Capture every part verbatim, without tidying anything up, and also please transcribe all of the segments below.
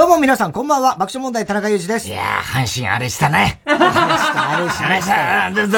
どうも皆さん、こんばんは。爆笑問題、田中裕二です。 いやー、阪神あれしたね。 あれした、あれしました。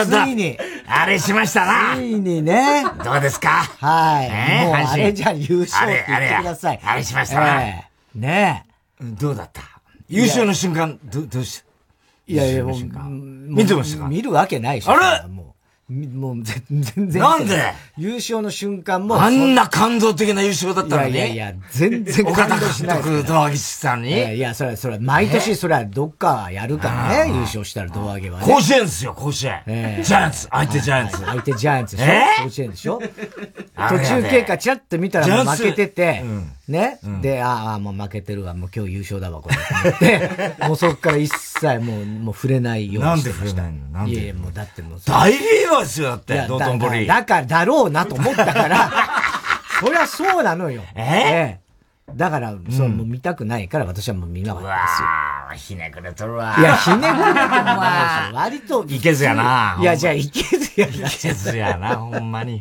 ついに。 あれしましたな。 ついにね。 どうですか？ はい。 えー、 もうあれじゃ優勝って言ってください。 あれ、あれ、あれしましたな。 えー、ねえ。どうだった？優勝の瞬間、ど、どうした？ いやいや、もう、 見てましたか？ 見るわけないし。 あれ？ もう、もう全然。 なんで？ 優勝の瞬間も。 あんな感動的な優勝だったのに。 いやいやいや、全然感動しない。 岡田監督、胴上げしてたのに。いやいや、それは、それは、毎年それはどっかやるからね、優勝したら胴上げはね。 甲子園ですよ、甲子園。ジャイアンツ、相手ジャイアンツ。 相手ジャイアンツでしょ？甲子園でしょ？途中経過チラッと見たらもう負けてて、ね。で、ああ、もう負けてるわ、もう今日優勝だわ、これ。で、もうそっから一切もう、もう触れないようにしてました。 なんで触れないの？なんで？ いやいや、もうだってもう。 大リーガーですよ、だって、道頓堀。 だから、だろうなと思ったから、そりゃそうなのよ。 ええだから、そう、もう見たくないから私はもう見なかったですよ。 うわぁ、ひねくれとるわ。 いや、ひねくれてもまあ、割と。 いけずやな。 いや、じゃあ、いけずやな。 いけずやな、ほんまに。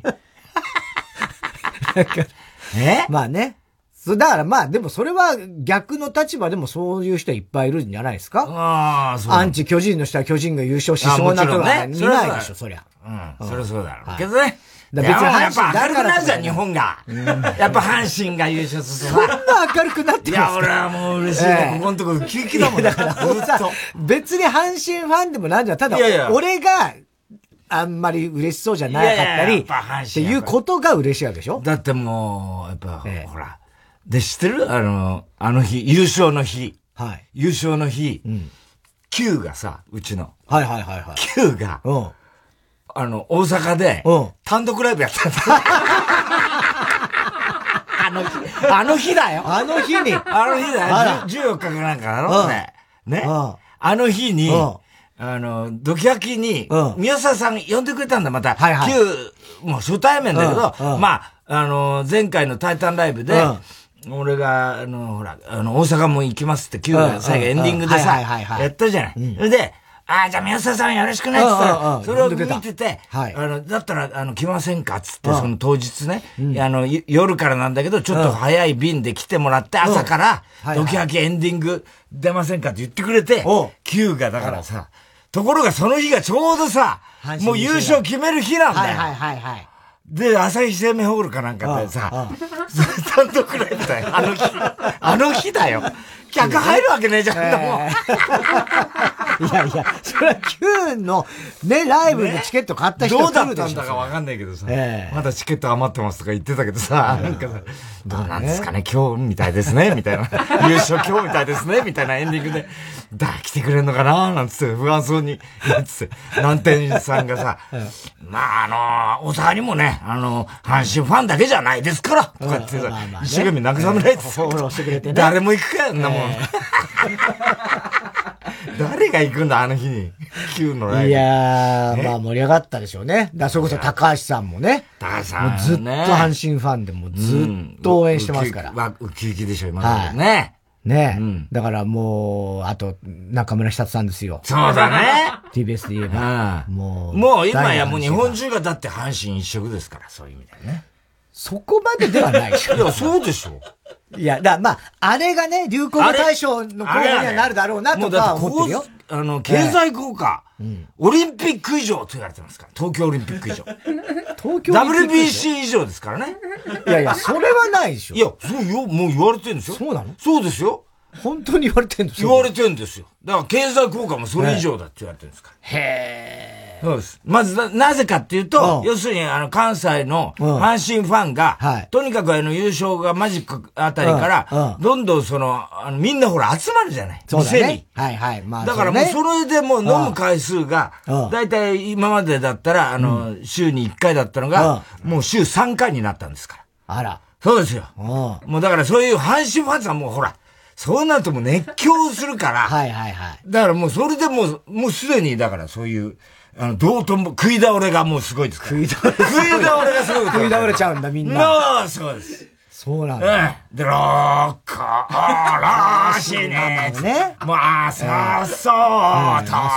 えまあね。だからまあ、でもそれは逆の立場でもそういう人いっぱいいるんじゃないですか？ ああ、そう。 アンチ巨人の人は巨人が優勝しそうなとは見ないでしょ、そりゃ。 うん、そりゃそうだろう。けどね。 別にやっぱ明るくなるじゃん、日本が。やっぱ阪神が優勝すると。 そんな明るくなってますか？いや、俺はもう嬉しいね。ここのところウキウキだもんだから、別に阪神ファンでもなんじゃん。ただ、俺が、あんまり嬉しそうじゃなかったり、っていうことが嬉しいわけでしょ？ だってもう、やっぱ、ほら。で、知ってる？あの、あの日、優勝の日。 はい。 優勝の日。うん。Q がさ、うちの。 はいはいはいはい。 Q が。 うん。 あの、大阪で。 うん。 単独ライブやったんだ。あの日、あの日だよ。 あの日に。 あの日だよ。じゅうよっかかなんかだろうね。ね。あの日に、あの、ドキハキに、宮沢さん呼んでくれたんだ、また。 はいはい。 Q、もう初対面だけど、まあ、あの、前回のタイタンライブで、俺が、あの、ほら、あの、大阪も行きますって、Q が最後エンディングでさ、やったじゃない。で、ああ、じゃあ宮沢さんよろしくねって言ったら、それを見てて、あの、だったら、あの、来ませんかっつって、その当日ね、あの、夜からなんだけど、ちょっと早い便で来てもらって、朝から、ドキハキエンディング出ませんかって言ってくれて、Q がだからさ、ところがその日がちょうどさ、もう優勝決める日なんだよ。 はいはいはい。 で、朝日生命ホールかなんかでさ、単独ライブだよ。あの日。あの日だよ。客入るわけねえじゃん、えー、もう。いやいや、それは Q のね、ライブのチケット買った人どうだったんだかわかんないけどさ、えー、まだチケット余ってますとか言ってたけどさ、なんかさ、どうなんですかね、今日みたいですね、みたいな。優勝今日みたいですね、みたいなエンディングで、だ、来てくれんのかななんつって不安そうに、なんつって、南天さんがさ、まあ、あの、大阪にもね、あの、阪神ファンだけじゃないですから、とかってさ、一生懸命慰めないってフォローしてくれてね。 誰も行くかよ、んなもん。誰が行くんだ、あの日に。Q のライブ。 いやー、まあ盛り上がったでしょうね。だそれこそ高橋さんもね。 高橋さん。 ずっと阪神ファンでもずっと応援してますから。 わ、ウキウキでしょ、今までね。 ねえ。だからもう、あと、中村久人さんですよ。 そうだね。 ティービーエス で言えば。もう。 もう今やもう日本中がだって阪神一色ですから、そういう意味でね。 そこまでではないでしょ。 いや、そうでしょ。 いや、だまあ、あれがね、流行語大賞の候補にはなるだろうなとか思ってるよ。 あの、経済効果、オリンピック以上と言われてますから。東京オリンピック以上。 東京ダブリュービーシー 以上ですからね。 いやいや、それはないでしょ。 いや、そうよ、もう言われてるんですよ。 そうなの？ そうですよ。 本当に言われてるんですよ。言われてるんですよ。だから経済効果もそれ以上だって言われてるんですから。 へー。 そうです。まずな、なぜかっていうと、要するに、あの、関西の阪神ファンが、とにかくあの、優勝がマジックあたりから、どんどんその、あの、みんなほら集まるじゃない。店に。 はいはい。まあ。 だからもうそれでもう飲む回数が、だいたい今までだったら、あの、週にいっかいだったのが、もう週さんかいになったんですから。 あら。 そうですよ。もうだからそういう阪神ファンさんもほら、そうなるともう熱狂するから。 はいはいはい。 だからもうそれでもう、もうすでにだからそういう、あの、道頓堀、食い倒れがもうすごいですから。 食い倒れ。 食い倒れがすごい。 食い倒れちゃうんだみんな。 まあ、そうです。 そうなんだ。 うん。で、ロッコーらしいね。ね。まあ、そうそう。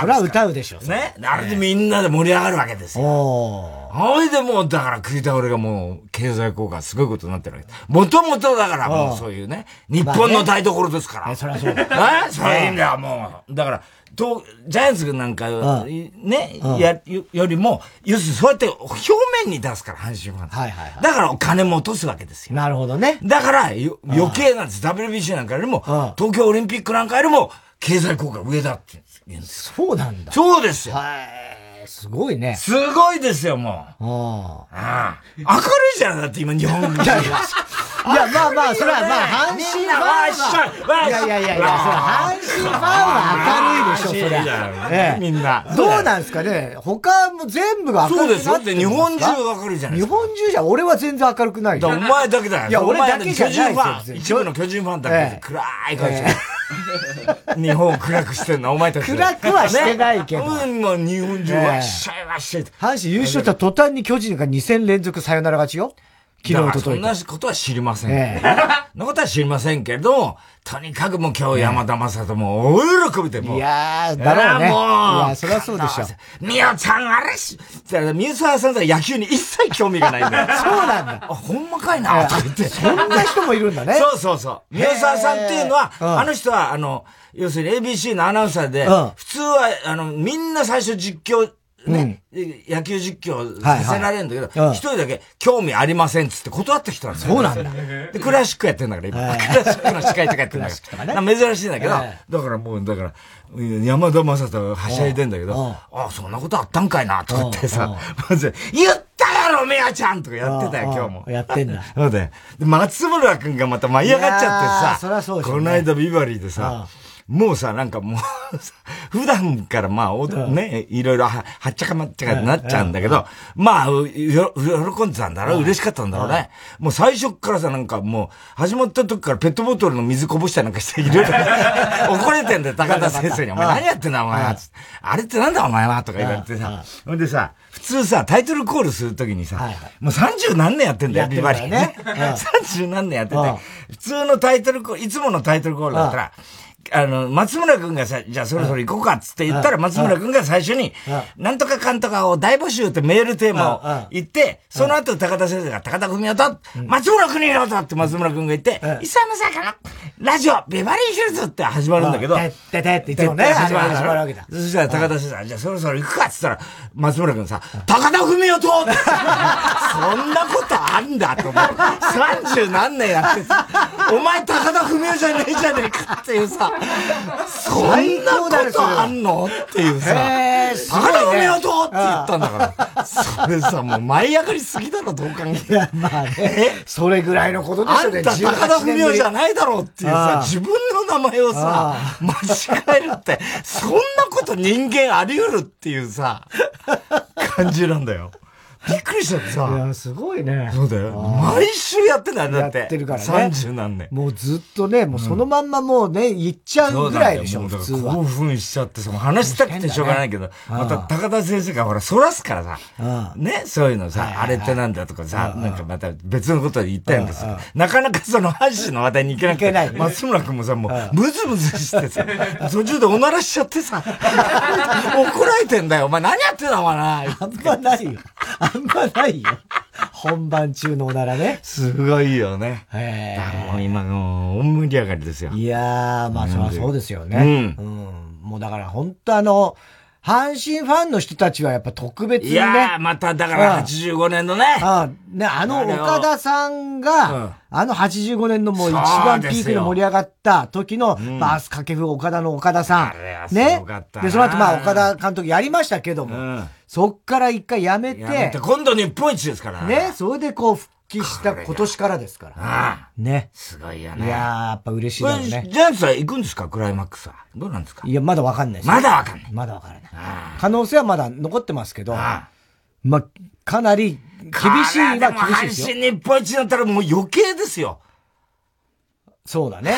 それは歌うでしょ。 ね。あれでみんなで盛り上がるわけですよ。おー。それでもう、だから食い倒れがもう、経済効果すごいことになってるわけです。もともとだからもうそういうね、日本の台所ですから。 え、そりゃそうだ。 えそれいいんだよ、もう。だから、と、ジャイアンツなんか、ね、や、よりも、要するにそうやって表面に出すから、阪神ファン。はいはいはい。だからお金も落とすわけですよ。 なるほどね。 だから、余計なんです。ダブリュービーシー なんかよりも、東京オリンピックなんかよりも、経済効果上だって言うんです。 そうなんだ。 そうですよ。 はい。すごいね。 すごいですよ、もう。ああ。明るいじゃん、だって今日本人。 いや、まあまあ、それはまあ、阪神ファンは。いやいやいやいや、それは阪神ファンは明るいでしょ、それは。 ええ。みんな。 どうなんですかね他も全部が明るくなってるんですか。 そうですよ。日本中明るいじゃないですか。日本中じゃ、俺は全然明るくないよ。お前だけだよ。 いや、俺だけじゃないですよ。 一部の巨人ファンだけ暗い顔して。日本を暗くしてんの、お前たち。 暗くはしてないけど。 うん、もう日本中わっしゃいわっしゃい。 阪神優勝した途端に巨人がに戦連続サヨナラ勝ちよ。昨日とといそんなことは知りません。ええ。そんなことは知りませんけど、とにかくもう今日山田正人も大喜びでもう。 いやー、だろうね。もう。いや、そりゃそうでしょ。 宮さんあれし、宮沢さんは野球に一切興味がないんだよ。 そうなんだ。 あ、ほんまかいな、とか言って。 そんな人もいるんだね。 そうそうそう。宮沢さんっていうのは、あの人は、あの、要するに エービーシー のアナウンサーで、普通は、あの、みんな最初実況、ね、うん、野球実況させられるんだけど、一、はいはい、人だけ興味ありませんっつって断った人なんだよ。 そうなんだ。 で、クラシックやってんだから、今。クラシックの司会とかやってんだから。ね、珍しいんだけど、だからもう、だから、山田正人はしゃいでんだけど、ああ、そんなことあったんかいな、と思ってさ、まず、言ったやろ、メアちゃんとかやってたよ、今日も。 やってんだ。 そうだよ。で、松村くんがまた舞い上がっちゃってさ、 そりゃそうですね。 この間ビバリーでさ、もうさ、なんかもう、普段からまあ、おね、いろいろは、はっちゃかまっちゃかになっちゃうんだけど、まあ、よ、喜んでたんだろう、嬉しかったんだろうね。もう最初からさ、なんかもう、始まった時からペットボトルの水こぼしたりなんかして、いろいろ怒れてんだよ、高田先生に。お前何やってんだ、お前は。あれってなんだ、お前はとか言われてさ。ほんでさ、普通さ、タイトルコールするときにさ、もう三十何年やってんだよ、ビバリーね。三十何年やってて、普通のタイトルコール、いつものタイトルコールだったら、あの、松村くんがさ、じゃあそろそろ行こうかっつって言ったら、松村くんが最初に、なんとかかんとかを大募集ってメールテーマを言って、その後高田先生が高田文夫と、松村くんによとって松村くんが言って、伊佐の魚、ラジオ、ビバリーヒルズって始まるんだけど、 てっててって言ってもね、始まるわけだ。 そしたら高田先生が、じゃあそろそろ行くかっつったら、松村くんさ、高田文夫とそんなことあんだと思う。三十何年やってさ、お前高田文夫じゃねえじゃねえかっていうさ、そんなことあんのっていうさ、高田文夫とって言ったんだから。それさ、もう舞い上がりすぎだろ、どう考えて。 いや、まあね。それぐらいのことですよね。 あんた高田文夫じゃないだろうっていうさ、自分の名前をさ、間違えるって、そんなこと人間あり得るっていうさ、感じなんだよ。びっくりしちゃってさ。 いや、すごいね。 そうだよ。毎週やってんだよ、だって。 やってるからね。 三十何年。 もうずっとね、もうそのまんまもうね、言っちゃうぐらいでしょ、普通は。 興奮しちゃってさ、話したくてしょうがないけど、また高田先生がほら、そらすからさ、ね、そういうのさ、あれってなんだとかさ、なんかまた別のことで言ったんですよ。なかなかその阪神の話題に行けなくて、松村くんもさ、もう、ムズムズしてさ、途中でおならしちゃってさ、怒られてんだよ。お前何やってんだお前な。 あんまないよ。あんまないよ。本番中のおならね。 すごいよね。 へえ。もう今の大盛り上がりですよ。 いやー、まあそりゃそうですよね。うん。うん。もうだから本当あの、阪神ファンの人たちはやっぱ特別にね。いやー、まただからはちじゅうごねんのね。 あね、あの岡田さんが、うん、あのはちじゅうごねんのもう一番ピークで盛り上がった時の、バース掛布岡田の岡田さん。 あれはすごかったな。 ね。で、その後まあ岡田監督やりましたけども、うん、そっから一回やめて。 やめて、今度日本一ですからね。ね、それでこう復帰した今年からですから。ああね。 すごいよね。 いやー、やっぱ嬉しいだろうね。 ジャイアンツは行くんですかクライマックスは。どうなんですかいや、まだわかんないです。 まだわかんない。 まだわからない。可能性はまだ残ってますけど、あまあ、かなり厳しいは厳しいですよ。 阪神日本一になったらもう余計ですよ。 そうだね。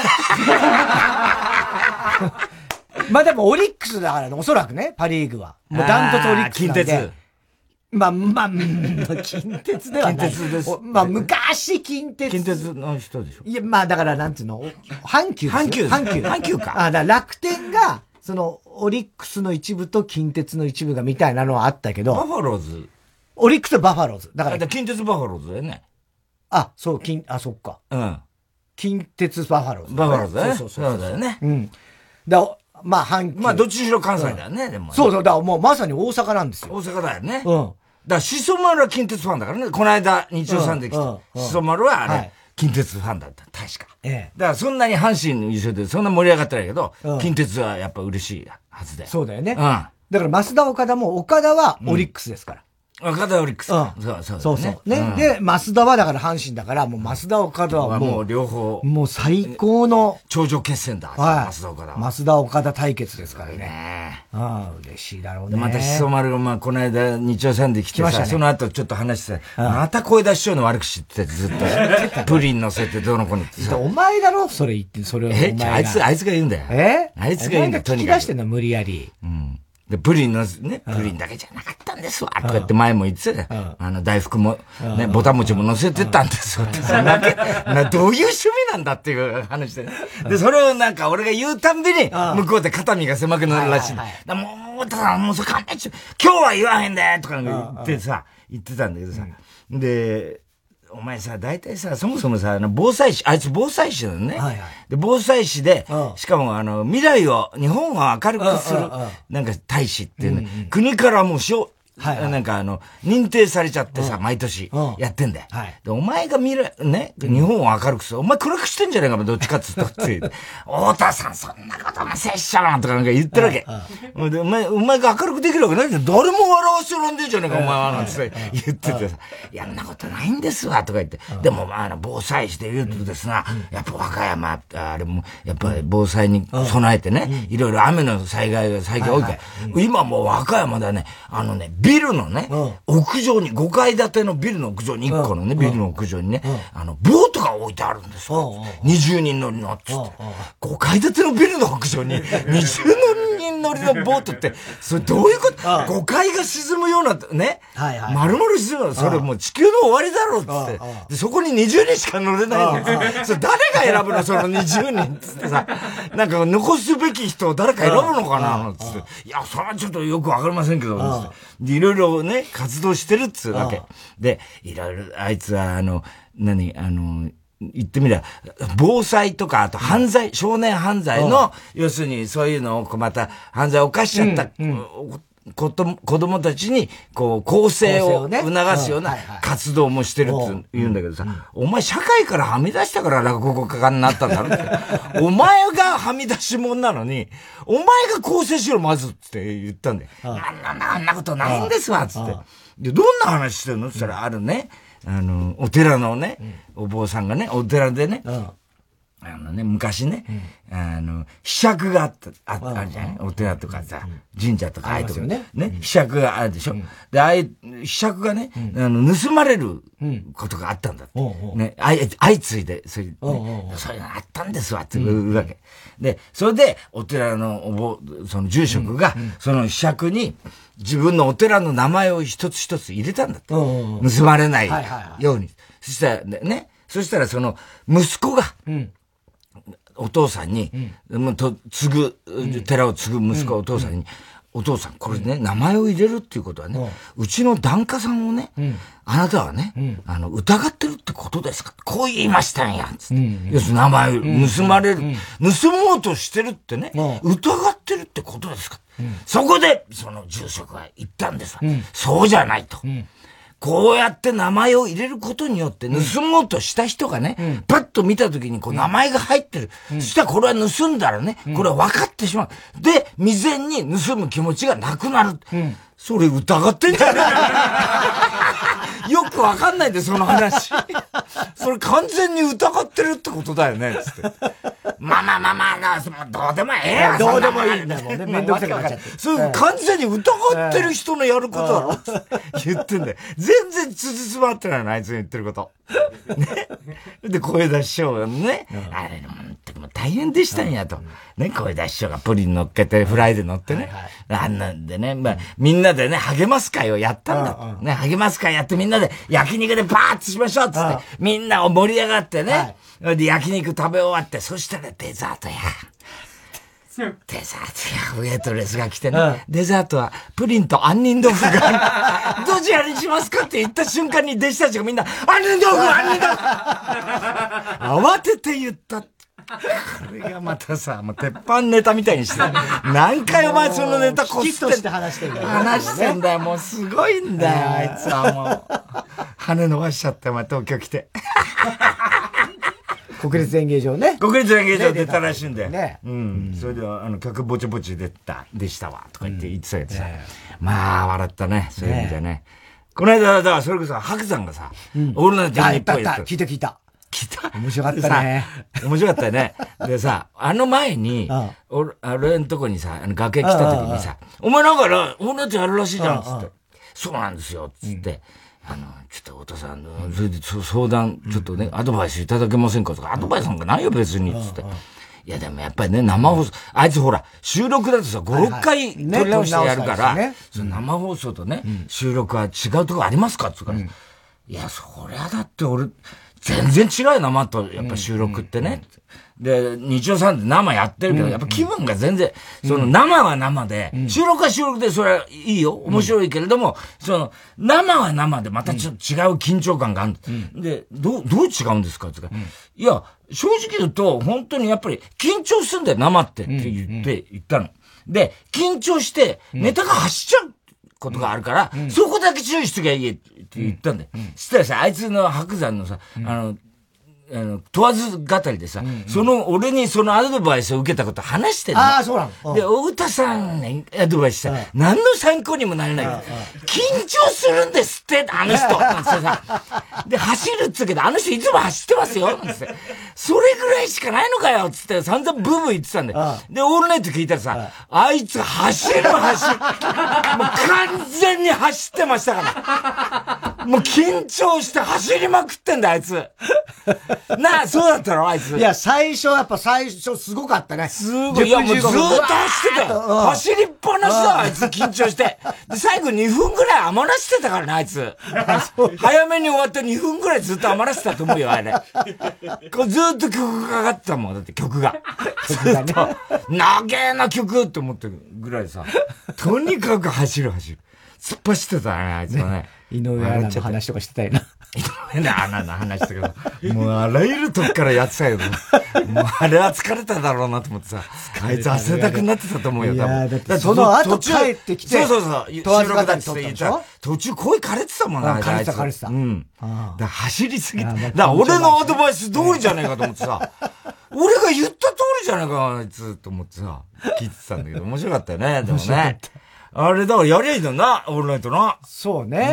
まあでもオリックスだからね、おそらくね、パリーグは。もうダントツオリックスなんで。 近鉄。 まあ、まあ、近鉄ではない。 近鉄です。 まあ、昔近鉄。 近鉄の人でしょ。 いや、まあ、だから、なんていうの、阪急ですよ。 阪急。 阪急。 阪急か。 あ、だから楽天が、その、オリックスの一部と近鉄の一部がみたいなのはあったけど。 バファローズ。 オリックスとバファローズ。だから。 近鉄バファローズだよね。 あ、そう、近、あ、そっか。 うん。 近鉄バファローズ、 ね。バファローズだね。 そうそうそう。 そうだよね。 うん。だまあ、阪急。 まあ、どっちにしろ関西だよね、うん、でも、ね。 そうそう、だからもうまさに大阪なんですよ。 大阪だよね。 うん。 だから、しそ丸は近鉄ファンだからね。この間、日曜さんで来た。しそ丸はあれ、はい、近鉄ファンだった。確か。ええ。だから、そんなに阪神の優勝でそんな盛り上がってないけど、うん、近鉄はやっぱ嬉しいはずだよ。 そうだよね。 うん。だから、増田岡田も、岡田はオリックスですから。 うん、岡田はオリックス。うん。 そうそう。そうそう。ね。うん、で、増田はだから阪神だから、もう増田岡田はもう、 もう両方。 もう最高の。 頂上決戦だ。はい。増田岡田は。増田岡田対決ですからね。ねああ、嬉しいだろうね。 またしそ丸が、まあ、この間、日曜さんで来てさ、その後ちょっと話して、また声出し師匠の悪口言ってて、ずっと。プリン乗せてどうのこうのってさ。 お前だろそれ言って、それを。 え、あいつ、あいつが言うんだよ。 えあいつが言うんだよ、 とにかく。聞き出してんの、無理やり。 うん。で、プリンのね、プリンだけじゃなかったんですわ、とか言って前も言ってたよ。あの、大福も、ね、ボタン餅も乗せてたんですわ、ってさ、な、どういう趣味なんだっていう話で。で、それをなんか俺が言うたんびに、向こうで肩身が狭くなるらしい。だもう、ただ、もうそ勘弁し、今日は言わへんでとか言ってさ、言ってたんだけどさ。で、お前さ、大体さ、そもそもさ、あの、防災士、あいつ防災士なのね。はいはい、で、防災士で、しかもあの、未来を、日本を明るくする、なんか大使っていうね、うんうん、国からもうしょ、はいはい、なんかあの、認定されちゃってさ、毎年、やってんだよ。はい、で、お前が未来、ね、日本を明るくする。お前暗くしてんじゃねえか、どっちかっつったって。太田さん、そんなこともせっしゃなとかなんか言ってるわけ。で、お前、お前が明るくできるわけないじゃん。誰も笑わせらんでんじゃねえか、お前は、なんて言っててさ。いや、んなことないんですわ、とか言って。でも、まあ、防災士で言うとですな、やっぱ和歌山、あれも、やっぱり防災に備えてね、いろいろ雨の災害が最近多いから、今もう和歌山だね、あのね、ビルのね、屋上に、ごかい建てのビルの屋上に、いっこのね、ビルの屋上にね、あの、ボートが置いてあるんですよ。にじゅうにん乗りの、つって。ごかい建てのビルの屋上に、にじゅうにん乗りのボートって、それどういうこと ?ご 階が沈むような、ね。丸々沈むの。それもう地球の終わりだろう、つって。で、そこににじゅうにんしか乗れないんだよ。それ誰が選ぶのそのにじゅうにん、つってさ。なんか残すべき人を誰か選ぶのかな、つって。いや、それはちょっとよくわかりませんけど、つって。いろいろね、活動してるっつうわけ。で、いろいろ、あいつは、あの、何、あの、言ってみれば、防災とか、あと犯罪、うん、少年犯罪の、要するにそういうのを、また、犯罪を犯しちゃった、うんうん、子供たちに、こう、更生を促すような活動もしてるって言うんだけどさ、お前社会からはみ出したから落語家になったんだろって。お前がはみ出し者なのに、お前が更生しろ、まずって言ったんだよ。あんな、あんなことないんですわ、つって。で、どんな話してるのって言ったら、あるね、あの、お寺のね、お坊さんがね、お寺でね、あのね、昔ね、うん、あの、ひしゃくがあった、あった、あるじゃない、お寺とかさ、神社とかああいうとこね、ね、ひしゃくがあるでしょ、うん、で、ああいう、ひしゃくがね、うん、あの、盗まれることがあったんだって。うん、ね、相次いで、そういう、ね、そういうのあったんですわ、っていうわけ。で、それで、お寺のお坊、その住職が、そのひしゃくに、自分のお寺の名前を一つ一つ入れたんだって。盗まれないように。そしたらね、そしたらその、息子が、うんお父さんに、うん、と継ぐ、寺を継ぐ息子はお父さんに、うん、お父さん、これね、名前を入れるっていうことはね、うん、うちの檀家さんをね、うん、あなたはね、うん、あの、疑ってるってことですかこう言いましたんや、つって。うん、要するに名前を盗まれる、うん、盗もうとしてるってね、うん、疑ってるってことですか、うん、そこで、その住職が言ったんですわ。うん、そうじゃないと。うんこうやって名前を入れることによって盗もうとした人がね、うん、パッと見たときにこう名前が入ってる。うん、そしたらこれは盗んだらね、うん、これは分かってしまう。で、未然に盗む気持ちがなくなる。うん、それ疑ってんじゃねえよくわかんないで、その話。それ完全に疑ってるってことだよね、つって。まあまあまあまあ、どうでもええやん。 どうでもいいんだもんね。めんどくさくなっちゃって。 それ完全に疑ってる人のやることだろって言ってんだよ。全然つじつまってないの、あいつの言ってること。ね。で、声出ししようよね。あれ、 も大変でしたんやと。ね、小枝師匠がプリン乗っけて、フライで乗ってね。あんなんでね、まあ、みんなでね、励ます会をやったんだ。ね、励ます会やってみんなで焼肉でバーッとしましょうっつって、みんな盛り上がってね。で、焼肉食べ終わって、そしたらデザートや。デザートや、ウェイトレスが来てね、うん、デザートはプリンと杏仁豆腐が、どちらにしますかって言った瞬間に弟子たちがみんな、杏仁豆腐杏仁豆腐慌てて言った。これがまたさ、もう鉄板ネタみたいにして、何回お前そのネタこすって。 して話してんだよ。 話してんだよ。もうすごいんだよ、あいつはもう。羽伸ばしちゃって、お前東京来て。 国立演芸場ね。 国立演芸場出たらしいんだよ。ね。うん。それでは、あの、客ぼちぼち出た、でしたわ、とか言って言ってたやつさ。まあ、笑ったね。そういう意味でね。この間、だから、それこそ、白山がさ、オールナイトニッポンやった。 聞いた聞いた。 聞いた。 面白かったね。 面白かったよね。でさ、あの前に、俺、俺んとこにさ、あの、崖来た時にさ、お前なんか、オールナイトやるらしいじゃん、つって。そうなんですよ、つって。あの、ちょっと太田さん、それで相談、ちょっとね、アドバイスいただけませんかとか、アドバイスなんかないよ別に、つって。いやでもやっぱりね、生放送、あいつほら、収録だとさ、ご、ろっかい撮り直してやるから、その生放送とね、収録は違うとこありますかつうから、いや、そりゃだって俺、全然違うよ、生と、やっぱ収録ってね。で、日曜さんで生やってるけど、やっぱ気分が全然、その生は生で、収録は収録でそれはいいよ、面白いけれども、その、生は生でまたちょっと違う緊張感がある。で、どう、どう違うんですかって言うから、いや、正直言うと、本当にやっぱり緊張するんだよ、生ってって言って、言ったの。で、緊張して、ネタが走っちゃうことがあるから、そこだけ注意しときゃいいって言ったんだよ。そしたらさ、あいつの白山のさ、あの、あの、問わず語りでさ、うんうん、その、俺にそのアドバイスを受けたこと話してるの。 ああ、そうなの。で、太田さんね、アドバイスした。何の参考にもならないけど、緊張するんですって、あの人。なんてさ、で、走るっつうけど、あの人いつも走ってますよ。なんてそれぐらいしかないのかよ。つって散々ブーブー言ってたんだよ。で、オールナイト聞いたらさ、あいつ走る走る。もう完全に走ってましたから。もう緊張して走りまくってんだ、あいつ。なあ、そうだったのあいつ。 いや、最初、やっぱ最初すごかったね。 すごい。いや、もうずーっと走ってたよ。走りっぱなしだ、あいつ、緊張して。で、最後にふんぐらい余らしてたからね、あいつ。早めに終わってにふんぐらいずっと余らせたと思うよ、あれ。これずーっと曲がかかってたもん、だって曲が。曲がね。長えな曲って思ってるぐらいさ。とにかく走る走る。突っ走ってたね、あいつはね。 井上アナの話とかしてたよな。 井上アナの話だけど、もうあらゆるとこからやってたよ。もうあれは疲れただろうなと思ってさ、あいつ汗だくになってたと思うよ、多分。 だってその後帰ってきて、 そうそうそう、収録だって言ったら、途中声枯れてたもんな、 枯れてた枯れてた。 うん。だから走りすぎて、だから俺のアドバイス通りじゃねえかと思ってさ、俺が言った通りじゃねえか、あいつ、と思ってさ、聞いてたんだけど、面白かったよね、でもね。あれだからやりゃいいんだな、オールナイトな。 そうね。 うん。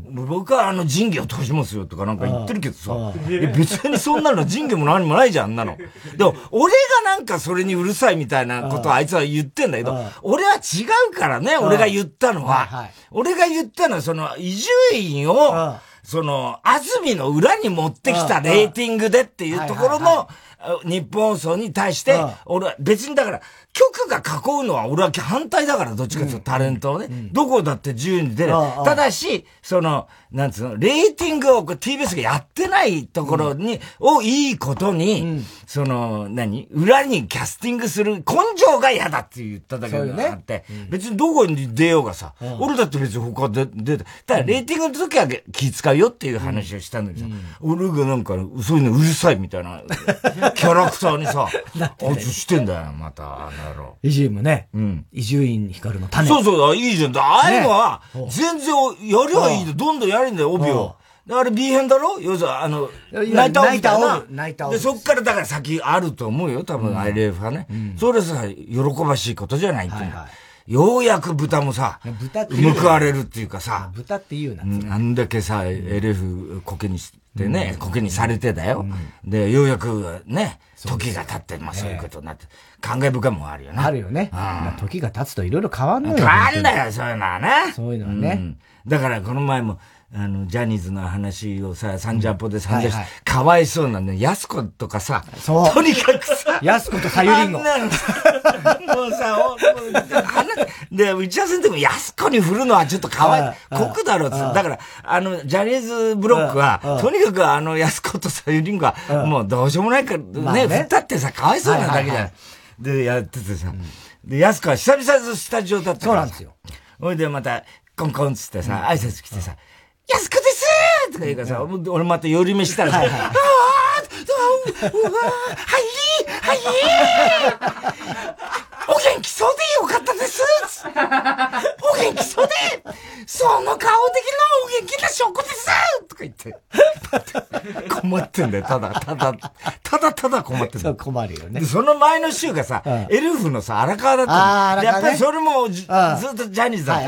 うん、僕はあの、仁義を閉じますよとかなんか言ってるけどさ。別にそんなの仁義も何もないじゃん、あんなの。でも、俺がなんかそれにうるさいみたいなことをあいつは言ってんだけど、俺は違うからね、俺が言ったのは。はい、俺が言ったのは、その、伊集院を、その、安住の裏に持ってきたレーティングでっていうところの、日本放送に対して、俺は別にだから、局が囲うのは俺は反対だから、どっちかというとタレントをね。うん、どこだって自由に出る。ただし、その、なんつうの、レーティングを ティービーエス がやってないところに、うん、をいいことに、うん、その、何裏にキャスティングする根性が嫌だって言っただけであって、ねうん、別にどこに出ようがさ、うん、俺だって別に他で出て、ただレーティングの時は気使うよっていう話をしたんだけどさ、うん、俺がなんか、そういうのうるさいみたいな、キャラクターにさ、あいつしてんだよ、また。 伊集院もね。うん。伊集院光の種。 そうそう、いいじゃん。ああいうのは、全然やりゃいいんだよ。どんどんやるんだよ、帯を。あれ B 編だろ要するに、あの、ナイター帯みたいな。ナイター帯。で、そっからだから先あると思うよ、多分、アイエルエフ はね。それさ、喜ばしいことじゃないっていうの。ようやく豚もさ、報われるっていうかさ。 豚って言うな。 あんだけさ、エルエフ コケにしてね、コケにされてだよ。で、ようやくね、時が経って、まあそういうことになって、考え深もあるよね。 あるよね。時が経つといろいろ変わんのよ。 変わんだよ、そういうのはね。 そういうのはね。 だからこの前も、あの、ジャニーズの話をさ、サンジャポでサンジャポ、かわいそうなんだよ。ヤスコとかさ、 そう。 とにかくさ、 ヤスコとさゆりんご。 もうさ、で、打ち合わせの時もヤスコに振るのはちょっとかわい、酷だろうって。だから、あの、ジャニーズブロックは、とにかくあの、ヤスコとさゆりんごは、もうどうしようもないからね、振ったってさ、かわいそうなだけじゃん。で、やっててさ、で、ヤスコは久々のスタジオだったから。 そうなんですよ。 ほいでまた、コンコンつってさ、挨拶来てさ、やすこですーとか言うからさ、俺また寄り目したらさ、あーあーうわはいはいお元気そうでよかったですお元気そうでその顔的なお元気な証拠ですとか言って。困ってんだよ、ただ、ただ、ただただ困ってんだよ。 そう困るよね。 その前の週がさ、エルフのさ、荒川だったの。やっぱりそれもずっとジャニーズだった。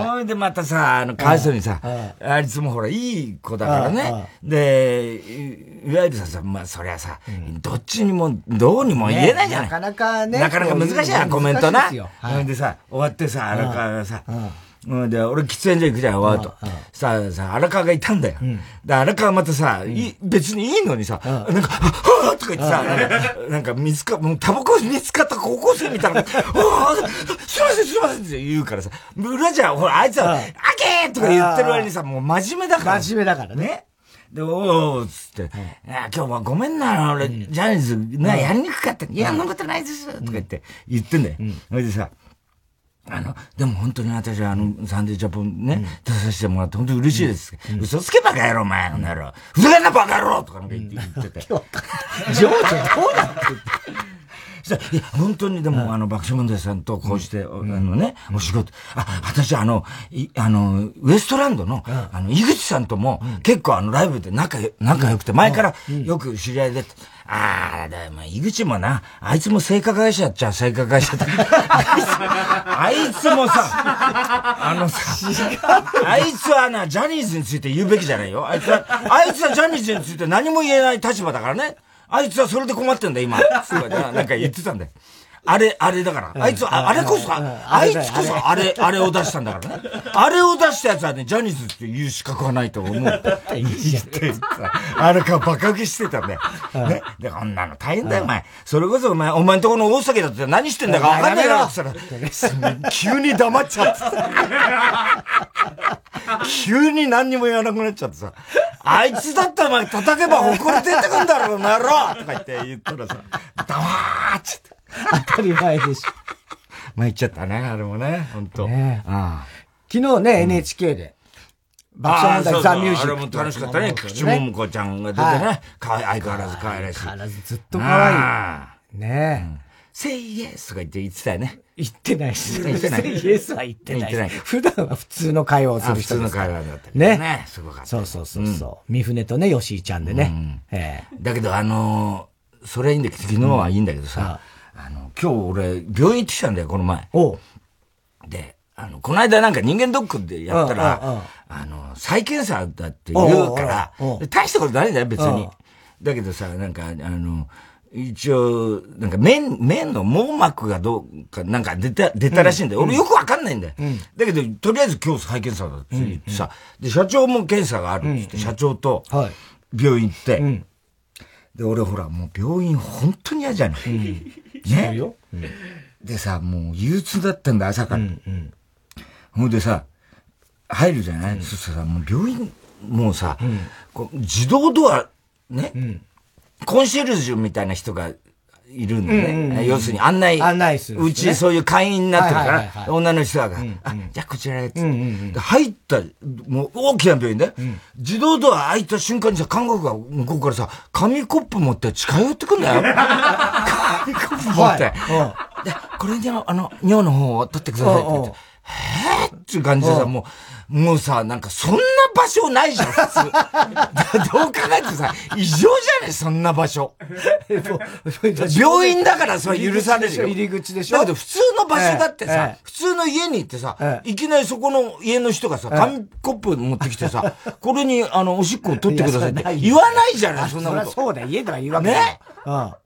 ほいでまたさ、あの、かわいそうにさ、あいつもほら、いい子だからね。で、いわゆるさ、まあ、そりゃさ、どっちにも、どうにも言えないじゃない。 なかなかね。 なかなか難しいな、コメントな。ほいでさ、終わってさ、荒川がさ、で、俺、喫煙所行くじゃん、終わると。さあ、さ、荒川がいたんだよ。で、荒川またさ、別にいいのにさ、なんか、はぁとか言ってさ、なんか、見つか、もう、タバコ見つかった高校生みたいな、すいません、すいませんって言うからさ、裏じゃ、ほら、あいつは、あけーとか言ってる割にさ、もう真面目だから。 真面目だからね。 で、おー、つって、今日はごめんな、俺、ジャニーズ、な、やりにくかった。いや、そんなことないです、とか言って、言ってんだよ。それでさ、あの、でも本当に私はあの、サンデージャポンね、出させてもらって本当に嬉しいです。嘘つけバカ野郎、お前、この野郎。ふざけんなバカ野郎とかなんか言ってて。 情緒どうなっていや、本当にでも、あの、爆笑問題さんとこうして、あのね、お仕事、あ、私あの、あの、ウエストランドの、あの、井口さんとも、結構あの、ライブで仲、仲良くて、前からよく知り合いで、ああ、だ、まあ、井口もな、あいつも製菓会社っちゃ製菓会社だ。あいつもさ、あのさ、あいつはな、ジャニーズについて言うべきじゃないよ。あいつは、あいつはジャニーズについて何も言えない立場だからね。あいつはそれで困ってんだよ、今。すごいな、なんか言ってたんだよ。あれ、あれだから。あいつは、あれこそ、あいつこそ、あれ、あれを出したんだからね。あれを出したやつはね、ジャニーズって言う資格はないと思う。言ってあれかバカ受けしてたんだよ。ね。で、こんなの大変だよ、お前。それこそ、お前、お前んとこの大崎だって何してんだかわかんないだろって言ったら、急に黙っちゃって。急に何にも言わなくなっちゃってさ。あいつだったらお前叩けば誇り出てくんだろ、なろとか言って言ったらさ、黙ーっちゃって。 当たり前でしょ。 まあ言っちゃったね、あれもね、ほんと。 ねああ昨日ね、うん、エヌエイチケー で。爆笑問題ザ・ミュージック。 あれも楽しかったね。菊池桃子ちゃんが出てね。はい、かわい、相変わらず可愛らしい。 相変わらずずっと可愛い。ねえ。 セイイエスとか言って言ってたよね。 言ってないし。 言ってない。 セイイエスは言ってない。言ってない。普段は普通の会話をする人です。 普通の会話だったね。 ね。すごかった。 そうそうそうそう。三船とね、吉井ちゃんでね。 だけどあの、それいいんだけど、昨日はいいんだけどさ、あの、今日俺、病院行ってきたんだよ、この前。 おで、あの、この間なんか人間ドックでやったら、あの、再検査だって言うから、大したことないんだよ、別に。だけどさ、なんか、あの、一応、なんか面、面の網膜がどうか、なんか出た、出たらしいんだよ。俺よくわかんないんだよ。だけど、とりあえず今日再検査だって言ってさ、で、社長も検査があるって言って、社長と病院行って、で、俺ほら、もう病院本当に嫌じゃない。ね、うん、でさ、もう憂鬱だったんだ、朝から。うんうん、ほんでさ、入るじゃない、うん、そしたらもう病院、もうさ、うん、こう自動ドア、ね、うん、コンシェルジュみたいな人がいるんだね。うんうんうん、要するに案内、 案内する、ね。 うちそういう会員になってるから、はいはいはいはい、女の人が、うんうん、あ、じゃあこちらへ、つって、うんうんうん、入った、もう大きな病院で、うん、自動ドア開いた瞬間にさ、看護婦が向こうからさ、紙コップ持って近寄ってくんだよ。紙コップ持って。はい、で、これであの、尿の方を取ってくださいって言って。へぇーっていう感じでさ、もう、もうさ、なんかそんな場所ないじゃん、普通。どう考えてさ、異常じゃねそんな場所。病院だからそれ許されるよ。 入り口でしょ。 だけど普通の場所だってさ、ええ、普通の家に行ってさ、ええ、いきなりそこの家の人がさ、紙コップ持ってきてさ、これにあの、おしっこを取ってくださいって言わないじゃない、そんなこと。 そりゃそうだよ、家では言うわけね。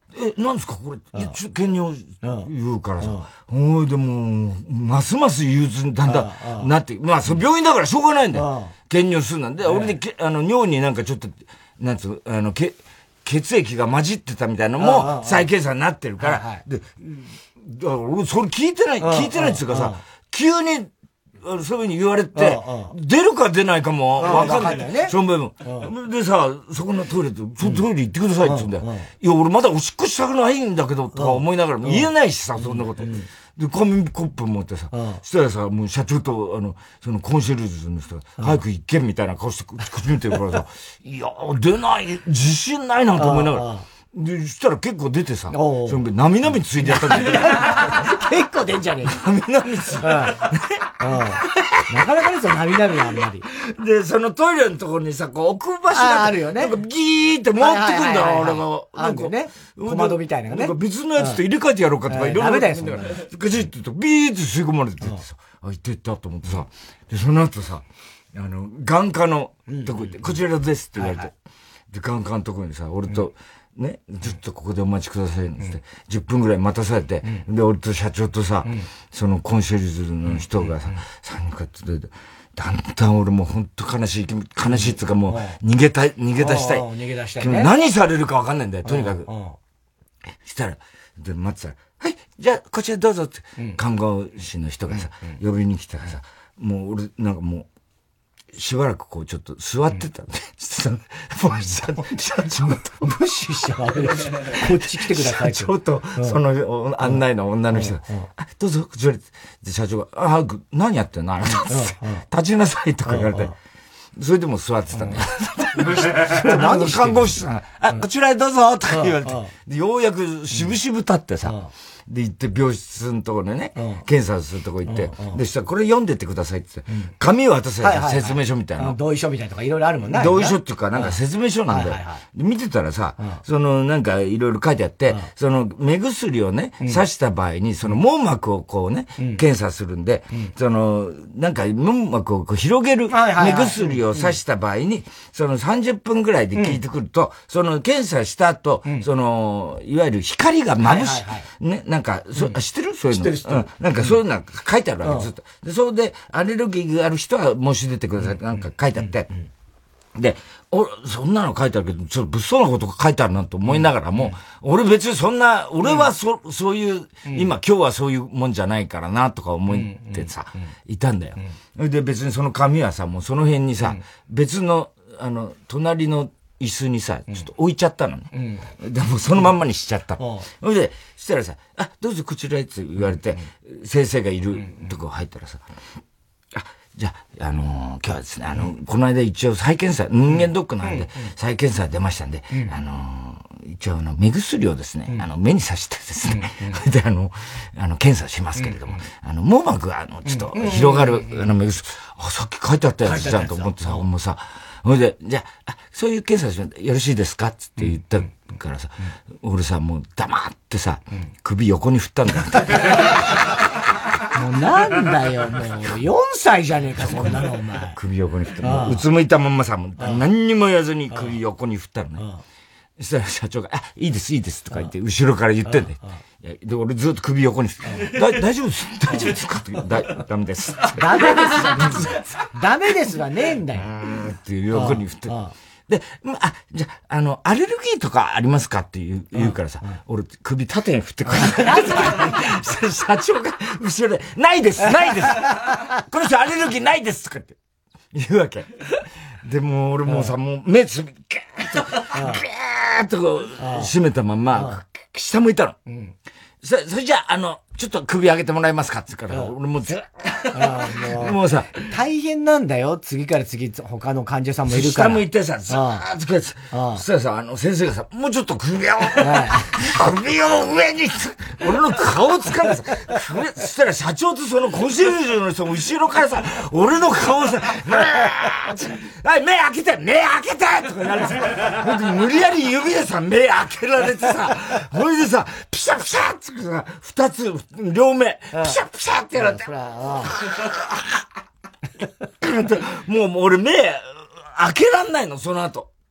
え、なんですかこれ、ちょ、兼任言うからさ、おい、でも、ますます憂鬱にだんだんなって、まあ、その病院だからしょうがないんだよ。兼任するなんで、俺で、あの、尿になんかちょっと、なんつう、あの、け、血液が混じってたみたいなのも再検査になってるから、で、だから俺それ聞いてない、聞いてないっていうかさ、急に、そういう風に言われて、出るか出ないかもわかんないね。その部分。でさ、そこのトイレって、そのトイレ行ってくださいって言うんだよ。いや、俺まだおしっこしたくないんだけど、とか思いながらも言えないしさ、そんなこと。で、紙コップ持ってさ、そしたらさ、もう社長と、あの、そのコンシェルジュの人が、早く行けみたいな顔して口見てるからさ、いや、出ない、自信ないなと思いながら。で、そしたら結構出てさ、そのなみなみついてやったんだよ。 結構出んじゃねえか。 なみなみついて。 なかなかですよ、なみなみあんまり。 で、そのトイレのところにさ、こう置く場所があるよね。 なんかギーって回ってくんだよ、俺が。 なんかね。小窓みたいなね。 なんか別のやつと入れ替えてやろうかとかいろいろ。 ダメだよ、そんなの。 ガチッて言うとビーって吸い込まれててさ、あ、いっていったと思ってさ、で、その後さ、あの、眼科のとこ行って、こちらですって言われて。で、眼科のとこにさ、俺と、ね、ずっとここでお待ちくださいって、じゅっぷんぐらい待たされて、で、俺と社長とさ、そのコンシェルジュの人がさ、さんにんこうやって、だんだん俺もうほんと悲しい、悲しいっていうかもう、逃げたい、逃げ出したい。 逃げ出したい。 何されるかわかんないんだよ、とにかく。したら、で、待ってたら、はい、じゃあ、こちらどうぞって、看護師の人がさ、呼びに来たらさ、もう俺、なんかもう、しばらくこうちょっと座ってたんで、もうさ、社長と、 ブッシュしちゃう。こっち来てください。 社長と、その案内の女の人が、あ、どうぞ、こちらで、社長が、あ、何やってんのあなた。立ちなさいとか言われて、それでも座ってたんだよ。何看護師さん、あ、こちらへどうぞとか言われて、ようやくしぶしぶ立ってさ、で、行って病室のところでね、検査するとこ行って、で、したらこれ読んでってくださいって言って、紙を渡せた説明書みたいな。 同意書みたいなとかいろいろあるもんね。 同意書っていうか、なんか説明書なんだよ。見てたらさ、その、なんかいろいろ書いてあって、その、目薬をね、刺した場合に、その網膜をこうね、検査するんで、その、なんか網膜をこう広げる目薬を刺した場合に、そのさんじゅっぷんぐらいで効いてくると、その検査した後、その、いわゆる光が眩しい。ね、なんか、そ、知ってるそういうの。知ってる知ってる。なんかそういうの書いてあるわけ、ずっと。で、それで、アレルギーがある人は申し出てくださいってなんか書いてあって。で、俺、そんなの書いてあるけど、ちょっと物騒なことが書いてあるなと思いながらも、俺別にそんな、俺はそ、そういう、今今日はそういうもんじゃないからな、とか思ってさ、いたんだよ。で、別にその紙はさ、もうその辺にさ、別の、あの、隣の、椅子にさ、ちょっと置いちゃったのね。うん、でもそのまんまにしちゃったの。それで、そしたらさ、あ、どうぞこちらへって言われて、うん、先生がいるとこ入ったらさ、あ、じゃあ、あのー、今日はですね、あの、この間一応再検査、人間ドックなんで、再検査出ましたんで、うん、あのー、一応あの、目薬をですね、うん、あの、目に刺してですね、うん、で、あの、あの、検査しますけれども、うん、あの、網膜が、あの、ちょっと広がる、あの、目薬、あ、さっき書いてあったやつじゃんと思ってさ、もうさ、それで、じゃあ、あ、そういう検査してよろしいですかつって言ったからさ、うん、俺さ、もう黙ってさ、うん、首横に振ったんだよ。 もうなんだよ、もう。よんさいじゃねえか、そんなの、お前。 首横に振った。もううつむいたまんまさ、もう何にも言わずに首横に振ったのね。そしたら社長が、あ、いいです、いいです、とか言って、後ろから言ってんだよ。で、俺ずっと首横に振って、だ、大丈夫です、大丈夫ですかってだ、ダメです。 ダメですがねダメですがねえんだよ。 っていう横に振って。で、あ、じゃあ、あの、アレルギーとかありますかって言う言うからさ、俺首縦に振ってくる。社長が後ろで、ないです、ないですこの人アレルギーないですとかって言うわけ。で、もう俺もうさ、もう目つぶ、ギャーッと、ギャーッとこう、閉めたまんま、下向いたの。それ、それじゃあ、あの、ちょっと首上げてもらえますかって言うから、俺もうずっもうさ、 大変なんだよ。次から次、他の患者さんもいるから。 下向いてさ、ずーっとこうやって、そしたらさ、あの、先生がさ、もうちょっと首を、首を上に、俺の顔を掴んでさ、そしたら社長とそのコンシェルジュの人も後ろからさ、俺の顔をさ、はい、目開けて目開けてとか言われてさ、ほんと無理やり指でさ、目開けられてさ、ほいでさ、ピシャピシャってさ、二つ、両目、ピシャピシャってやられて。もう、もう俺目、開けらんないの、その後。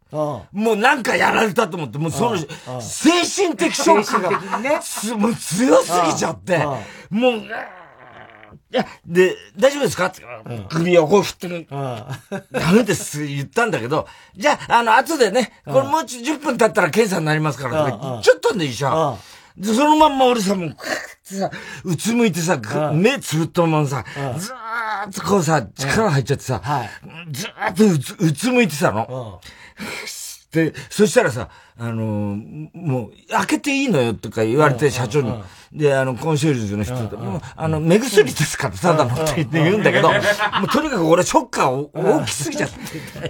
もうなんかやられたと思って、もうその、精神的ショックが、ね、もう強すぎちゃって、もう、いや、で、大丈夫ですかって、首をこう振ってる。ダメです言ったんだけど、じゃあ、あの、後でね、これもうじゅっぷん経ったら検査になりますからとか言っちゃったんでいいじゃん。で、そのまんま俺さ、もう、くってさ、うつむいてさ、目つぶったままさ、ずーっとこうさ、力入っちゃってさ、ずーっとうつ、うつむいてたの。で、そしたらさ、あのー、もう、開けていいのよとか言われて、社長に。で、あの、コンシェルジュの人と、もう、あの、目薬ですから、ただのって言うんだけど、もうとにかく俺、ショッカー大きすぎちゃって、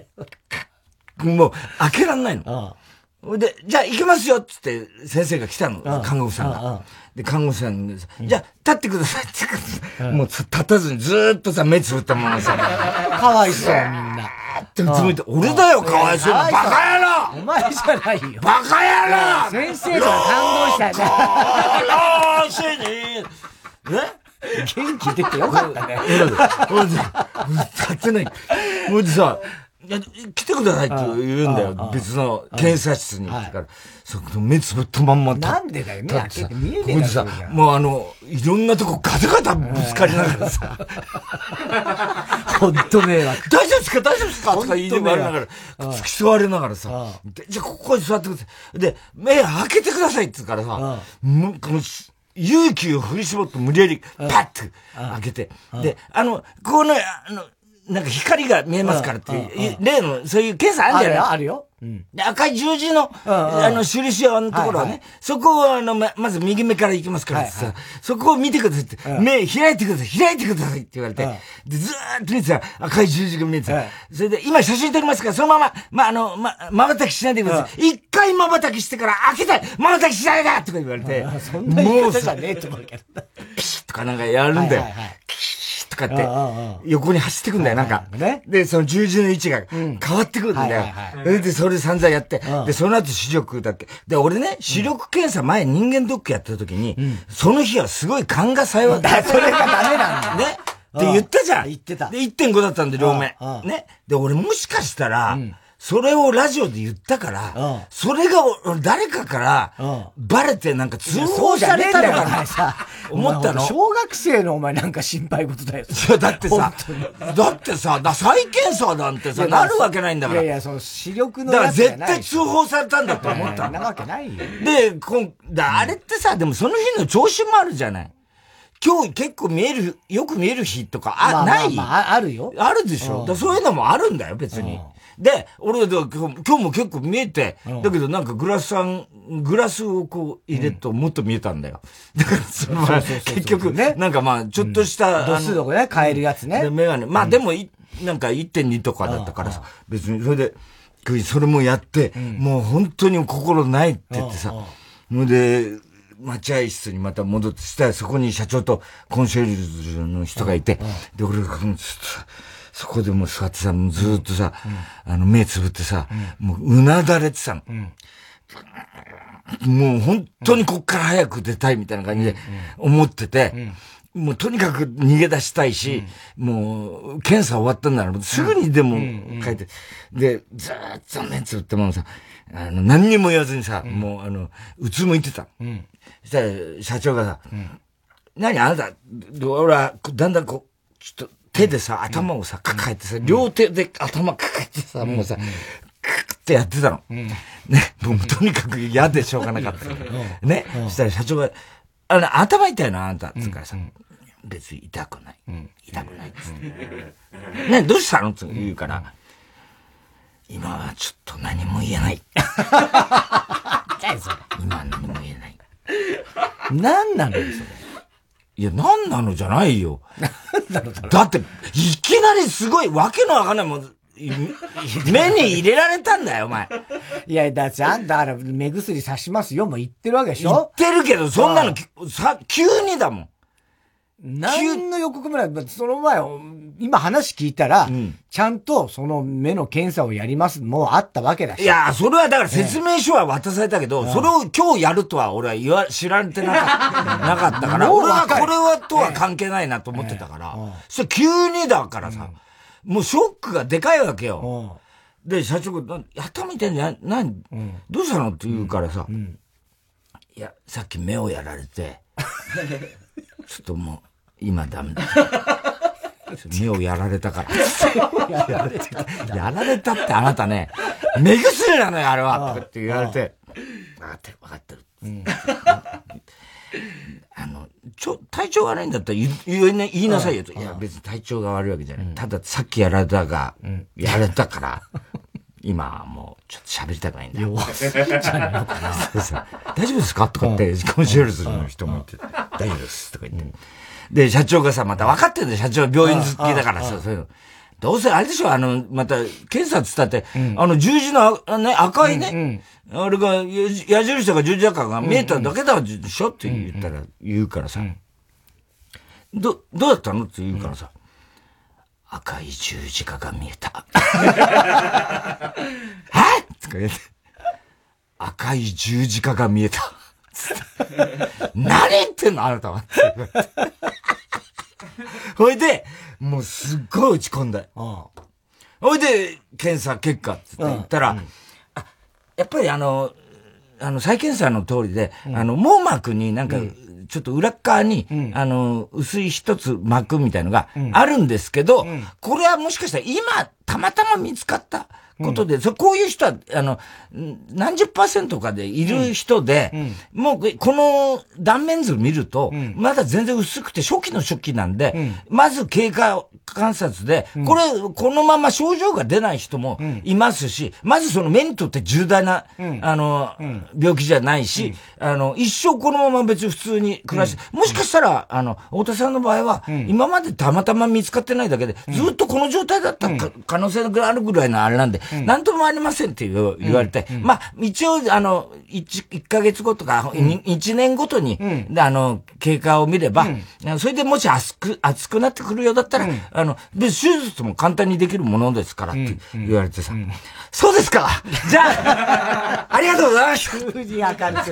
もう、開けらんないの。で、じゃあ行きますよっつって先生が来たの、看護婦さんが。で、看護婦さんがさ、じゃあ立ってくださいって、もう立たずにずーっとさ、目つぶったままさ。 かわいそう、みんな。 ってつぶいて、俺だよ、かわいそうな。バカ野郎お前じゃないよ。 バカ野郎先生が感動したよね。 よーしにえ元気出てよかったね。 俺で、立てない。もうでさ、いや、来てくださいって言うんだよ。別の検査室に行ってから。そこ目つぶったまんま立って。 なんでだよ、目開けて見えねえだろ。もうあの、いろんなとこガタガタぶつかりながらさ。 ほんと迷惑。 大丈夫ですか大丈夫ですかとか言いながら、付き添われながらさ。じゃあここに座ってください。で、目開けてくださいって言うからさ、もう、勇気を振り絞って無理やりパッて開けて。で、あの、この、あの、なんか光が見えますからっていう、例の、そういう検査あるんじゃない？ あるよ。 で、赤い十字の、あの、印のところはね、そこを、あの、ま、まず右目から行きますからってさ、そこを見てくださいって、目開いてください、開いてくださいって言われて、で、ずーっと見てた赤い十字が見えてた。それで、今写真撮りますから、そのまま、ま、あの、ま、瞬きしないでください。一回瞬きしてから開けたい瞬きしないでとか言われて、 そんな言い方じゃねえと思うけど。 ピシッとかなんかやるんだよ。とかって、横に走ってくんだよ、なんか。で、その十字の位置が変わってくるんだよ。で、それ散々やって、で、その後視力だっけ。で、俺ね、視力検査前人間ドックやってた時に、その日はすごい勘がさえわた。それがダメなんだ。 ね。って言ったじゃん。 言ってた。 で、いってんごだったんで、両目。ね。で、俺もしかしたら、それをラジオで言ったから、それが誰かからバレてなんか通報されたのかなさ、思ったの。 小学生のお前なんか心配事だよ。 いや、だってさ、だってさ、再検査なんてさ、なるわけないんだから。 いやいや、その視力のだから絶対通報されたんだと思った。 なわけないよ。 で、こんだあれってさ、でもその日の調子もあるじゃない。今日結構見える、よく見える日とか、あ、ないまあ、あるよ。 あるでしょ。だそういうのもあるんだよ、別に。で、俺は今日も結構見えて、だけどなんかグラスさん、グラスをこう入れるともっと見えたんだよ。だからその結局、なんかまあちょっとした、 度数とかね、変えるやつね。 で、メガネ。まあでも、なんか いってんに とかだったからさ、別にそれで、それもやって、もう本当に心ないって言ってさ、ので、待合室にまた戻ってしたらそこに社長とコンシェルジュの人がいて、で、俺がずっとそこでもう座ってさ、ずーっとさ、うん、あの、目つぶってさ、うん、もう、うなだれてたの、うん。もう本当にこっから早く出たいみたいな感じで思ってて、うん、もうとにかく逃げ出したいし、うん、もう、検査終わったんなら、すぐにでも帰って、うん、で、ずーっと目つぶってもさ、あの、何にも言わずにさ、うん、もう、あの、うつむいてた。うん、そしたら、社長がさ、うん、何あなた、俺は、だんだんこう、ちょっと、手でさ、頭をさ、抱えてさ、両手で頭抱えてさ、もうさ、クーってやってたの。ね、もうとにかく嫌でしょうがなかった。ね、そしたら社長が、あの、頭痛いのあんた、つうからさ、別に痛くない。痛くないっつって。ね、どうしたのって言うから、今はちょっと何も言えない。今は何も言えない。 何なのよ、それ。 いや、なんなのじゃないよ。だって、いきなりすごい、わけのわかんないもん、目に入れられたんだよ、お前。 いや、だってあんた、目薬さしますよ、もう言ってるわけでしょ？ 言ってるけど、そんなの、さ、急にだもん。 何の予告もない。その前、今話聞いたら、うん、ちゃんとその目の検査をやります、もうあったわけだし。 いや、それはだから説明書は渡されたけど、ね、それを今日やるとは俺は言わ、知られてなかった、なかったから、俺はこれはとは関係ないなと思ってたから、ええええ、それ急にだからさ、うん、もうショックがでかいわけよ。 で、社長が、やったみたいに、な、な、うん、どうしたのって言うからさ、うんうん、いや、さっき目をやられて、ちょっともう、今ダメだ。目をやられたから。やられた。やられたってあなたね、目薬なのよ、あれはとかって言われて、分かってる、分かってる。うん、あの、ちょ、体調悪いんだったら言い、ね、言いなさいよと。いや、別に体調が悪いわけじゃない。うん、ただ、さっきやられたが、うん、やられたから、今はもう、ちょっと喋りたくないんだよ。弱すぎじゃないのかな。大丈夫ですかとかって、コンシェルジュの人も言って、大丈夫ですとか言って。で、社長がさ、また分かってるんだよ、社長病院好きだからさ、そういうの。どうせあれでしょ、あの、また、検査つったって、うん、あの、十字の、ね、赤いね、うんうん、あれが、矢印とか十字赤が見えただけだでしょって言ったら、言うからさ、うんうん、ど、どうだったのって言うからさ、うん、赤い十字架が見えた。はいとか言って、赤い十字架が見えた。何言ってんのあなたは。ほいで、もうすっごい落ち込んだよ。ほいで、検査結果って言ったら、うんうん、あ、やっぱりあの、あの、再検査の通りで、うん、あの、網膜になんか、ちょっと裏側に、うん、あの、薄い一つ膜みたいのがあるんですけど、うん、これはもしかしたら今、たまたま見つかったことで、うん、そこういう人は、あの、何十パーセントかでいる人で、うんうん、もう、この断面図見ると、うん、まだ全然薄くて初期の初期なんで、うん、まず経過観察で、うん、これ、このまま症状が出ない人もいますし、うん、まずその目にとって重大な、うん、あの、うん、病気じゃないし、うん、あの、一生このまま別に普通に暮らして、うん、もしかしたら、あの、太田さんの場合は、うん、今までたまたま見つかってないだけで、うん、ずっとこの状態だったか、うん、可能性があるぐらいのあれなんで、うん、なんともありませんって言われて、うん、まあ、一応、あの、一、一ヶ月後とか、うん、一年ごとに、うん、あの、経過を見れば、うん、それでもし熱く、熱くなってくるようだったら、うん、あの、で、手術も簡単にできるものですからって言われてさ、うんうん、そうですかじゃあ、ありがとうございます。 急に明るくなった。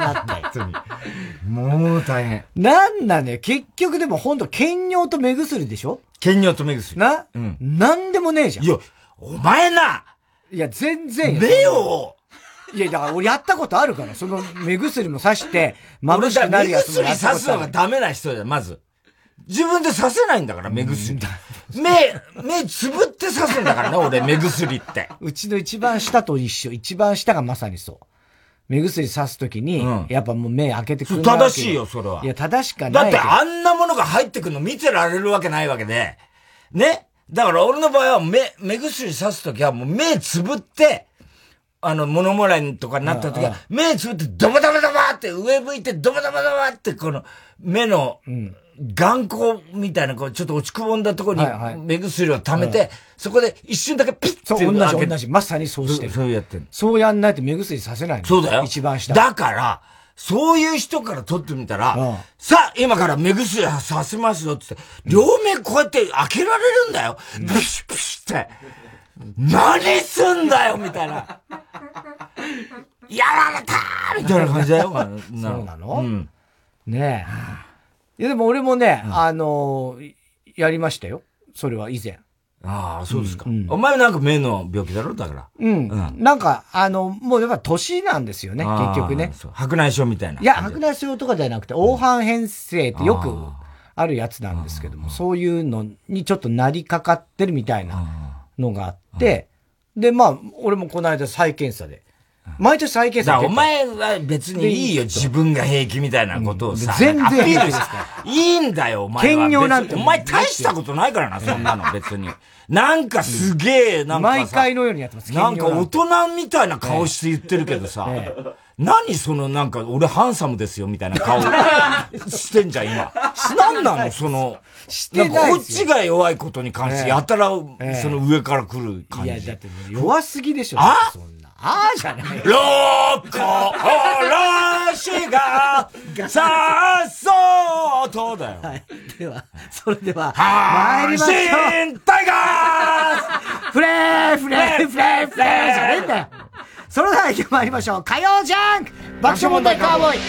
もう大変。 なんだね、結局でもほんと、兼用と目薬でしょ？ 兼用と目薬。 な、うん、なんでもねえじゃん。 いや、お前ないや、全然。 目をいや、だから俺やったことあるから、その目薬も刺して、眩しくなるやつもやったことある。目薬刺すのがダメな人だよ、まず。自分で刺せないんだから、目薬。目、目つぶって刺すんだからね、俺、目薬って。 うちの一番下と一緒。一番下がまさにそう。目薬刺すときに、うん、やっぱもう目開けてくる。 正しいよ、それは。 いや、正しかない。 だってあんなものが入ってくるの見てられるわけないわけで。ね。だから俺の場合は目、目薬刺すときはもう目つぶって、あの、物もらいとかになったときは、目つぶってドバドバドバって上向いてドバドバドバってこの目の眼光みたいなこうちょっと落ちくぼんだところに目薬を溜めて、そこで一瞬だけピッてそう、同じ同じ。まさにそうしてる。 そうやってる。 そうやんないと目薬させないの。 そうだよ。 一番下。 だから、そういう人から取ってみたら、うん、さあ、今から目薬させますよってって、両目こうやって開けられるんだよ。うん、プシュプシュって。何すんだよみたいな。やられたーみたいな感じだよ。 そうなの、うん、ねえ。いやでも俺もね、うん、あのー、やりましたよ。それは以前。 ああ、そうですか、うん。お前なんか目の病気だろだから。 うん。うん、なんか、あの、もうやっぱ年なんですよね、結局ね。 白内障みたいな。 いや、白内障とかじゃなくて、黄斑変性ってよくあるやつなんですけども、そういうのにちょっとなりかかってるみたいなのがあって、で、まあ、俺もこの間再検査で。毎年再検査で。お前は別にいいよ、自分が平気みたいなことをさ。 うん、全然平気ですから。いいんだよ、お前は。兼用なんて。お前大したことないからな、そんなの、別に。なんかすげえ、なんか毎回のようにやってます、 なんか大人みたいな顔して言ってるけどさ。ええ、何そのなんか、俺ハンサムですよ、みたいな顔してんじゃん、今。なんなの、その。してない。こっちが弱いことに関して、やたら、その上から来る感じ。いや、だって弱すぎでしょ。 あそんな。ああじゃない。 ロコらしが、さっそうとだよ。はい。 では、それでは、 参りましょう。阪神タイガースフレーフレーフレーフレーじゃねえんだよ。それでは行き参りましょう。火曜ジャンク爆笑問題カーボーイ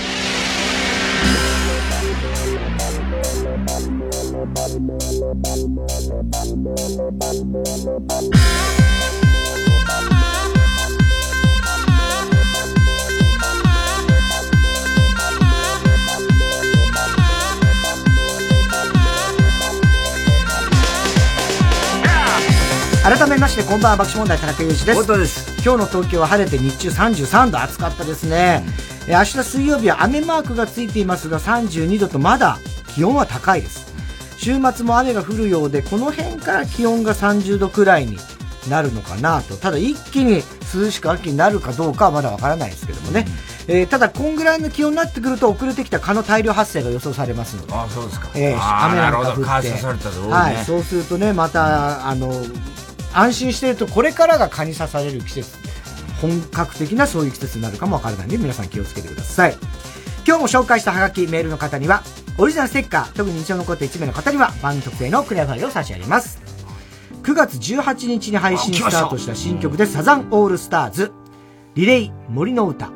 めましてこんばんは、爆笑問題田中裕二です。 本当です。 今日の東京は晴れて日中さんじゅうさんど、暑かったですね、うん、え明日水曜日は雨マークがついていますがさんじゅうにどとまだ気温は高いです。週末も雨が降るようでこの辺から気温がさんじゅうどくらいになるのかなと。ただ一気に涼しく秋になるかどうかはまだわからないですけどもね、うん、えー、ただこんぐらいの気温になってくると遅れてきた蚊の大量発生が予想されますので。 ああ、そうですか。 えー、雨なんか降って、 蚊刺されたぞ、ね、 はい、そうするとねまたあの安心しているとこれからが蚊に刺される季節、本格的なそういう季節になるかもわからないので皆さん気をつけてください。今日も紹介したハガキメールの方にはオリジナルステッカー、特に印象に残ったいち名の方には番組特製のクリアファイルを差し上げます。くがつじゅうはちにちに配信スタートした新曲でサザンオールスターズリレイ森の歌。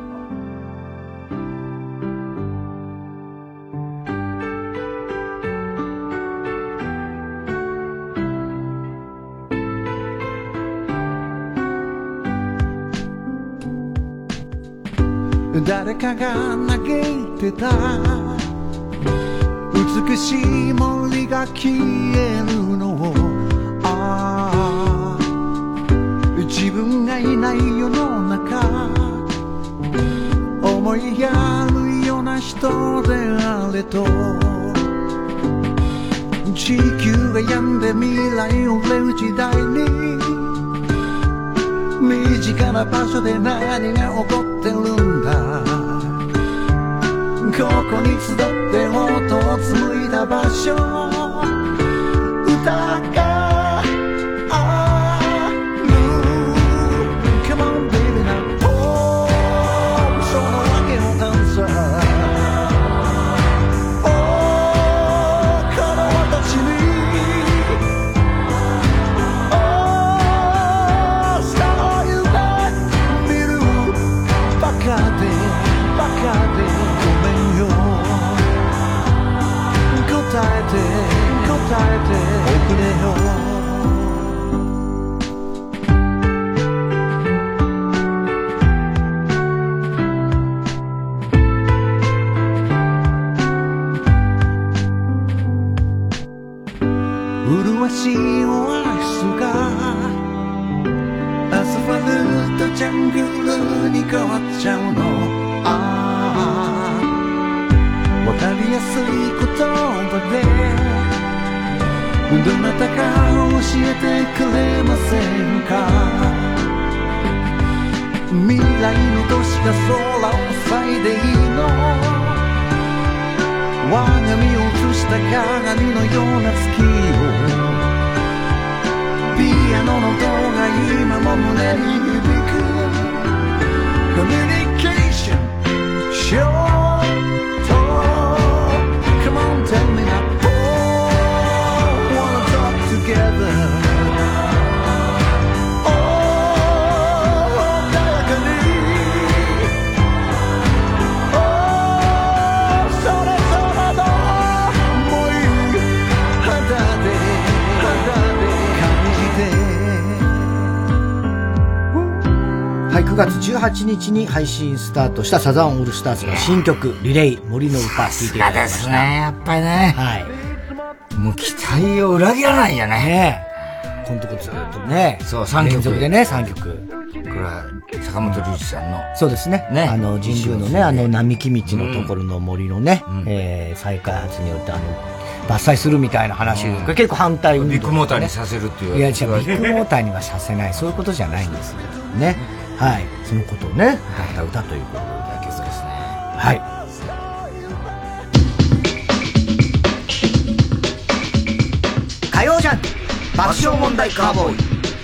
誰かが嘆いてた美しい森が消えるのを、ああ自分がいない世の中思いやるような人であれと、地球が病んで未来を憂う時代に身近な場所で何が起こってるんだ、ここに集って音を紡いだ場所、歌がある Come on baby now、 oh その訳をダンサー、 oh この私にバカでバカでごめんよ、答えて答えておくれよ。麗しいオアシスがアスファルトジャングルに変わっちゃうの、ああわかりやすい言葉でどなたか教えてくれませんか、未来の都市が空を塞いでいいの、我が身を映した鏡のような月を、ピアノの音が今も胸に響く、コミュニケーションショート Come on tell me now、 oh wanna talk together、 oh 穏やかに、 oh それぞれの想い肌で肌ではい、くがつじゅうはちにちに配信スタートしたサザンオールスターズの新曲リレイ森の歌、聴いていただきました。 ですね、やっぱりね、はい、もう期待を裏切らないよね。ねこのとこずっとね、 そうさんきょく連続でねさんきょく、 これは坂本龍一さんの、 そうですね、ねあの神宮のねあの並木道のところの森のね、うん、えー、再開発によってあの伐採するみたいな話、うん、結構反対運動、ね、 ビッグモーターにさせるっていう。 いや、じゃあビッグモーターにはさせない、そういうことじゃないんですよね。はい、そのことをね歌った歌ということだけですね。はい。火曜ジャンク爆笑問題カーボーイ。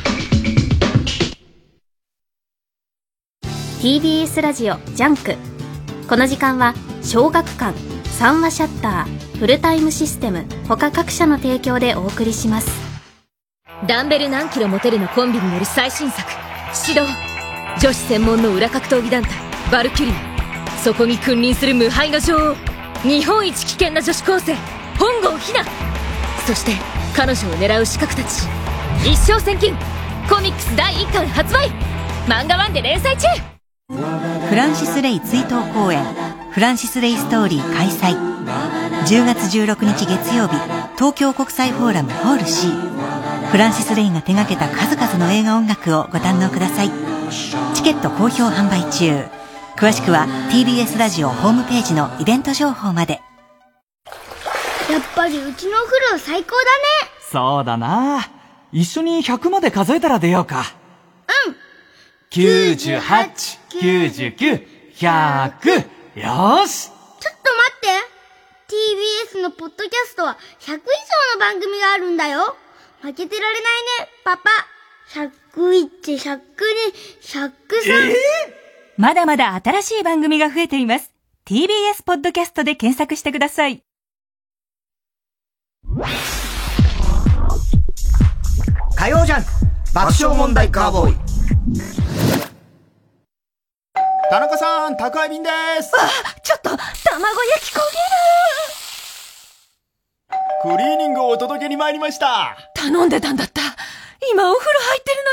ティービーエス ラジオジャンク。この時間は小学館、三話シャッター、フルタイムシステム他各社の提供でお送りします。 ダンベル何キロ持てるのコンビによる最新作始動。女子専門の裏格闘技団体バルキュリー、そこに君臨する無敗の女王、日本一危険な女子高生本郷ひな、そして彼女を狙う刺客たち、一生千金コミックスだいいっかん発売。漫画ワンで連載中。 フランシス・レイ追悼公演フランシス・レイ・ストーリー開催。じゅうがつじゅうろくにち月曜日、東京国際フォーラムホール C。フランシス・レイが手掛けた数々の映画音楽をご堪能ください。チケット好評販売中。詳しくは ティービーエス ラジオホームページのイベント情報まで。 やっぱりうちのお風呂最高だね。 そうだな。一緒にひゃくまで数えたら出ようか。 うん。 きゅうじゅうはち、きゅうじゅうきゅう、ひゃく。よーし。 ちょっと待って。ティービーエス のポッドキャストはひゃく以上の番組があるんだよ。負けてられないね、パパ。ひゃくいち、ひゃくに、ひゃくさん。えー、 まだまだ新しい番組が増えています。ティービーエス ポッドキャストで検索してください。 火曜ジャンク爆笑問題カーボーイ。 田中さん、宅配便です。 あ、ちょっと卵焼き焦げる。クリーニングをお届けに参りました。 頼んでたんだった。今お風呂入ってる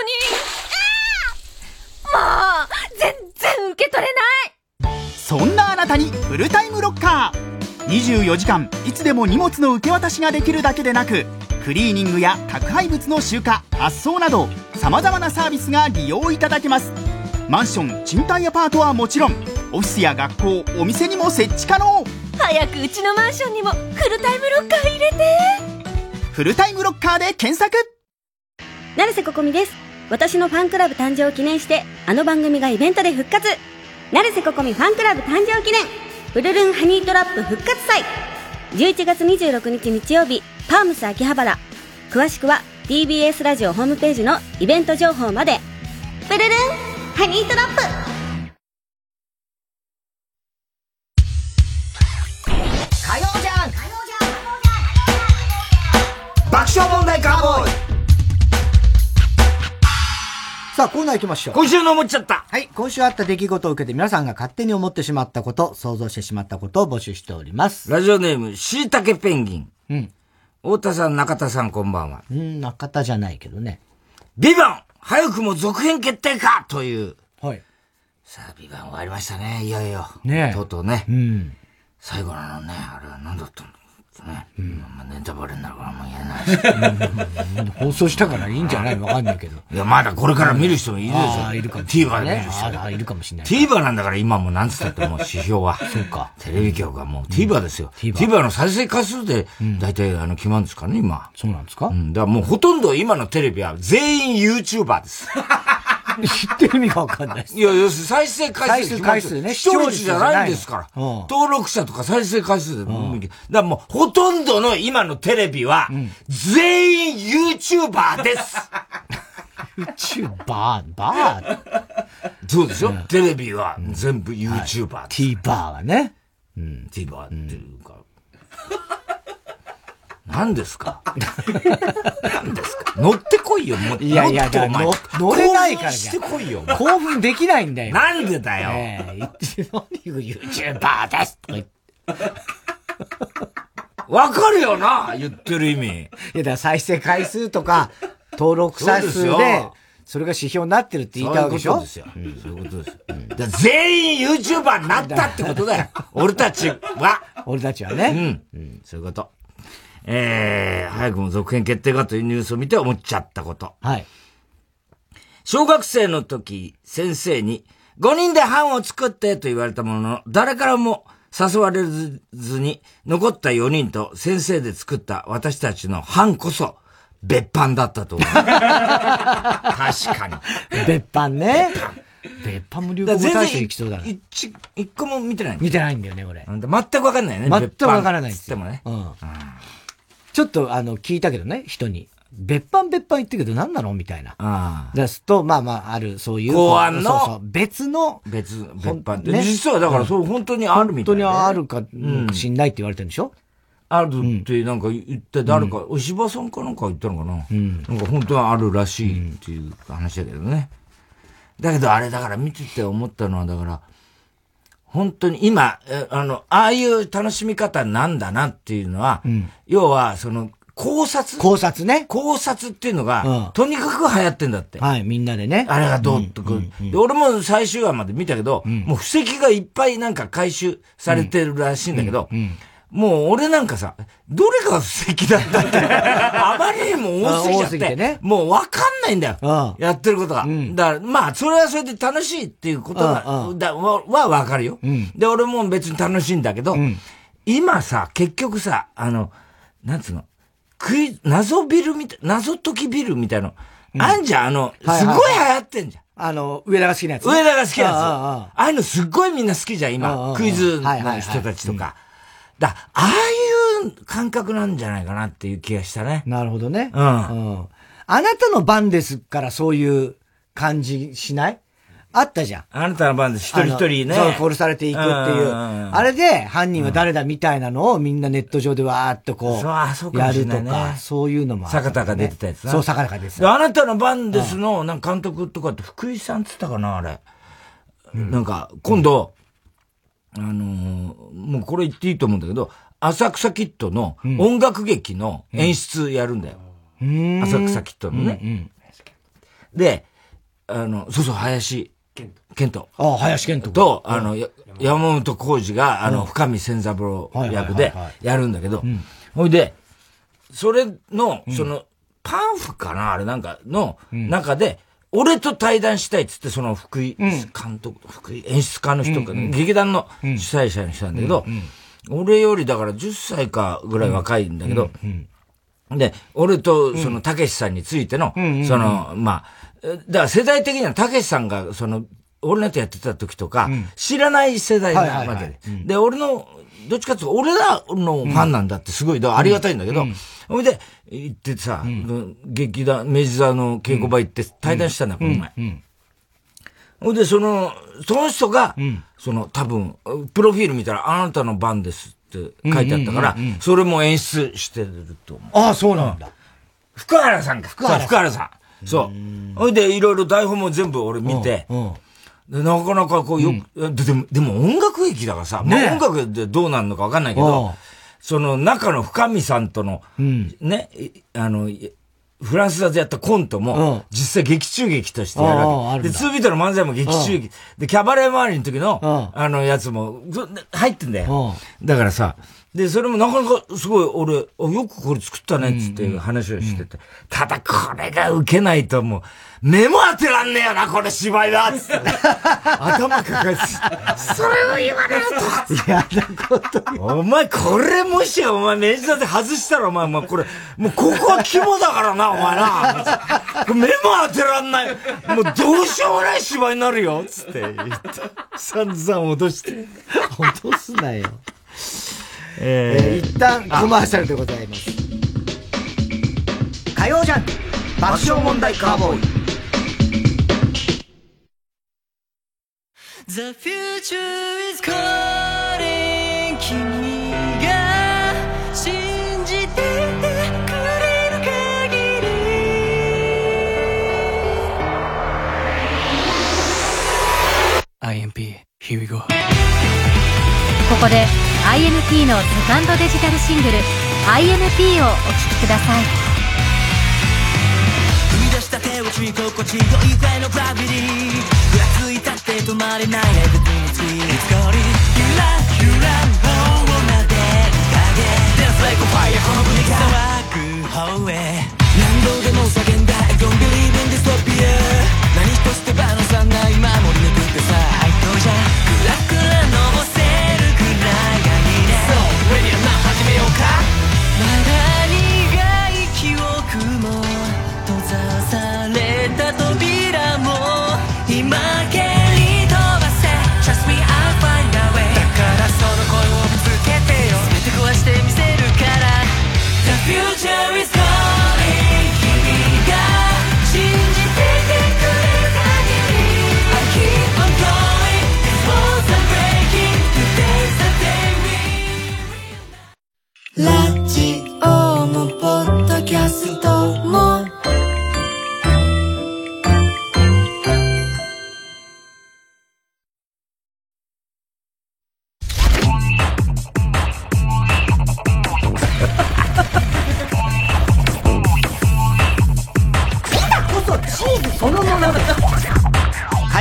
のに。もう全然受け取れない。 そんなあなたにフルタイムロッカー。にじゅうよじかんいつでも荷物の受け渡しができるだけでなく、クリーニングや宅配物の集荷、発送など様々なサービスが利用いただけます。マンション、賃貸アパートはもちろん、オフィスや学校、お店にも設置可能。 早くうちのマンションにもフルタイムロッカー入れて。 フルタイムロッカーで検索。 成瀬ここみです。私のファンクラブ誕生を記念して、あの番組がイベントで復活。成瀬ここみファンクラブ誕生記念ブルルンハニートラップ復活祭。じゅういちがつにじゅうろくにち日曜日、パームス秋葉原。詳しくは ティービーエス ラジオホームページのイベント情報まで。ブルルンハニートラップ。 火曜じゃん爆笑問題カーボーイ。さあ、コーナー行きましょう。 今週の思っちゃった。 はい。今週あった出来事を受けて皆さんが勝手に思ってしまったこと、想像してしまったことを募集しております。 ラジオネーム、しいたけペンギン。 うん。 太田さん、中田さん、こんばんは。 うん、中田じゃないけどね。 ビバン早くも続編決定かという。 はい。 さあ、ビバン終わりましたね。いよいよ。 ねえ。 とうとうね。 うん。 最後なのね、あれは何だったんだね。うん。まあ、ネタバレになるからもう言えないし。 放送したからいいんじゃないわかんないけど。 いや、まだこれから見る人もいるでしょ。 ああ、いるかもしれない、ね。 TVer で見る人。 ああ、いるかもしれない。 TVer なんだから今もなんつったってもう指標は。 そうか。 テレビ局はもう TVer ですよ。 うん、 TVer の再生回数で、大体あの決まるんですかね、今。 そうなんですか？ うん。だからもうほとんど今のテレビは全員 YouTuber です。 知ってる意味がわかんないです。 いや、要するに再生回数。 再生回数ね。 視聴率じゃないんですから。登録者とか再生回数で。だからもうほとんどの今のテレビは、全員 YouTuber です。 YouTuber? バーそうでしょ、うん、テレビは全部 YouTuber です。はい、 TVer はね。 うん。TVer っていうか。何ですか何ですか乗ってこいよ、もっと。 いやいや、乗乗れないからじゃん。してこいよ。 興奮できないんだよ。 なんでだよ。 ええー、YouTuber ですとか言って。 わかるよな、言ってる意味。いや、だから再生回数とか、登録者数で、それが指標になってるって言いたいわけでしょ？ そういうことですよ。うん、そういうことですよ。うん、だ全員 YouTuber になったってことだよ。俺たちは。 俺たちはね。 うん。うん、そういうこと。えー、早くも続編決定かというニュースを見て思っちゃったこと。 はい。 小学生の時、先生に、ごにんで班を作ってと言われたものの、誰からも誘われずに、残ったよにんと先生で作った私たちの班こそ、別班だったと思う。確かに。 別班ね。別班も流行語大賞行きそうだな。 一、一個も見てない。 見てないんだよね、俺。 全くわかんないね。 全くわからないです。 でもね。うん。 ちょっと、あの、聞いたけどね、人に。別班別班言ってるけど何なのみたいな。 ああ。 ですと、まあまあ、ある、そういう。 公安の。 そうそう。別の。 別、別班って。ね、実はだからそう、本当にあるみたいな、ね。 本当にあるか、うん、しんないって言われてるんでしょ？ あるってなんか言って誰か、お柴さんかなんか言ったのかな、うん、なんか本当はあるらしいっていう話だけどね。だけどあれだから見てて思ったのはだから、本当に今、あの、ああいう楽しみ方なんだなっていうのは、うん、要はその考察考察ね。 考察っていうのが、うん、とにかく流行ってんだって。 はい、みんなでね。 あれがどうとか、うんうんうん。で、俺も最終話まで見たけど、うん、もう布石がいっぱいなんか回収されてるらしいんだけど、うんうんうん、もう俺なんかさ、どれが布石だったって、あまりにも多すぎちゃって、ね、もうわかんないんだよ。うん、やってることが。うん、だから、まあ、それはそれで楽しいっていうことが、うん、だはわかるよ、うん。で、俺も別に楽しいんだけど、うん、今さ、結局さ、あの、なんつうの、クイ謎ビルみたい、謎解きビルみたいなの、うん、あんじゃん、あの、すごい流行ってんじゃん。 あの、上田が好きなやつ、 ね。上田が好きなやつ。あ, あ, あ, ああいうのすっごいみんな好きじゃん、今。クイズの人たちとか。だ、ああいう感覚なんじゃないかなっていう気がしたね。 なるほどね。 うん。うん、 あなたの番ですからそういう感じしない？あったじゃん。 あなたの番です。一人一人ね。 そう、殺されていくっていう。あれで、犯人は誰だみたいなのをみんなネット上でわーっとこう、やるとか、そういうのもある、ね。 坂田が出てたやつな。 そう、坂田が出てた。 あなたの番ですの、なんか監督とかって福井さんって言ったかな、あれ。うん、なんか、今度、うん、あのー、もうこれ言っていいと思うんだけど、浅草キッドの音楽劇の演出やるんだよ。うん、浅草キッドのね。うんうん、で、あの、そうそう、林。ケント。 ああ、林ケント。 と、あの、山本浩二が、あの、深見千三郎役でやるんだけど、ほいで、それの、その、パンフかなあれなんかの中で、俺と対談したいっつって、その福井監督、福井演出家の人か、劇団の主催者にしたんだけど、俺よりだからじゅっさいかぐらい若いんだけど、で、俺とそのたけしさんについての、その、まあ、だから世代的にはたけしさんが、その、オールナイトやってた時とか、うん、知らない世代なわけで。で、俺の、どっちかっていうと、俺らのファンなんだってすごい、ありがたいんだけど、ほ、うん、いで、行ってさ、うん、劇団、明治座の稽古場行って対談したんだ、この前。ほ、うんで、その、その人が、うん、その、多分、プロフィール見たら、あなたの番ですって書いてあったから、それも演出してると思う。 ああ、そうなんだ。 福原さんか。福原福原さん。そう。ほいで、いろいろ台本も全部俺見て、でなかなかこうよく、うん、で, で, もでも音楽劇だからさ、ね、まあ、音楽でどうなるのかわかんないけど、その中の深見さんとの、うん、ね、あの、フランス座でやったコントも、実際劇中劇としてやるわけ。で、ツービートの漫才も劇中劇。で、キャバレー周りの時の、あのやつも、入ってんだよ。だからさ、で、それもなかなかすごい俺、よくこれ作ったねっつっていう話をしてて。うんうん、ただこれが受けないともう、目も当てらんねえよな、これ芝居だっつって。頭抱えて、それを言われると。 やだことに。お前これもしや、お前明治座で外したらお前、もうこれ、もうここは肝だからな、お前な。目も当てらんない。もうどうしようもない芝居になるよ、つって言って。散々脅して。 脅すなよ。えー、一旦コマーシャルでございます。火曜ジャンク爆笑問題カーボーイ。 The future is calling 君が信じていてくれる限り アイエムピー Here we go。 ここで アイエムピー のセカンドデジタルシングル アイエムピー をお聴きください。 踏み出した手をつい心地よいくらいのグラビティぐらついたって止まれない Everything is free いつかりゆらゆらのなで影 Dance like a fire この胸が騒ぐ方へ何度でも叫んだ I don't believe in dystopia 何一つ手放さない守り抜くってさ愛とじゃクラクラのせるくらいがいいね So ready or not 始めようかまだ苦い記憶も閉ざされた扉も今蹴り飛ばせ Trust me I'll find a way だからその声を見つけてよ全て壊してみせるから The future is calling 君が信じていてくれる限り I keep on going These walls are breaking Today's the day we ラジオもポッドキャストも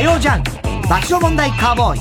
曜ジャンク爆笑問題カーボーイ。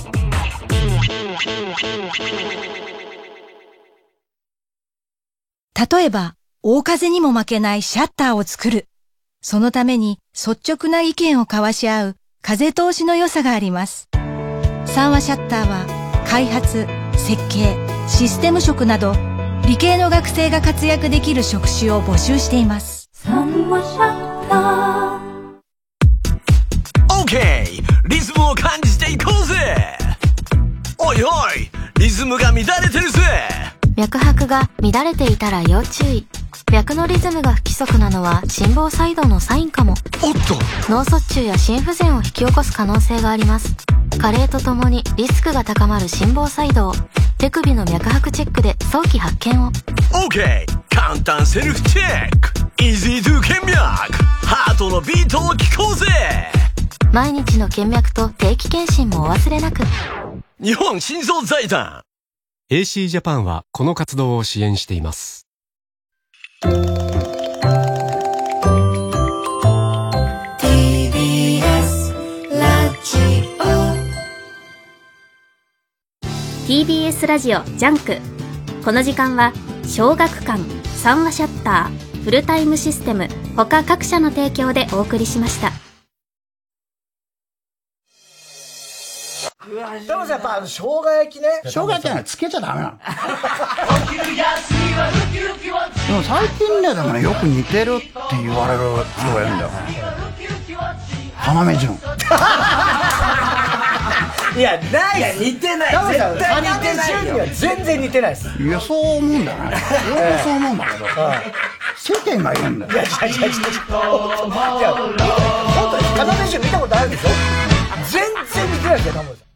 例えば、大風にも負けないシャッターを作る。そのために率直な意見を交わし合う風通しの良さがあります。三和シャッターは開発、設計、システム職など理系の学生が活躍できる職種を募集しています。三和シャッター。 オーケー、リズムを感じていこうぜ。おいおい、リズムが乱れてるぜ。 脈拍が乱れていたら要注意。脈のリズムが不規則なのは心房細動のサインかも。 おっと、 脳卒中や心不全を引き起こす可能性があります。加齢とともにリスクが高まる心房細動。手首の脈拍チェックで早期発見を。 OK、 簡単セルフチェック、 Easy to 検脈、ハートのビートを聞こうぜ。 毎日の検脈と定期検診もお忘れなく。 日本心臓財団エーシー ジャパンはこの活動を支援しています。 ティービーエス ラジオティービーエス ラジオジャンク。この時間は小学館、三話シャッター、フルタイムシステム他各社の提供でお送りしました。 でもさ、やっぱあの生姜焼きね、 生姜焼きはつけちゃダメなの。でも最近ね、でもね、よく似てるって言われる人がいるんだよ。要潤。 いや、ない。いや、似てない。絶対似てないよ。 全然似てないです。 いや、そう思うんだよね。俺もそう思うんだけど、世間がいるんだよ。 いや、いや、いや、いや、いや、本当に要潤見たことあるでしょ。全然似てないですよ、タモリさん。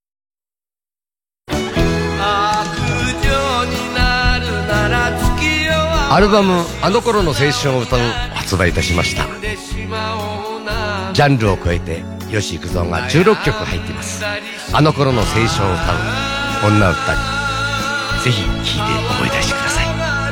アルバム「あの頃の青春を歌う」発売いたしました。ジャンルを超えて吉幾三がじゅうろっきょく入っています。あの頃の青春を歌う女歌にぜひ聴いて思い出してください。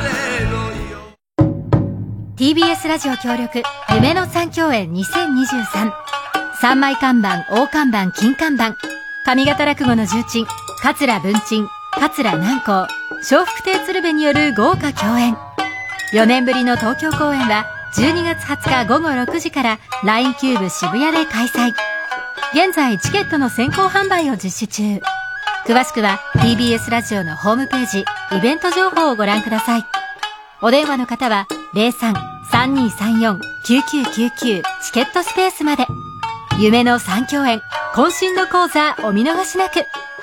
ティービーエス ラジオ協力夢の三共演にせんにじゅうさん。三枚看板、大看板、金看板、上方落語の重鎮桂文珍、桂南光、笑福亭鶴瓶による豪華共演。よねんぶりの東京公演はじゅうにがつはつかごごろくじから ライン キューブ渋谷で開催。現在チケットの先行販売を実施中。詳しくは ティービーエス ラジオのホームページイベント情報をご覧ください。お電話の方は ゼロさん さんにさんよん きゅうきゅうきゅうきゅう チケットスペースまで。夢の三共演、渾身の講座お見逃しなく。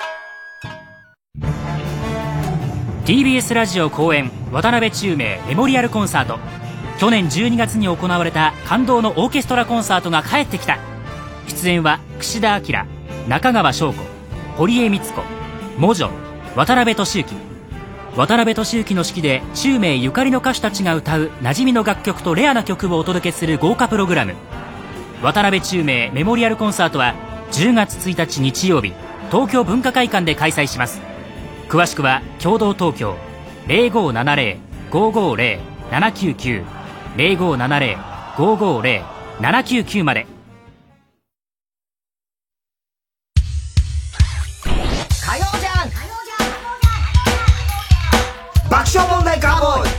ティービーエス ラジオ公演渡辺宙明メモリアルコンサート。去年じゅうにがつに行われた感動のオーケストラコンサートが帰ってきた。出演は櫛田明、中川翔子、堀江光子、モジョ、渡辺俊之。渡辺俊之の指揮で宙明ゆかりの歌手たちが歌う馴染みの楽曲とレアな曲をお届けする豪華プログラム。渡辺宙明メモリアルコンサートはじゅうがつついたち日曜日、東京文化会館で開催します。詳しくは共同東京 ゼロごーななゼロ ごーごーゼロ ななきゅうきゅう ゼロごーななゼロ ごーごーゼロ ななきゅうきゅうまで。 火曜じゃん爆笑問題カーボーイ。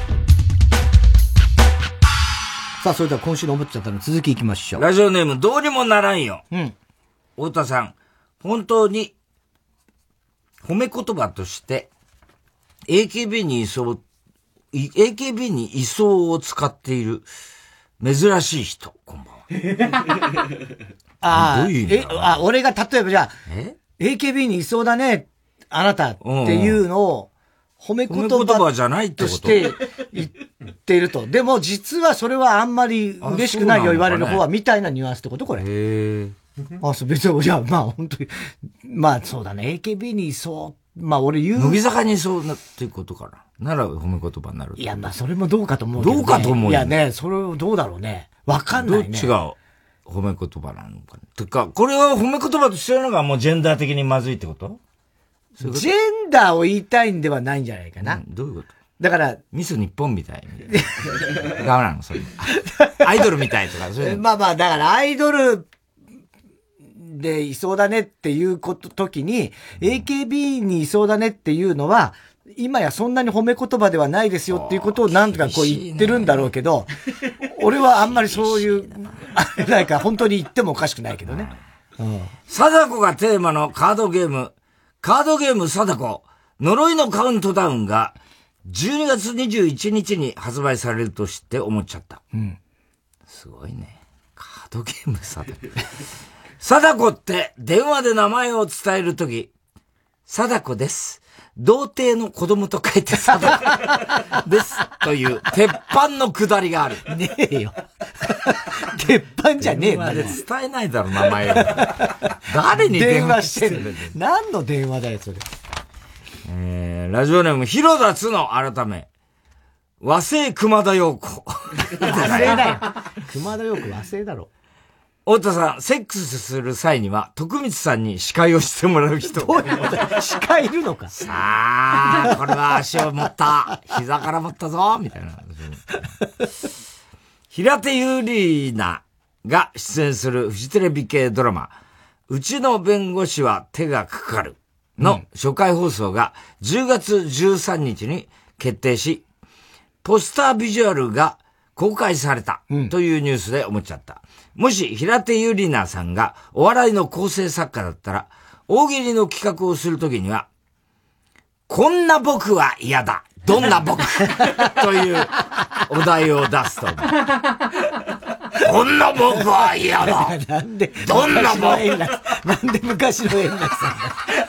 さあ、それでは今週の思っちゃったの続きいきましょう。 ラジオネームどうにもならんよ。うん。太田さん、本当に褒め言葉として エーケービー に位相 エーケービー に位相を使っている珍しい人、こんばんは。 ああ、 どういう意味え、あ、俺が例えばじゃあ、え エーケービー にいそうだね、あなたっていうのを褒め言葉じゃないってこととして言っていると。でも実はそれはあんまり嬉しくないよ言われる方はみたいなニュアンスってことこれ。へえ。 あ、そう、別に、じゃあまあ本当に、まあそうだね、エーケービー にいそう、まあ俺言う。 乃木坂にいそうなっていうことかな。なら褒め言葉になる。 いや、まあそれもどうかと思うけど、ね。 どうかと思うよ。 いやね、それをどうだろうね。わかんないね。 どっちが褒め言葉なのかね。てか、これは褒め言葉としてるのがもうジェンダー的にまずいってことジェンダーを言いたいんではないんじゃないかな。うん、 どういうことだから、 ミス日本みたい。ダメなのそれ。アイドルみたいとか、そういうまあまあ、だからアイドルでいそうだねっていうこと時に、エーケービー にいそうだねっていうのは、今やそんなに褒め言葉ではないですよっていうことをなんとかこう言ってるんだろうけど、俺はあんまりそういう、あれなんか本当に言ってもおかしくないけどね。 うん、貞子がテーマのカードゲーム、カードゲーム貞子、呪いのカウントダウンがじゅうにがつにじゅういちにちに発売されると知って思っちゃった。うん、すごいね。カードゲーム貞子。貞子って電話で名前を伝えるとき、貞子です。童貞の子供と書いて貞子です。という鉄板のくだりがある。 ねえよ。鉄板じゃねえんだよ。 電話で伝えないだろ、名前を。誰に電話してるんだよ。 何の電話だよ、それ。 えー、ラジオネーム、広田つの改め、和製熊田陽子。 和製だよ。熊田陽子和製だろ。 太田さん、セックスする際には、徳光さんに司会をしてもらう人。 どういうこと司会いるのか。 さあ、これは足を持った。膝から持ったぞ。みたいな。平手友梨奈が出演するフジテレビ系ドラマ、うちの弁護士は手がかかるの初回放送がじゅうがつじゅうさんにちに決定し、ポスタービジュアルが公開されたというニュースで思っちゃった。うん、もし平手友梨奈さんがお笑いの構成作家だったら、大喜利の企画をするときには、こんな僕は嫌だ。どんな僕というお題を出すと思う。こんな僕は嫌だ。 なんで、 どんな僕なんで昔の円楽さん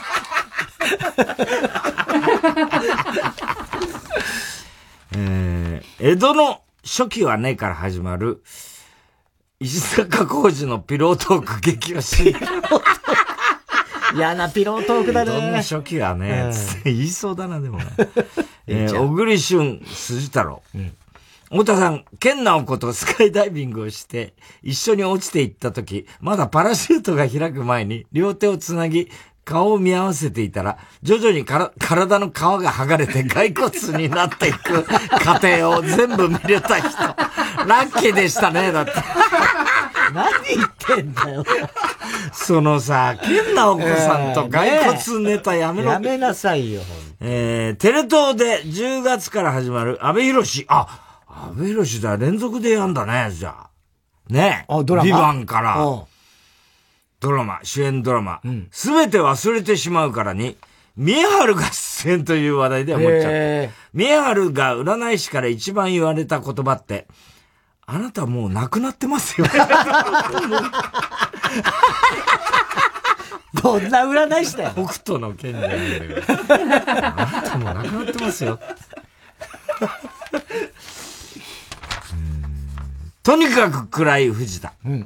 えー、江戸の初期はねから始まる、石坂浩二のピロートーク激推し。 嫌なピロートークだね。 江戸の初期はね、つって言いそうだな、でもね。えー、小栗旬、辻太郎。うん、太田さん、健直子とスカイダイビングをして、一緒に落ちていったとき、まだパラシュートが開く前に、両手をつなぎ、顔を見合わせていたら、徐々にから体の皮が剥がれて骸骨になっていく過程を全部見れた人。ラッキーでしたね、だって。 何言ってんだよ。 そのさ、健直子さんと骸骨ネタやめろ、 えーね。やめなさいよ。 えー、テレ東でじゅうがつから始まる阿部寛。あ、阿部寛だ、連続でやんだね、じゃあ。ねあ、ドラマ。 ビバンから。ドラマ、主演ドラマ。すべ、うん、て忘れてしまうからに、三重春が出演という話題で思っちゃった。三重春が占い師から一番言われた言葉って、あなたもう亡くなってますよ。 どんな占い師だよ。 北斗の剣じゃないんだけど。あなたもう亡くなってますよ。とにかく暗い藤田。うん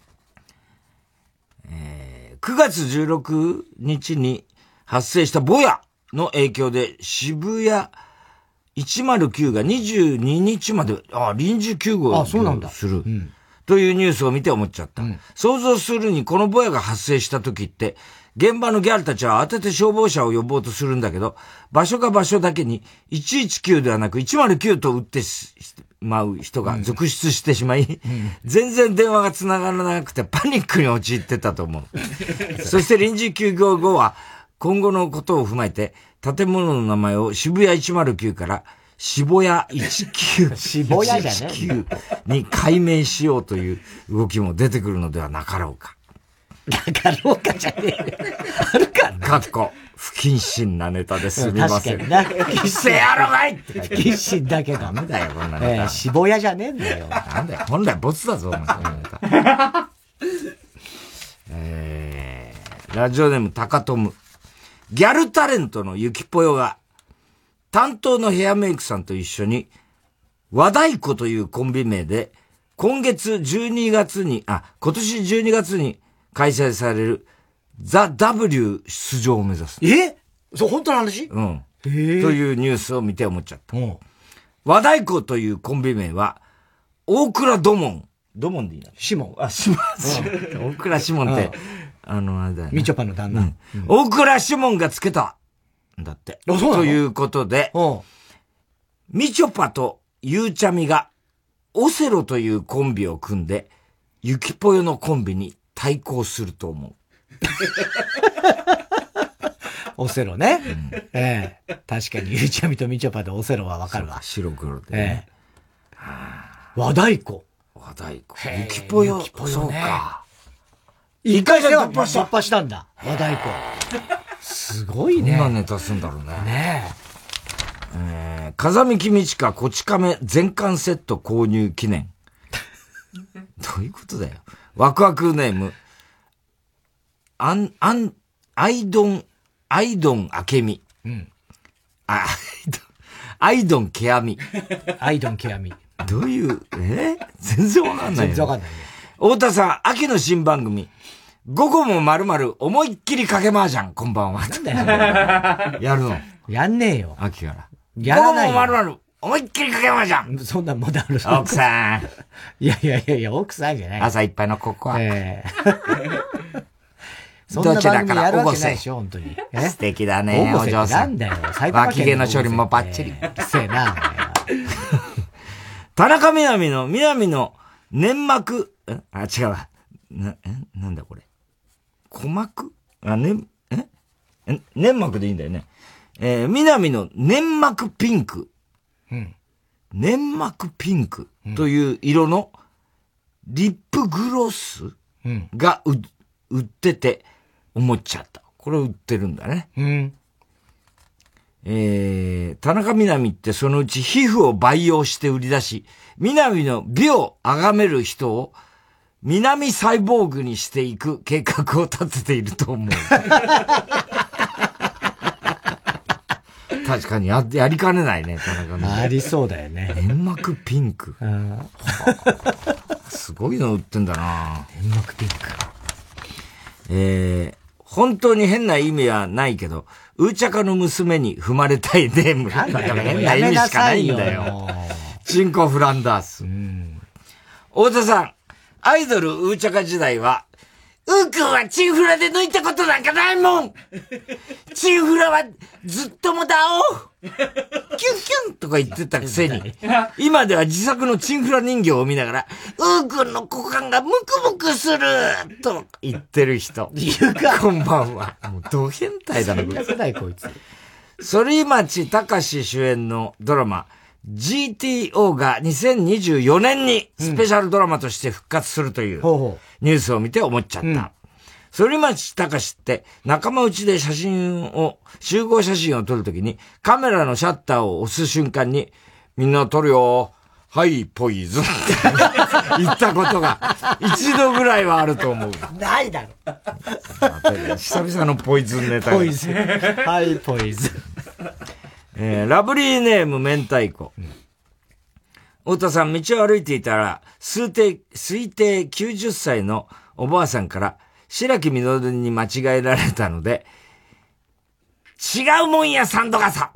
えー、くがつじゅうろくにちに発生したボヤの影響で渋谷いちまるきゅうがにじゅうににちまで、あ、臨時休業する。うん、というニュースを見て思っちゃった。うん、想像するにこのボヤが発生した時って、現場のギャルたちは慌てて消防車を呼ぼうとするんだけど、場所が場所だけにいちいちきゅうではなくいちまるきゅうと打ってしまう人が続出してしまい、うん、全然電話が繋がらなくてパニックに陥ってたと思う。そして臨時休業後は今後のことを踏まえて建物の名前を渋谷いちまるきゅうから渋谷いちきゅう渋谷じゃねに改名しようという動きも出てくるのではなかろうか。 なかろうかじゃねえ。あるかな。かっこ、不謹慎なネタですみません。 確かにな。不謹慎やろがいって不謹慎だけど。 ダメだよ、こんなネタ。 えー、渋谷じゃねえんだよ。 なんだよ、本来ボツだぞ、お前、こんなネタ。えー、ラジオネーム、高友。ギャルタレントのゆきぽよが、担当のヘアメイクさんと一緒に、和太鼓というコンビ名で、今月じゅうにがつに、あ、今年じゅうにがつに開催されるザ・ W 出場を目指す。 えそう、本当の話？ うん。というニュースを見て思っちゃった。うん、和太鼓というコンビ名は、大倉土門。土門でいいな。 シモン。 あ、シモン。大倉シモンって、あの、あれだよね。 みちょぱの旦那。うんうん、大倉シモンがつけたんだって。 あ、そうなの？ ということで、みちょぱとゆうちゃみが、オセロというコンビを組んで、ゆきぽよのコンビに対抗すると思う。 オセロね。うん、ええー、確かにゆうちゃみとみちょぱでオセロはわかるわ。 白黒でね。 えー、和太鼓。 和太鼓。ゆきぽよ。そうか。 一回戦は突破したんだ。和太鼓。すごいね。 どんなネタすんだろうね。 ねえ。えー、風見きみちかこち亀全巻セット購入記念。どういうことだよ。ワクワクネーム。アン、アン、アイドン、アイドンあけみ。うん。あ、アイドンけあみ。 アイドンけあみ。 どういう、え全然わかんない。 全然わかんないね。 太田さん、秋の新番組。午後も丸々思いっきりかけ麻雀、こんばんは。なんだよ。やるの。 やんねえよ。 秋から。 やらないよ。 午後も丸々思いっきりかけ麻雀。 そんなもんだろ。 奥さん。 いやいやいやいや、奥さんじゃない。 朝いっぱいのココア。 ええそんな番組やるわけないでしょ、本当に。 素敵だね、お嬢さん。 なんだよ、 脇毛の処理もバッチリ。 うっせえな、 田中みな実の、みなみの粘膜、あ、違うわ。な、えなんだこれ。鼓膜あ、ね、え粘膜でいいんだよね。えー、みなみの粘膜ピンク。うん。粘膜ピンクという色のリップグロスがう、売ってて思っちゃった。これ売ってるんだね。うん。えー、田中みな実ってそのうち皮膚を培養して売り出し、みなみの美を崇める人を南サイボーグにしていく計画を立てていると思う。確かにや、やりかねないね、田中みな実。 ありそうだよね。 粘膜ピンク。すごいの売ってんだな。 粘膜ピンク。 えー、本当に変な意味はないけど、うーちゃかの娘に踏まれたいネーム。 なんだよ、 変な意味しかないんだよ。チンコフランダース。うん、太田さん、アイドルうーちゃか時代は、うーくんはチンフラで抜いたことなんかないもんチンフラはずっともだおキュンキュンとか言ってたくせに、今では自作のチンフラ人形を見ながら、うーくんの股間がムクムクすると言ってる人。 言うか。 こんばんは。もうド変態だな、こいつ。 世代こいつ。 反町隆史主演のドラマ、ジーティーオー がにせんにじゅうよねんにスペシャルドラマとして復活するというニュースを見て思っちゃった。反町隆史って仲間内で写真を、集合写真を撮るときにカメラのシャッターを押す瞬間にみんな撮るよ。はい、ポイズンって言ったことが一度ぐらいはあると思う。 ないだろ。 久々のポイズンネタ。 ポイズン。はい、ポイズン。 えー、ラブリーネーム明太子。うん、太田さん、道を歩いていたら、推定、推定きゅうじゅっさいのおばあさんから、白木みのるに間違えられたので、違うもんや、サンドガサ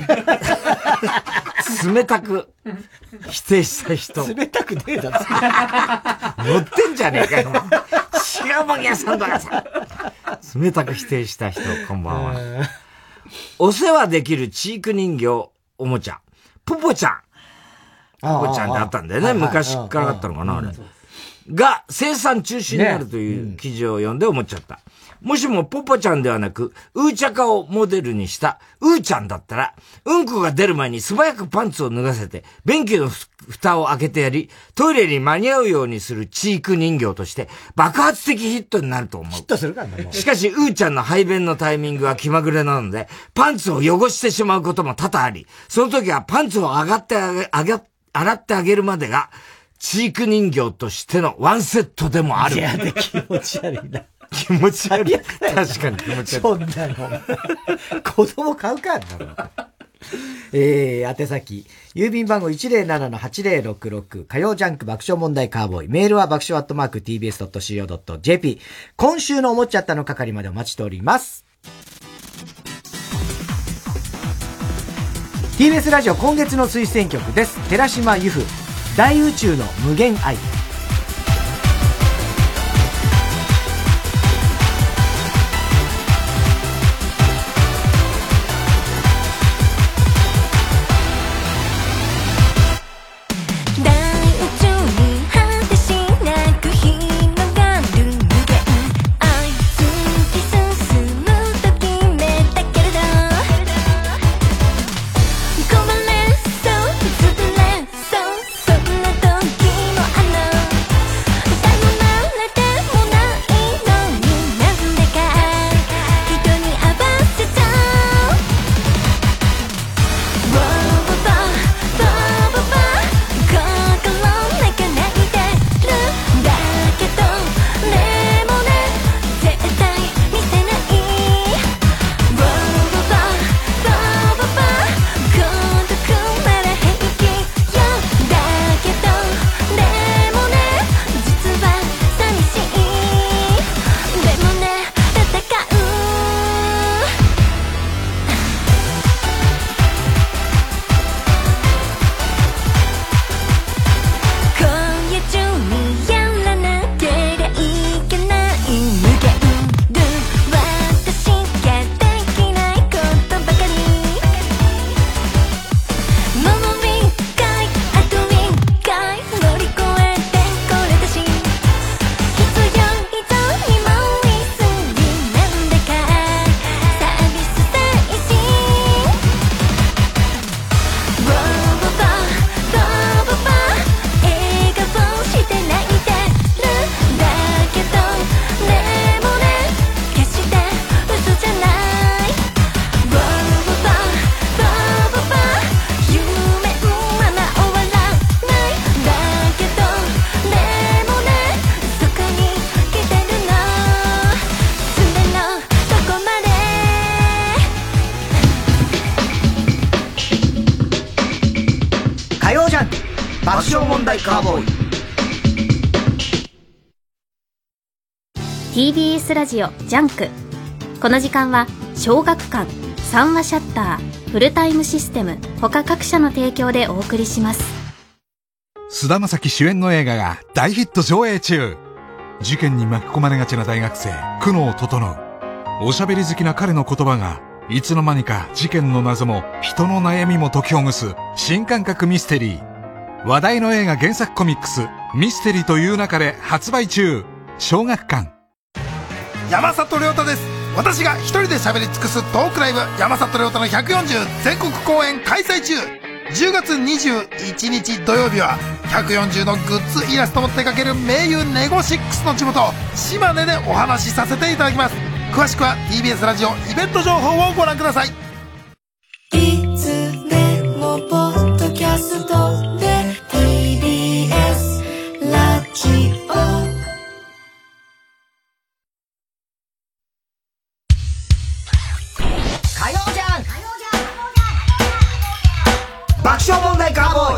冷たく否定した人。 冷たくねえだろ。乗ってんじゃねえかよ。違うもんや、サンドガサ冷たく否定した人、こんばんは。お世話できるチーク人形おもちゃ。ポポちゃん。ポポちゃんってあったんだよね。昔からあったのかな、あれ。が生産中止になるという記事を読んで思っちゃった。もしもポポちゃんではなく、うーちゃかをモデルにしたうーちゃんだったら、うんこが出る前に素早くパンツを脱がせて、便器の蓋を開けてやり、トイレに間に合うようにするチーク人形として爆発的ヒットになると思う。 ヒットするかな、もう。 しかし、うーちゃんの排便のタイミングは気まぐれなので、パンツを汚してしまうことも多々あり、その時はパンツを上がってあげ、あげ、洗ってあげるまでが、チーク人形としてのワンセットでもある。 いや、で気持ち悪いな。 気持ち悪い。確かに気持ち悪い。 そんなの。子供買うかんだろ。えー、宛先。郵便番号 いちまるななのはちまるろくろく 火曜ジャンク爆笑問題カーボーイ。メールは爆笑アットマーク ティービーエスドットシーオードットジェーピー。今週の思っちゃったの係までお待ちしております。ティービーエス ラジオ今月の推薦曲です。寺島由布。大宇宙の無限愛。 「 笑問題カーボーイ。 ティービーエス ラジオジャンク。この時間は小学館、三話シャッター、フルタイムシステム他各社の提供でお送りします。 菅田将暉主演の映画が大ヒット上映中。事件に巻き込まれがちな大学生久能整。おしゃべり好きな彼の言葉がいつの間にか事件の謎も人の悩みも解きほぐす新感覚ミステリー。話題の映画原作コミックスミステリという中で発売中。小学館。 山里亮太です。私が一人で喋り尽くすトークライブ山里亮太のひゃくよんじゅう全国公演開催中。じゅうがつにじゅういちにち土曜日はひゃくよんじゅうのグッズイラストも手掛ける名優ネゴシックスの地元島根でお話しさせていただきます。詳しくは ティービーエス ラジオイベント情報をご覧ください。 いつでもポッドキャストで ティービーエス ラジオ。 火曜じゃん爆笑問題カーボーイ。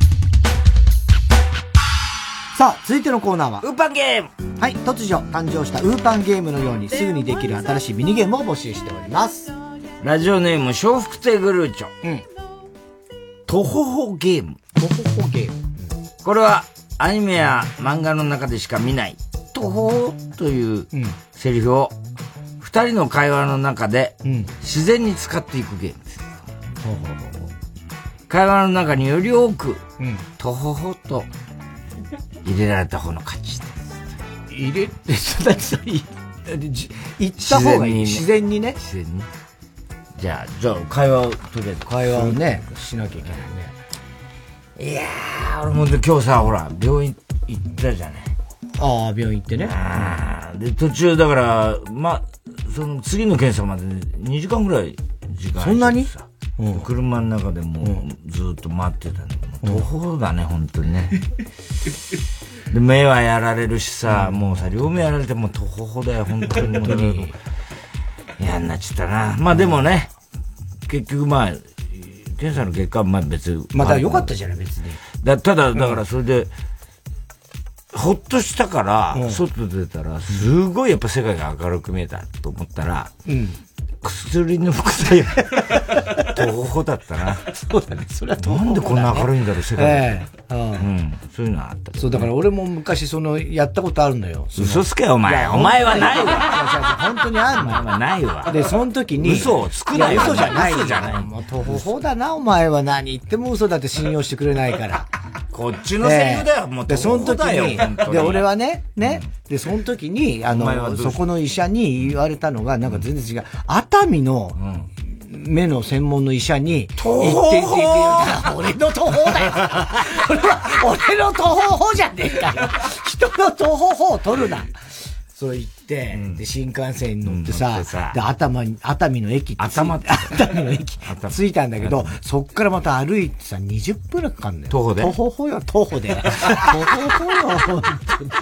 さあ、続いてのコーナーはウーパンゲーム。 はい、突如誕生したウーパンゲームのようにすぐにできる新しいミニゲームを募集しております。 ラジオネーム笑福亭グルーチョ。うん。トホホゲーム。 トホホゲーム。 これはアニメや漫画の中でしか見ないトホホというセリフを二人の会話の中で自然に使っていくゲームです。ほうほうほう。会話の中により多くトホホと入れられた方の勝ちです。 入れて、そだち言った方がいい。自然にね。 自然に。じゃあ、じゃあ、会話を、とりあえず。 会話をね、しなきゃいけないね。いやー、俺も今日さ、ほら、病院行ったじゃない。 ああ、病院行ってね。 あで、途中、だから、ま、その次の検査までにじかんぐらい時間。 そんなに？ うん、車の中でもうずっと待ってたんだけど、途方だね、本当にね。で、目はやられるしさ、もうさ、両目やられても途方だよ、本当に。本当に。嫌になっちゃったな。まあでもね、結局まあ、検査の結果はまあ別に。 また良かったじゃない、別に。 だただ、だからそれで、ほっとしたから、外出たら、すごいやっぱ世界が明るく見えたと思ったら、うん薬の副作用。途方だったな。 そうだね。それは途方だね。なんでこんな明るいんだろう、世界。 ええー、 うん。そういうのあった。 そう、だから俺も昔その、やったことあるのよ。 嘘つけよ、お前。お前はないわ。 本当にあるの。 お前はないわ。 で、その時に。 嘘をつくなよ。 嘘じゃない。 嘘じゃない。 もう途方だな、お前は何言っても嘘だって信用してくれないから。 こっちのセリフだよ、もう途方だよ。 で、その時に、で、俺はね、ね、で、その時に、あの、そこの医者に言われたのが、なんか全然違う。熱海の、目の専門の医者に、 行ってって言う俺の途方だよ。これは、俺の途方じゃねえかよ。人の途方を取るな。そう言って、うん、で、新幹線に乗ってさ、うん、で、頭に、熱海の駅頭熱海の駅着いたんだけど、そっからまた歩いてさ、にじゅっぷんかかんだよ。 徒歩で徒歩よ、徒歩で。徒歩よ、本当に。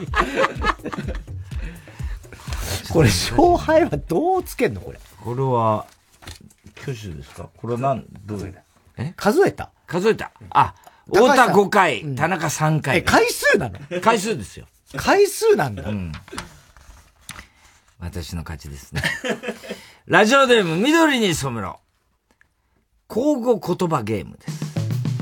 これ、勝敗はどうつけんのこれ。 これは、挙手ですかこれは何、どういうえ数えた数えた。あ、太田ごかい、うん、田中さんかい。 え、回数なの回数ですよ。 回数なんだ。 うん。私の勝ちですね。ラジオネーム緑に染めろ。交互言葉ゲームです。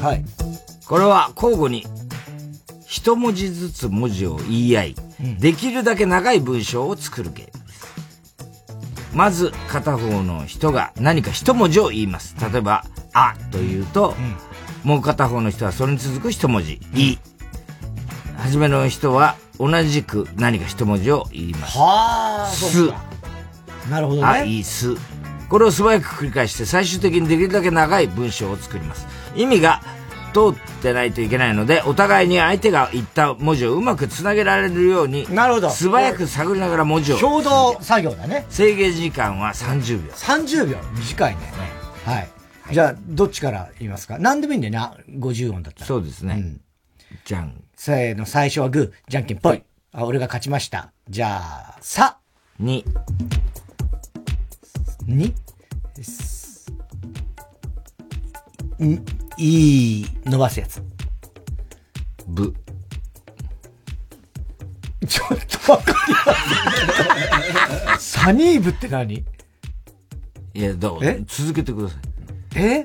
はい。 これは交互に一文字ずつ文字を言い合い、うん、できるだけ長い文章を作るゲームです。まず片方の人が何か一文字を言います。例えば、あと言うと、うん、もう片方の人はそれに続く一文字、うん、い。はじめの人は同じく何か一文字を言います。 はあ、す。 なるほどね。 あ、いい、す。これを素早く繰り返して最終的にできるだけ長い文章を作ります。意味が通ってないといけないので、お互いに相手が言った文字をうまくつなげられるように、 なるほど。 素早く探りながら文字を。 共同作業だね。 制限時間はさんじゅうびょう。 さんじゅうびょう。短いね。はい。はい、じゃあ、どっちから言いますか？何でもいいんだよね。ごじゅう音だったら。 そうですね。うん、じゃん。 せーの、最初はグー、じゃんけんぽい。あ、俺が勝ちました。じゃあ、さ。 に。 に。ん、いい、伸ばすやつ。 わかりません。サニーブって何？ いや、どう続けてください。 え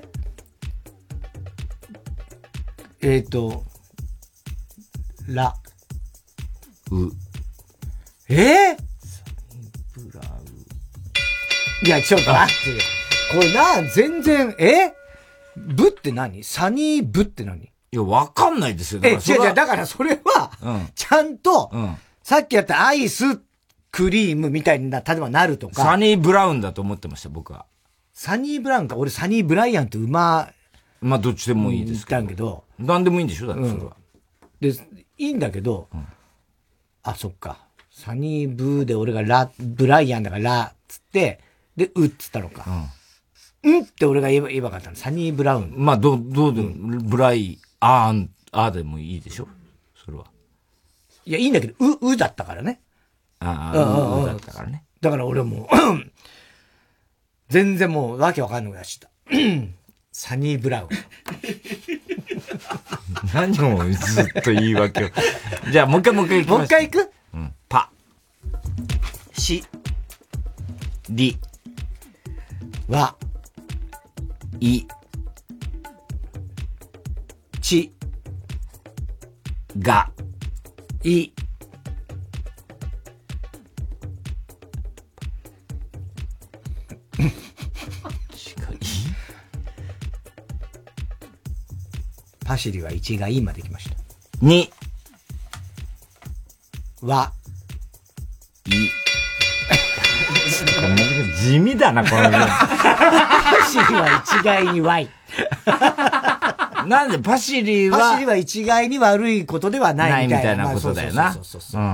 えっ、ー、と、ラ。 う。 えー、ブラウ。いや、ちょっと待ってよ。これな、全然、えブって何？サニーブって何？ いや、わかんないですよ。 え、違う違う、だからそれは、うん、ちゃんと、うん、さっきやったアイス、クリームみたいな、例えばなるとか。 サニーブラウンだと思ってました、僕は。 サニーブラウンか。俺サニーブライアンって馬、 まあ、どっちでもいいですけど。言ったけど。 なんでもいいんでしょだってそれは、 うん。で、いいんだけど、うん、あ、そっか。サニーブーで俺がラ、ブライアンだからラ、つって、で、うっつったのか。うん。うんって俺が言えば、言えばかったの。サニーブラウン。 まあ、どう、どうでも、うん、ブライ、あーん、あーでもいいでしょそれは。 いや、いいんだけど、う、うだったからね。 ああ、う、うだったからね。 だから俺もう、全然もう、わけわかんなくなっちゃった。サニーブラウン。 何をずっと言い訳を。じゃあ、もう一回もう一回行きます。 もう一回行く？ うん。パ。し。り。 わ。 い。ち。が。 い。パシリは一がいいまで来ました。 に。 わ。 い。地味だな、このパシリは一概にわい。 なんでパシリは。 パシリは一概に悪いことではないみたいな。 ないみたいなことだよな。そうそうそう。うん。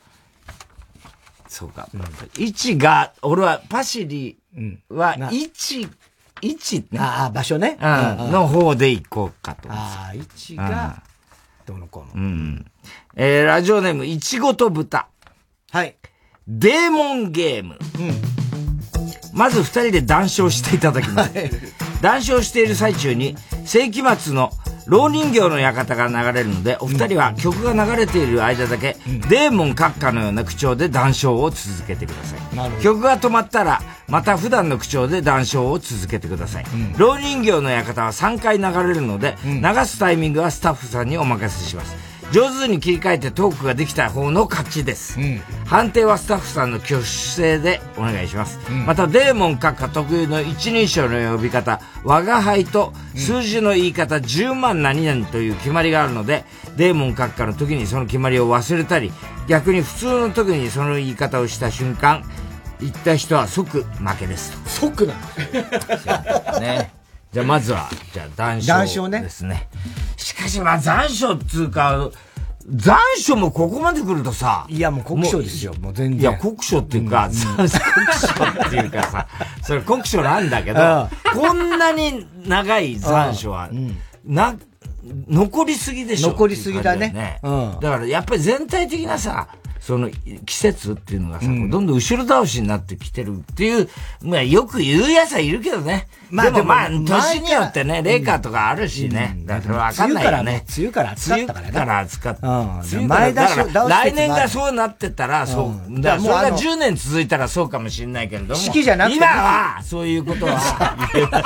そうか。一が、俺はパシリは一、一ね。 ああ、場所ね。 うん。の方で行こうかと。 ああ、一が、どうのこうの。うん。えー、ラジオネーム、いちごと豚。 はい。 デーモンゲーム。うん。まず二人で談笑していただきます。はい、談笑している最中に、世紀末の老人形の館が流れるので、お二人は曲が流れている間だけ、うん、デーモン閣下のような口調で談笑を続けてください。曲が止まったら、また普段の口調で談笑を続けてください。うん、老人形の館はさんかい流れるので、うん、流すタイミングはスタッフさんにお任せします。上手に切り替えてトークができた方の勝ちです。うん、判定はスタッフさんの挙手制でお願いします。うん、また、デーモン閣下特有の一人称の呼び方、我が輩と数字の言い方、じゅうまん何々という決まりがあるので、デーモン閣下の時にその決まりを忘れたり、逆に普通の時にその言い方をした瞬間、言った人は即負けですと。 即なのね。じゃあまずは、じゃあ談笑ですね。ねしかしまあ残暑っつうか、残暑もここまで来るとさ。 いやもう酷暑ですよ、もう全然。 いや酷暑っていうか、残暑、酷暑っていうかさ、それ酷暑なんだけど、こんなに長い残暑は、な、残りすぎでしょ。 残りすぎだね。 うん。だからやっぱり全体的なさ、その季節っていうのがさ、うん、どんどん後ろ倒しになってきてるっていう、まあよく言うやつはいるけどね。まあでもまあ、年によってね、冷夏とかあるしね。うん、だからわかんないよね。 梅雨から暑かったからね。 梅雨から暑かった。うん。梅雨前だから来年がそうなってたら、そう。だからそれがじゅうねん続いたらそうかもしれないけれども。 四季じゃなくて今は、そういうことは言えま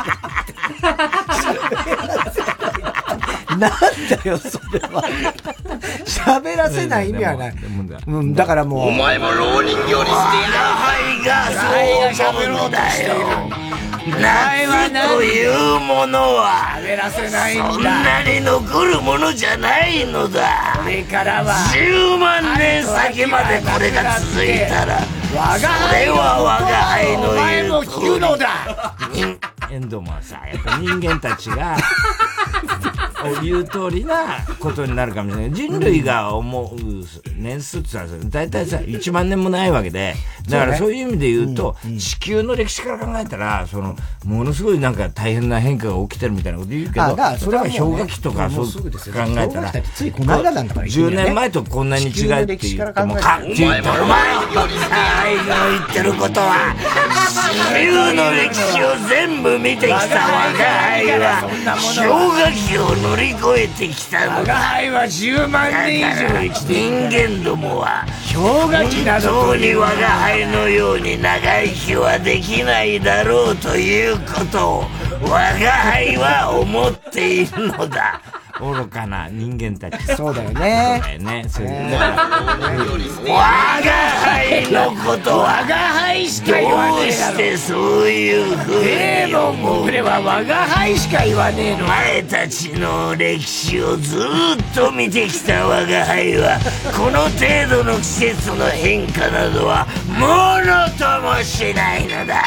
せん。 なんだよ、それは。喋らせない意味はない。うん、だからもう。 お前も浪人形にしてやる。はいがそう喋るのだよ。夏というものは、 喋らせないんだ。 そんなに残るものじゃないのだ。 これからは。 じゅうまんねん先までこれが続いたら、それは我が輩の言うとおり。のだ。 エンドもさ、やっぱ人間たちが、言う通りなことになるかもしれない。人類が思う年数ってさ、だいたいさ、いちまんねんもないわけで、だからそういう意味で言うと、地球の歴史から考えたら、その、ものすごいなんか大変な変化が起きてるみたいなこと言うけど、例えば氷河期とかそう考えたら、 ついこの間なんだからじゅうねんまえとこんなに違うって言っても、かって言ったら、お前の言ってることは、 州の歴史を全部見てきた我が輩は氷河期を乗り越えてきたのだ。我が輩はじゅうまんねん以上生きている。人間どもは氷河期など本当に我が輩のように長生きはできないだろうということを我が輩は思っているのだ。愚かな人間たち。 そうだよね。 そうだよね。そういうね。我が輩のことは我が輩しか言わねえ。どうしてそういうふうに思う。これは我が輩しか言わねえの。前たちの歴史をずっと見てきた我が輩はこの程度の季節の変化などはものともしないのだ。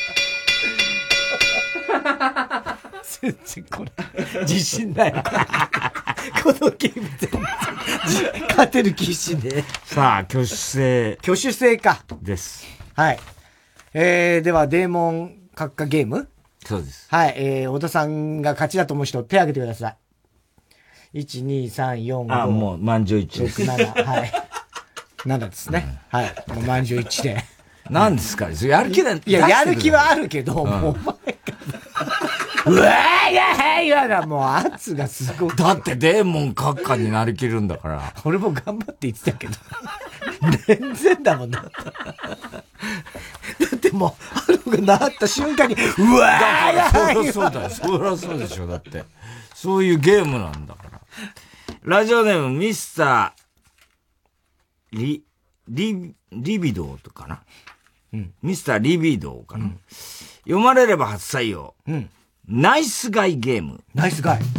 全然これ自信ないこのゲーム全然勝てる気しねえ。 さあ挙手制挙手制かです。 はい。えー、ではデーモン閣下ゲーム。 そうです。 はい。えー、小田さんが勝ちだと思う人手挙げてください。いち、に、さん、よん、ご。 あ、もう満場一致です。 ろく、なな、はい。ななですね。うん、はい。もう満場一致で。 何ですかやる気だ。いや、やる気はあるけど、うん、もうお前が。うわーがいわだ、もう圧がすごい。 だってデーモン閣下になりきるんだから。 俺も頑張って言ってたけど。全然だもんな。だってもう、ハロがなった瞬間に、うわーがそりゃそうだよ。そりゃそうでしょ。だって。そういうゲームなんだから。ラジオネームミスター、リ、リ、リビドーとかな。うん、ミスターリビドーかな。うん、読まれれば初採用。うんナイスガイゲーム。 ナイスガイ。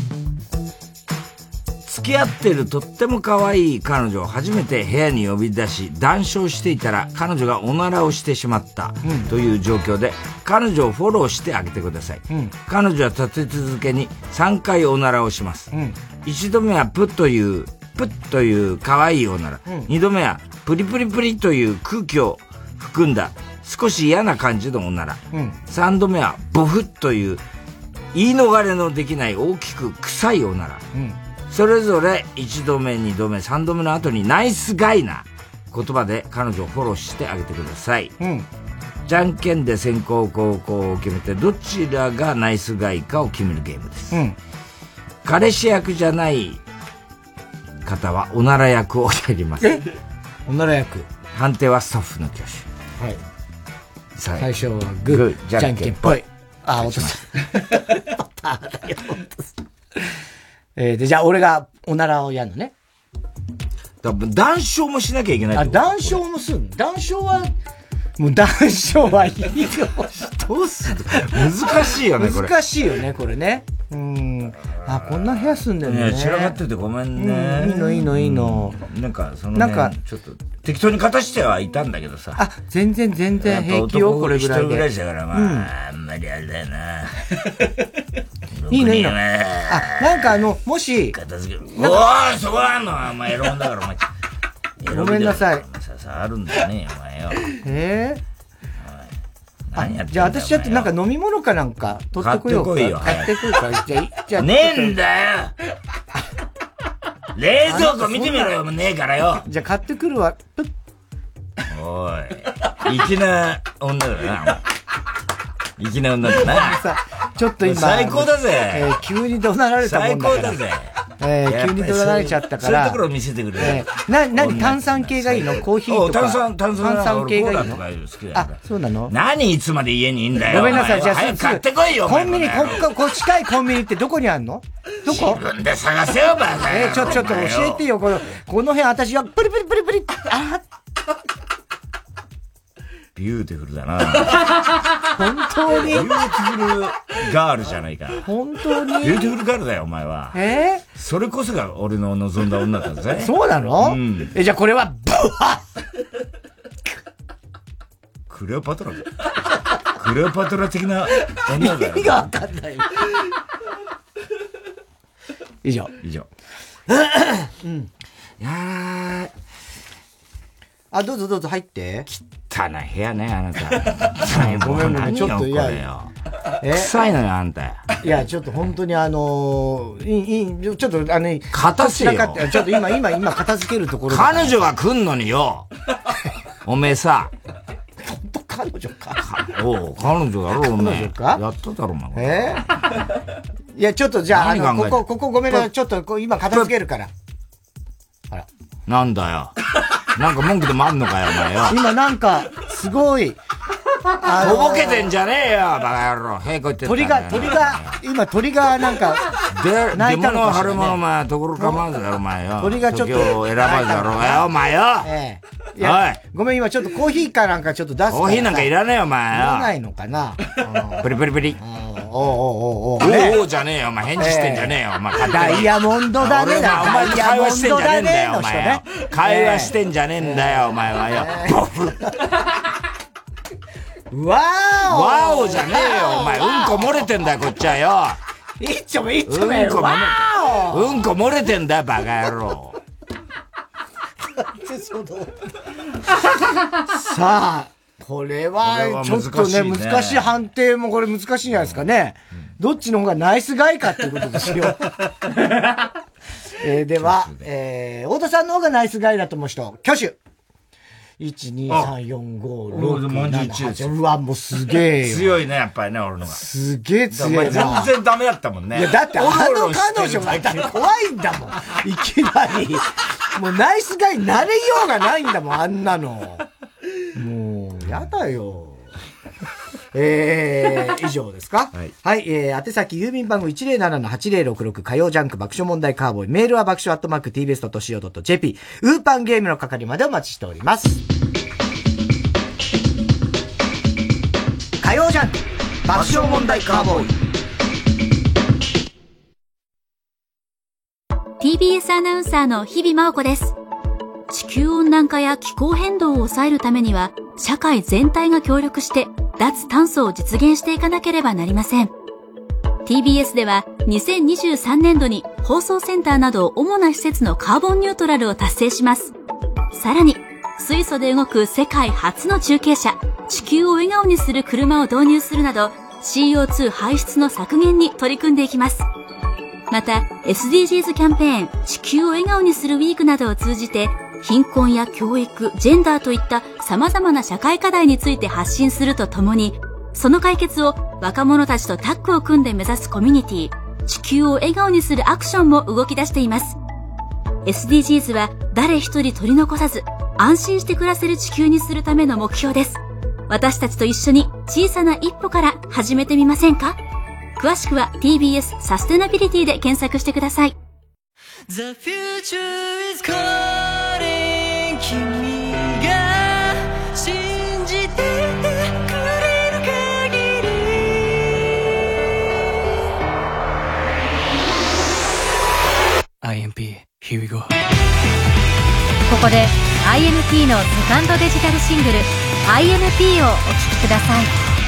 付き合ってるとっても可愛い彼女を初めて部屋に呼び出し談笑していたら彼女がおならをしてしまった、うん、という状況で彼女をフォローしてあげてください、うん、彼女は立て続けにさんかいおならをします、うん、いちどめはプッというプッという可愛いおなら、うん、にどめはプリプリプリという空気を含んだ少し嫌な感じのおなら、うん、さんどめはボフッという言い逃れのできない大きく臭いおなら、うん、それぞれいちどめにどめさんどめの後にナイスガイな言葉で彼女をフォローしてあげてください、うん、じゃんけんで先攻後攻を決めてどちらがナイスガイかを決めるゲームです、うん、彼氏役じゃない方はおなら役をやります。 えおなら役判定はスタッフの挙手。 はい。最初はグー、グーじゃんけんぽい。あ、落とす。パターだよ、落とす。えー、で、じゃあ俺がおならをやるのね。 だ談笑もしなきゃいけない。 あ、談笑もするの談笑は、もう談笑はいいよ。 どうする難しいよね、これ。 難しいよね、これね。うん。あ、こんな部屋住んでるのね。 ね、散らかっててごめんね。 うん、いいの、いいの、いいの。 なんか、その、ね、なんか、ちょっと、適当に片してはいたんだけどさ。 あ、全然、全然平気よ、これぐらいで。 一人ぐらいだから、まあ、うん、あんまりあれだよな。 いいの、いいの。あ、なんかあの、もし。 片付ける。おーい、そこあんのお前、エロ本だから、お前。 ごめんなさい。 さ、さ、あるんだよね、お前よ。 えぇあ、じゃあ私ちょっとなんか飲み物かなんか取ってこようか。 買ってこいよ。 買ってこいか。じゃあ、じゃあ。 ねえんだよ冷蔵庫見てみろよ、もうねえからよ。 じゃあ買ってくるわ。 おい。粋な女だな。粋な女だな。 さ、ちょっと今。 最高だぜ。 えー、急に怒鳴られたもんだから。 最高だぜ。 えー、急に怒鳴られちゃったから。 そういうところを見せてくれ。 えー、な、なに炭酸系がいいのコーヒーとか。 炭酸、炭酸。 炭酸系がいいのあ、そうなの何いつまで家にいんだよ。 ごめんなさい、じゃあ早く買ってこいよ。 コンビニ、こ、こ、近いコンビニってどこにあんのどこ自分で探せよ、バカ。 えー、ちょ、ちょっと教えてよ、この、この辺私はプリプリプリプリ、あビューティフルだな。 本当にビューティフルガールじゃないか。 本当にビューティフルガールだよ、お前は。 えー、 それこそが俺の望んだ女だぜ。 そうなの、うん、え、じゃあこれは、ブワックレオパトラクレオパトラ的な女だよ。 意味がわかんない。以上。 以上。 うん。 いやー。 あ、どうぞどうぞ入って。 汚い部屋ね、あなた。 ごめんごめん、ちょっといや。 え臭いのよ、あんた。 いや、ちょっと本当にあのー、いい、いい、ちょっとあの、 片付けよ。 ちょっと今、今、今片付けるところ。 彼女が来んのによ。おめえさ。 彼女か。 おう、彼女だろ、お前。 彼女かやっただろ、お前。 えー、いや、ちょっとじゃあ、あの、ここ、ここごめんなさい。ちょっとこう今片付けるから。 あら。なんだよ。なんか文句でもあんのかよ、お前よ。 今なんか、すごい、 あのー、とぼけてんじゃねえよ、バカ野郎。へいこいって鳥が、鳥が、今鳥がなんか、 で、出物を張るもの、お前、ところ構わずだよ、お前よ。鳥がちょっと。時を選ばずだろうがよ、お前よ。ええ。いや、ごめん、今ちょっとコーヒーかなんかちょっと出すから。 コーヒーなんかいらねえよ、お前よ。 いらないのかな。 プリプリプリ。 おおおおおおおじゃねえよ、お前。返事してんじゃねえよ、お前。 ダイヤモンドだね、 お前と会話してんじゃねえんだよ、お前よ。会話してんじゃねえんだよ、お前はよ。ボフ。 わーおわおじゃねえよ、お前。うんこ漏れてんだよ、こっちはよ。 いっちょもいっちょもうんこ、うんこ漏れてんだよ、バカ野郎。 さあ、これは、ちょっとね、難しい判定もこれ難しいんじゃないですかね。どっちの方がナイスガイかっていうことですよ。えー、では、えー、太田さんの方がナイスガイだと思う人、挙手。いち、に、さん、よん、ご、ろく、なな、はち。うわ、もうすげえよ。 強いね、やっぱりね、俺のが。 すげえ強いな。 全然ダメだったもんね。 いや、だってあの彼女がいたら怖いんだもん。いきなり。もうナイスガイになれようがないんだもん、あんなの。もう、やだよ。えー、以上ですかはい。はい、えー、宛先郵便番号 いちまるななのはちまるろくろく 火曜ジャンク爆笑問題カーボーイ。メールは爆笑アットマーク ティービーエスドットシーオードットジェーピー。ウーパンゲームの係までお待ちしております。火曜ジャンク爆笑問題カーボーイ。 ティービーエス アナウンサーの日々真央子です。地球温暖化や気候変動を抑えるためには、社会全体が協力して脱炭素を実現していかなければなりません。ティービーエス ではにせんにじゅうさんねんどに放送センターなど主な施設のカーボンニュートラルを達成します。さらに、水素で動く世界初の中継車、地球を笑顔にする車を導入するなど シーオーツー 排出の削減に取り組んでいきます。また エスディージーズ キャンペーン地球を笑顔にするウィークなどを通じて貧困や教育、ジェンダーといった様々な社会課題について発信するとともに、その解決を若者たちとタッグを組んで目指すコミュニティ、地球を笑顔にするアクションも動き出しています。エスディージーズ は誰一人取り残さず、安心して暮らせる地球にするための目標です。私たちと一緒に小さな一歩から始めてみませんか？詳しくは ティービーエス サステナビリティで検索してください。The future is calling 君が信じていてくれる限りアイエムピー Here we go ここで アイエムピー のセカンドデジタルシングル アイエムピー をお聴きください。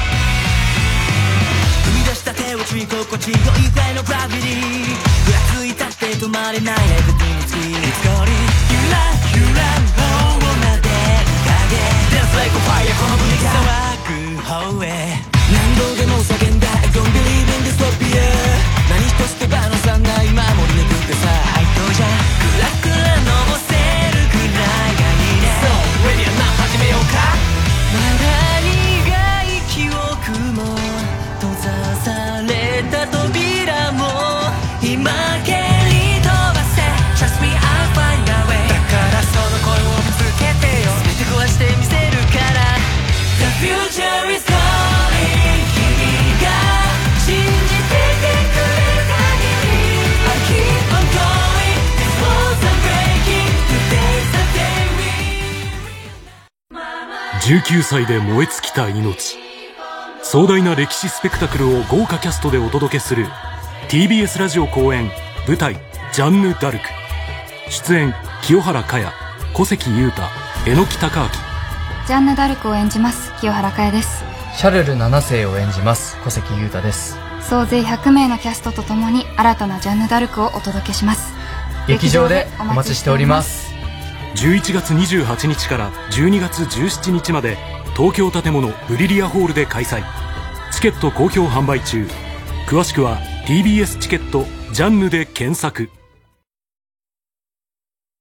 踏み出した手をつい心地よいぐらいのグラビティぐらついたって止まれない Everything is good It's calling ゆらゆらのなでる影 Dance like a fire この分に騒ぐ方へ何度でも叫んだ I don't believe in dystopia 何一つ手放さない守り抜くってさ愛とじゃクラクラのせるくらいがいいね So ready or not 始めようかまだ苦い記憶も閉ざされた扉も今蹴り飛ばせ Trust me I'll find a way だからその声を見つけてよ全て壊してみせるから The future is calling 君が信じていてくれる限り I keep on going These walls are breaking Today's the day we じゅうきゅうさいで燃え尽きた命、壮大な歴史スペクタクルを豪華キャストでお届けする ティービーエス ラジオ公演舞台ジャンヌ・ダルク。出演清原果耶、小関裕太、榎木隆明。 ジャンヌ・ダルクを演じます清原果耶です。 シャルルななせいを演じます小関裕太です。 総勢ひゃくめいのキャストとともに新たなジャンヌ・ダルクをお届けします。 劇場でお待ちしております。 じゅういちがつにじゅうはちにちからじゅうにがつじゅうしちにちまで東京建物ブリリアホールで開催。チケット好評販売中。詳しくは ティービーエス チケットジャンヌで検索。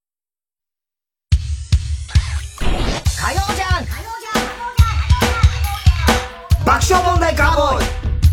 火曜じゃん爆笑問題カーボーイ。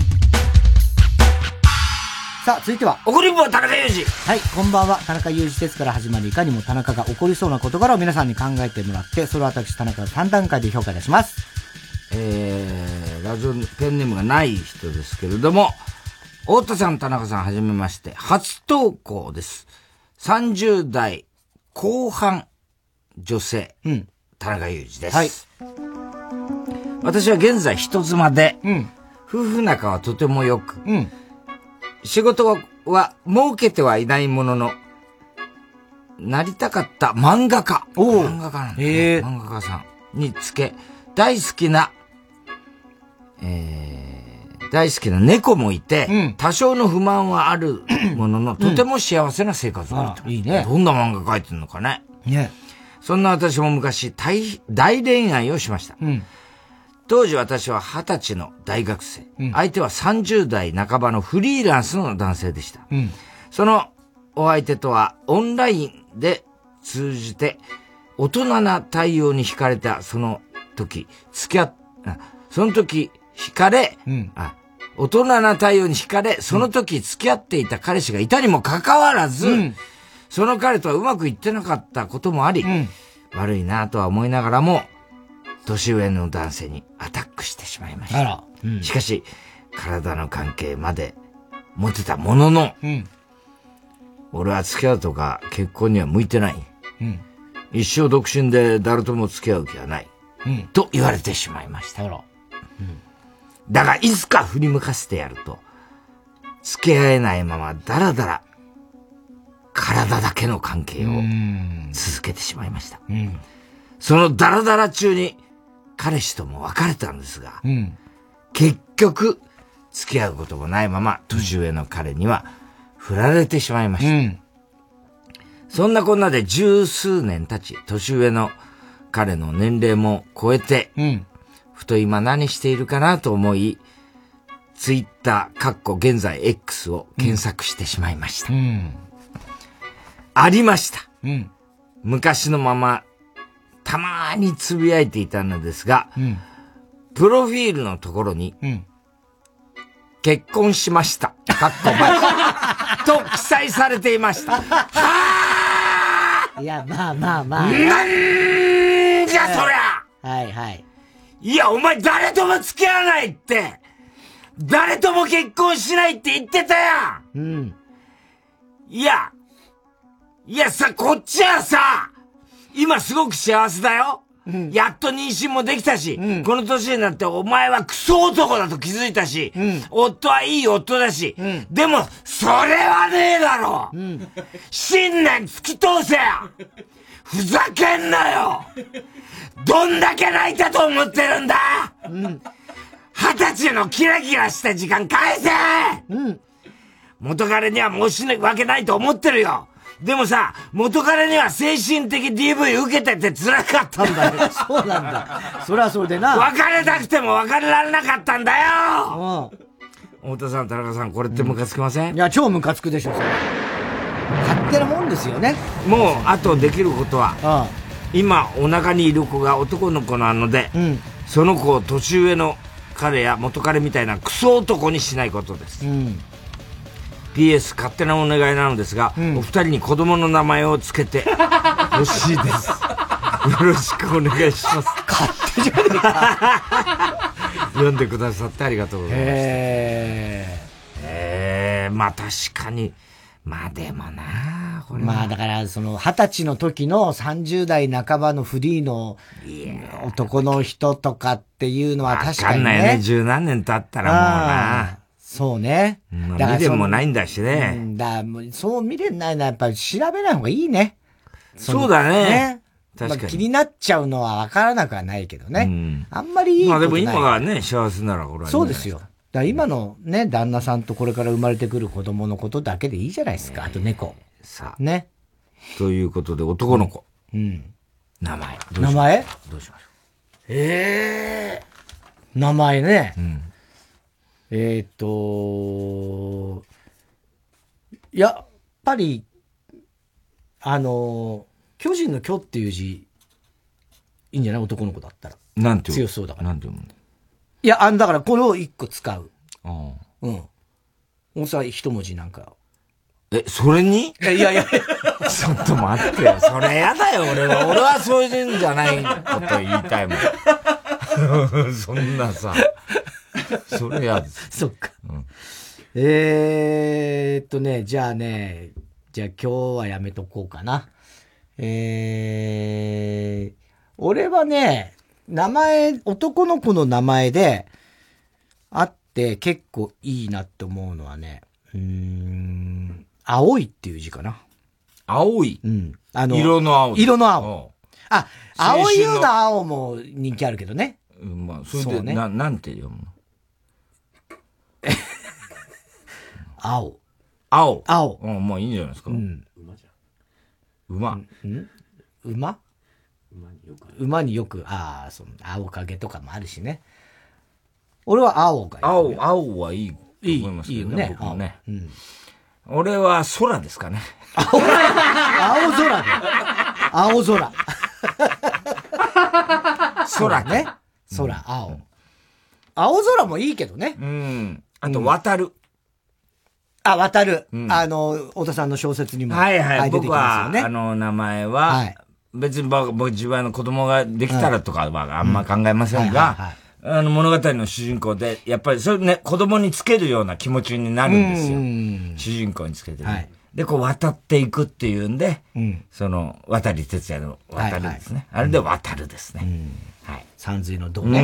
さあ、続いては。 怒りんぼ田中裕二。 はい、こんばんは。田中裕二ですから始まるいかにも田中が起こりそうな事柄を皆さんに考えてもらって、それを私田中がさん段階で評価いたします。 えー、ラジオペンネームがない人ですけれども、太田さん、田中さん、はじめまして。初投稿です。さんじゅう代後半女性、うん、田中裕二です。はい。私は現在人妻で、うん、夫婦仲はとても良く、うん、仕事は儲けてはいないものの、なりたかった漫画家。漫画家なんだ、ね、えー、漫画家さんにつけ、大好きな、えー、大好きな猫もいて、うん、多少の不満はあるものの、とても幸せな生活を送ってる。いいね。どんな漫画描いてるのかね。ね。そんな私も昔大、大恋愛をしました。うん、当時私は二十歳の大学生、うん。相手はさんじゅう代半ばのフリーランスの男性でした。うん、そのお相手とはオンラインで通じて大人な対応に惹かれたその時、付き合っ、その時惹かれ、うん、あ、大人な対応に惹かれ、その時付き合っていた彼氏がいたにもかかわらず、うん、その彼とはうまくいってなかったこともあり、うん、悪いなとは思いながらも、年上の男性にアタックしてしまいました。あら、うん、しかし、体の関係まで持てたものの、うん、俺は付き合うとか結婚には向いてない。うん、一生独身で誰とも付き合う気はない。うん、と言われてしまいました。あら、うん、だが、いつか振り向かせてやると、付き合えないままだらだら、体だけの関係を続けてしまいました。うん、そのダラダラ中に彼氏とも別れたんですが、うん、結局付き合うこともないまま年上の彼には振られてしまいました。うん、そんなこんなで十数年経ち、年上の彼の年齢も超えて、うん、ふと今何しているかなと思い、ツイッター、かっこ現在 X を検索してしまいました。うん、ありました。うん、昔のまま、たまーにつぶやいていたのですが、うん、プロフィールのところに、うん、結婚しました。かっこばと記載されていました。はーいや、まあまあまあ。 なんじゃそりゃ、 はいはい。 いや、お前誰とも付き合わないって、誰とも結婚しないって言ってたやん。うん。いや、いやさ、こっちはさ、今すごく幸せだよ。うん、やっと妊娠もできたし、うん、この年になってお前はクソ男だと気づいたし、うん、夫はいい夫だし、うん、でも、それはねえだろ、うん、信念突き通せやふざけんなよどんだけ泣いたと思ってるんだ、うん、二十歳のキラキラした時間返せ、うん、元彼には申し訳ないと思ってるよ。でもさ、元彼には精神的 ディーブイ 受けてて辛かったんだよ。 そうなんだ。そりゃそうでな。 別れたくても別れられなかったんだよ。うん。太田さん、田中さん、これってムカつきません？ うん、いや、超ムカつくでしょ、それ。勝手なもんですよね。 もう、あとできることは、ああ今、お腹にいる子が男の子なので、うん、その子を年上の彼や元彼みたいなクソ男にしないことです。うん、ピーエス 勝手なお願いなのですが、うん、お二人に子供の名前をつけてほしいです。よろしくお願いします。 勝手じゃねえか。 読んでくださってありがとうございます。 へー。えー、まあ確かに、まあでもなこれまあだから、その二十歳の時のさんじゅう代半ばのフリーの男の人とかっていうのは確かにね。わかんないよね。 十何年経ったらもうな。 そうね。 まあ、見れもないんだしね。 うん、だもうそう見れないのはやっぱり調べない方がいいね。 そうだね。ね確かに、まあ、気になっちゃうのは分からなくはないけどね。うん、あんまりいいことない。 まあでも今がね、幸せなら俺は、ね。 そうですよ。だから今のね、旦那さんとこれから生まれてくる子供のことだけでいいじゃないですか。あと猫。 さあ。ね。ということで男の子。うん。うん、名前。 名前どうしましょう。 ええー。名前ね。うん。えっ、ー、と、やっぱり、あの、巨人の巨っていう字、いいんじゃない男の子だったら。 なんて強そうだから。 なんて読むんだいや、あの、だからこれを一個使う。うん。大沢一文字なんか。 え、それにいやいやいや。 ちょっと待ってよ。それやだよ、俺は。俺はそういうんじゃないこと言いたいもん。そんなさ。それやです。 そっか。うん、えーっとね、じゃあね、じゃあ今日はやめとこうかな。えー、俺はね、名前、男の子の名前で、あって結構いいなって思うのはね、うーん、青いっていう字かな。 青い？ うん。あの、 色の青。 色の青。あ、青いような青も人気あるけどね。 うん、まあ、それで、ね、な、なんて読むの青。 青。 青。 うん、まあいいんじゃないですか。うん。馬じゃん。馬。ん馬馬によく。馬によく、ああ、その、青影とかもあるしね。俺は青がいい、 ね。青、青はいいと思いますけどね。いいよね。僕もね。うん。俺は空ですかね。 青空で。青空。空ね。空、青、うん。青空もいいけどね。 うん。あと、渡る。 あ、渡る。うん、あの、太田さんの小説にも。 はいはい。出てきますよね。僕は、あの、名前は、はい、別に僕、自分の子供ができたらとかはあんま考えませんが、あの、物語の主人公で、やっぱり、それね、子供につけるような気持ちになるんですよ。主人公につけてね。はい、で、こう、渡っていくっていうんで、うん、その、渡り哲也の渡るですね。はいはい、あれで渡るですね。うんはい。山水の道ね。うん。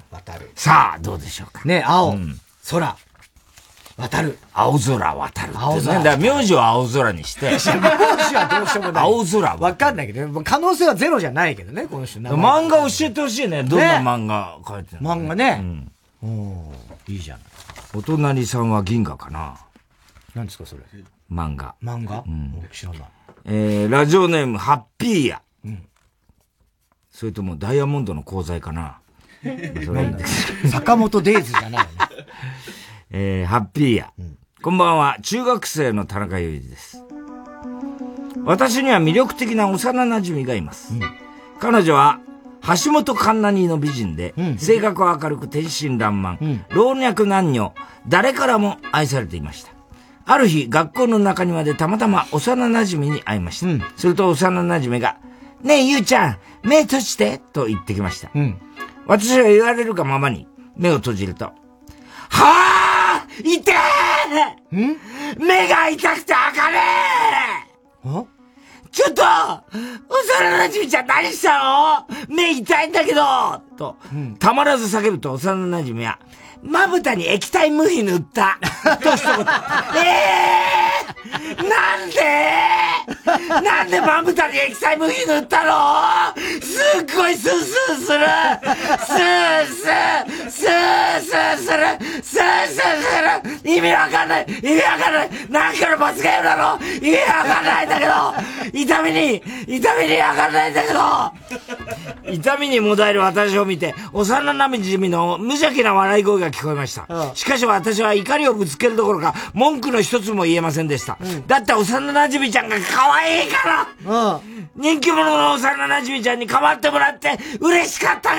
渡る。 さあ、どうでしょうか。 ね、青、うん、空、渡る。 青空渡る。青空。だから名字を青空にして。名字はどうしようもない。 青空。 わかんないけど、可能性はゼロじゃないけどね、この人。 漫画教えてほしいね。どんな漫画書いてるの、ね、漫画ね。うん。おいいじゃない。 お隣さんは銀河かな。 何ですか、それ。 漫画。 漫画うん。知らない。 えー、ラジオネーム、ハッピーや。うん。それとも、ダイヤモンドの功罪かな。それいいんです坂本デイズじゃないよね。 えー、ハッピーや、うん。こんばんは、中学生の田中裕二です。私には魅力的な幼馴染がいます。うん、彼女は、橋本環奈にの美人で、うん、性格は明るく天真爛漫、うん、老若男女、誰からも愛されていました。ある日、学校の中庭でたまたま幼馴染に会いました。うん、すると幼馴染が、ねえ、ゆうちゃん、目閉じてと言ってきました。うん、私は言われるがままに、目を閉じると、はぁー痛えん目が痛くて開かねえちょっと幼馴染ちゃん何したの目痛いんだけどと、うん、たまらず叫ぶと幼馴染は、まぶたに液体無比塗った。と一言。えーなんでなんでまぶたに液体無比塗ったのすっごいスースーするスースースースーするスースーする意味わかんない意味わかんないなんかの罰ゲームだろ意味わかんないんだけど痛みに痛みにわかんないんだけど痛みにもだえる私を見て、幼馴染の無邪気な笑い声が聞こえました。うん、しかし私は怒りをぶつけるどころか、文句の一つも言えませんでした。うん、だって幼馴染ちゃんが可愛いから、うん、人気者の幼馴染ちゃんに構ってもらって嬉しかったから、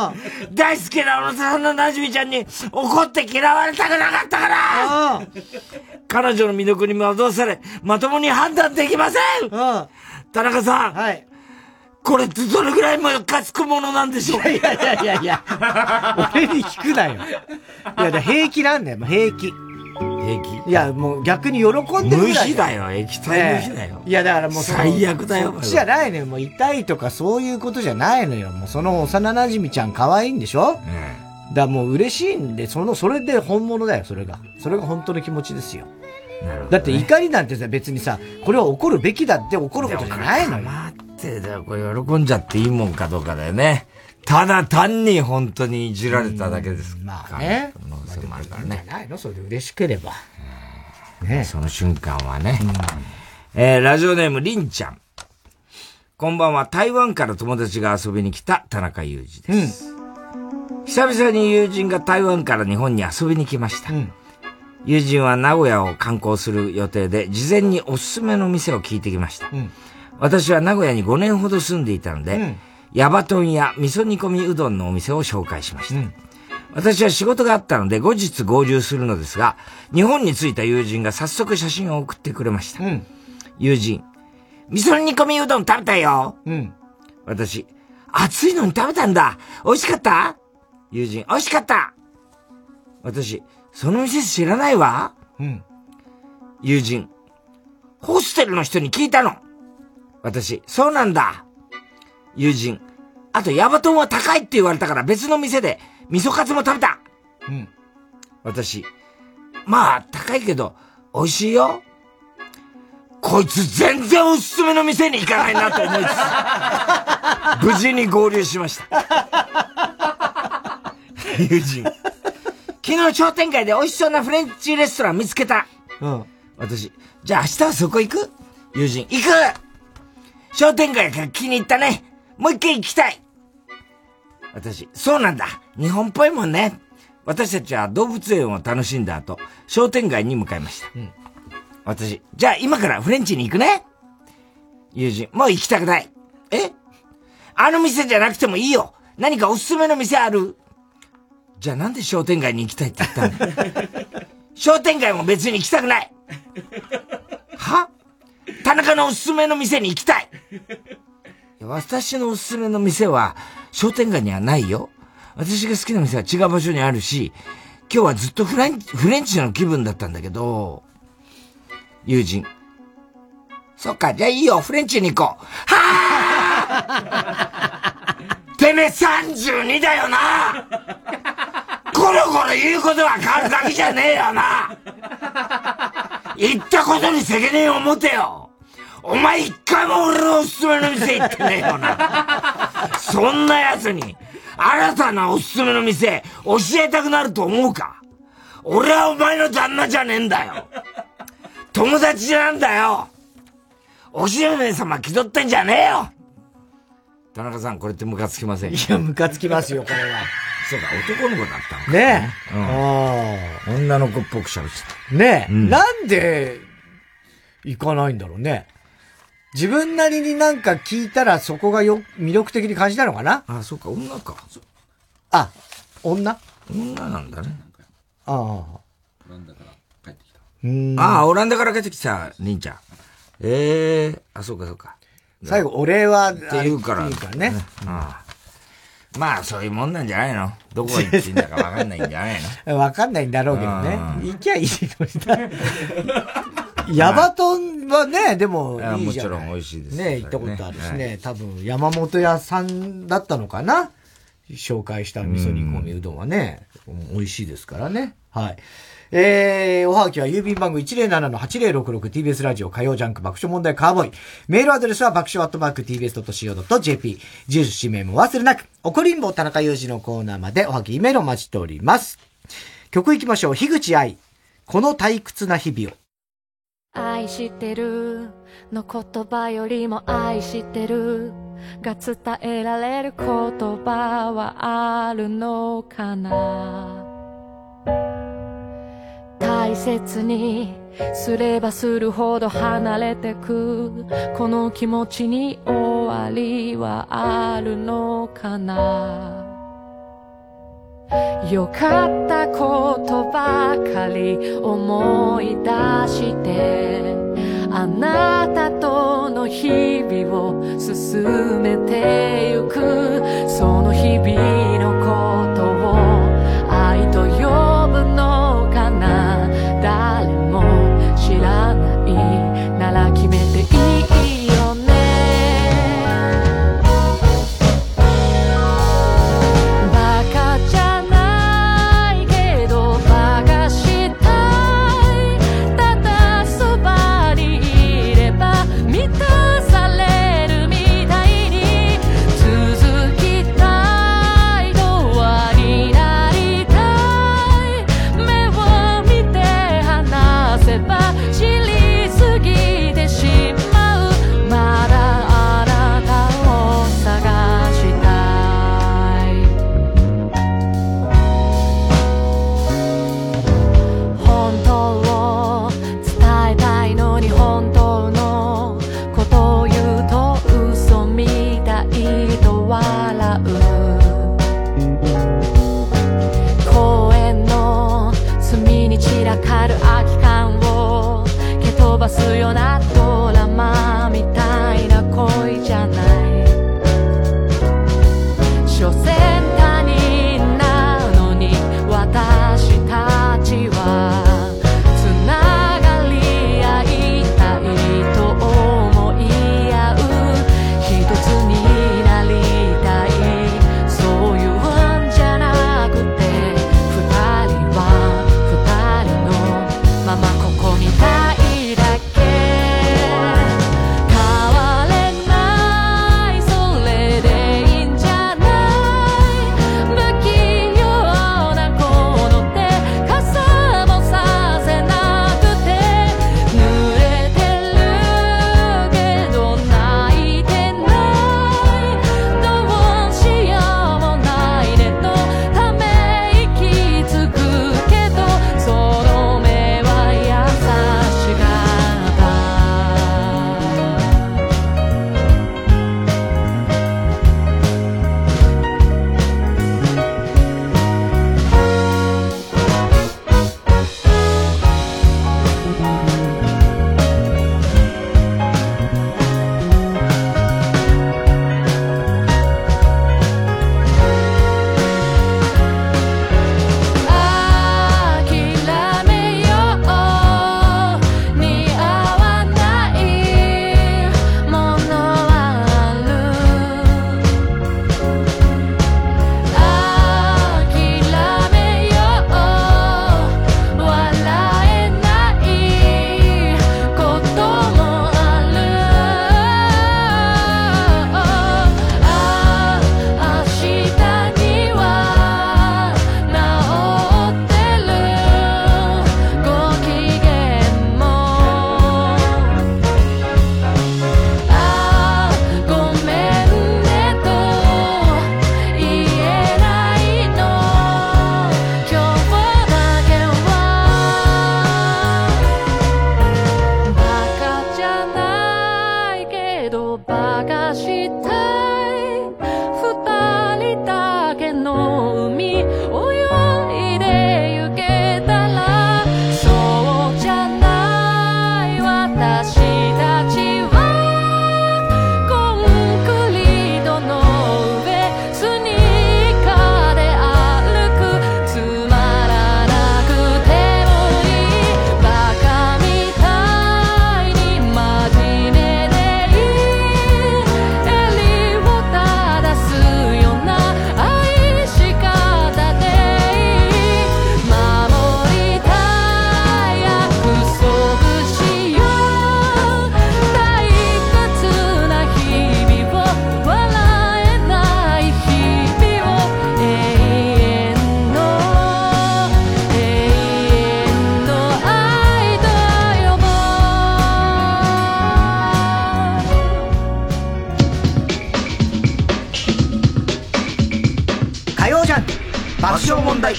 うん、大好きな幼馴染ちゃんに怒って嫌われたくなかったから、うん、彼女の魅力に惑わされ、まともに判断できません、うん、田中さん、はいこれってどれぐらいムカつくものなんでしょうか。 いやいやいやいや、俺に聞くなよ。いや、平気なんだよ、もう平気。 平気いや、もう逆に喜んでる無比だよ、液体無比だよ。 いや、だからもう最悪だよ。 そっちじゃないのよ。もう痛いとかそういうことじゃないのよ。もうその幼馴染ちゃん可愛いんでしょ、うん、だからもう嬉しいんで、その、それで本物だよ、それが。それが本当の気持ちですよ。なるほどね、だって怒りなんてさ、別にさ、これは怒るべきだって怒ることじゃないのよ。 だよこれ喜んじゃっていいもんかどうかだよね。ただ単に本当にいじられただけですから。 まあね。 可能性もあるからね。 ないのそれで嬉しければ。 ね、その瞬間はね。うん、えー、ラジオネームりんちゃん。こんばんは。台湾から友達が遊びに来た田中裕二です。うん、久々に友人が台湾から日本に遊びに来ました。うん、友人は名古屋を観光する予定で、事前におすすめの店を聞いてきました。うん私は名古屋にごねんほど住んでいたので、うん、ヤバトンや味噌煮込みうどんのお店を紹介しました。うん、 私は仕事があったので後日合流するのですが、日本に着いた友人が早速写真を送ってくれました。うん、友人、味噌煮込みうどん食べたよ。うん、私、熱いのに食べたんだ。美味しかった？友人、美味しかった。私、その店知らないわ。うん、友人、ホステルの人に聞いたの。私、そうなんだ。友人、あとヤバトンは高いって言われたから別の店で味噌カツも食べた。うん。私、まあ高いけど美味しいよ。こいつ全然おすすめの店に行かないなと思いつつ無事に合流しました。友人、昨日商店街で美味しそうなフレンチレストラン見つけた。うん。私、じゃあ明日はそこ行く？友人、行く！商店街が気に入ったね。もう一回行きたい。私、そうなんだ。日本っぽいもんね。私たちは動物園を楽しんだ後、商店街に向かいました。うん、私、じゃあ今からフレンチに行くね。友人、もう行きたくない。え？あの店じゃなくてもいいよ。何かおすすめの店ある？じゃあなんで商店街に行きたいって言ったの？商店街も別に行きたくない。は？田中のおすすめの店に行きたい。私のおすすめの店は商店街にはないよ。私が好きな店は違う場所にあるし、今日はずっとフレンチ、フレンチの気分だったんだけど、友人。そっか、じゃあいいよ、フレンチに行こう。はぁてめえさんじゅうにだよな。ゴロゴロ言うことは変わるだけじゃねえよな。言ったことに責任を持てよ。お前一回も俺のおすすめの店行ってねえよな。そんな奴に新たなおすすめの店教えたくなると思うか？俺はお前の旦那じゃねえんだよ。友達なんだよ。お姫様気取ってんじゃねえよ。田中さん、これってムカつきません？ いや、ムカつきますよ、これは。 そうか、男の子だったのか。 ねえ。 うん、ああ。女の子っぽくしゃべってた。ねえ、うん。なんで、行かないんだろうね。自分なりになんか聞いたらそこがよ、魅力的に感じたのかな？ ああ、そうか、女か。 あ、女？ 女なんだね。 ああ。 オランダから帰ってきた。 うん。ああ、オランダから帰ってきた、りんちゃん。ええー、あ、そうかそうか。 最後、お礼は、 って言うから。 いいからね。 うん、ああ。まあ、そういうもんなんじゃないの？どこ行ってんだかわかんないんじゃないの？わかんないんだろうけどね。行きゃいいのにな。ヤバトンはね、でもいいじゃない。 もちろん美味しいです。 ね、行ったことあるしね。はい、多分、山本屋さんだったのかな？紹介した味噌煮込みうどんはね、美味しいですからね。はい。えー、おはがきは郵便番号 いちまるななのはちまるろくろく ティービーエス ラジオ火曜ジャンク爆笑問題カーボーイ。メールアドレスは爆笑アットマーク ティービーエスドットシーオードットジェーピー。住所氏名も忘れなく。怒りんぼ田中裕二のコーナーまでおはがきメールを待ちしております。曲行きましょう。樋口愛。この退屈な日々を。 愛してるの言葉よりも愛してるが伝えられる言葉はあるのかな。大切にすればするほど離れてくこの気持ちに終わりはあるのかな。よかったことばかり思い出してあなたとの日々を進めてゆくその日々のことを愛と呼ぶのかな。誰も知らないなら決めていいよね。バカじゃないけどバカしたい。ただそばにいれば満たされるみたいに続きたい。ど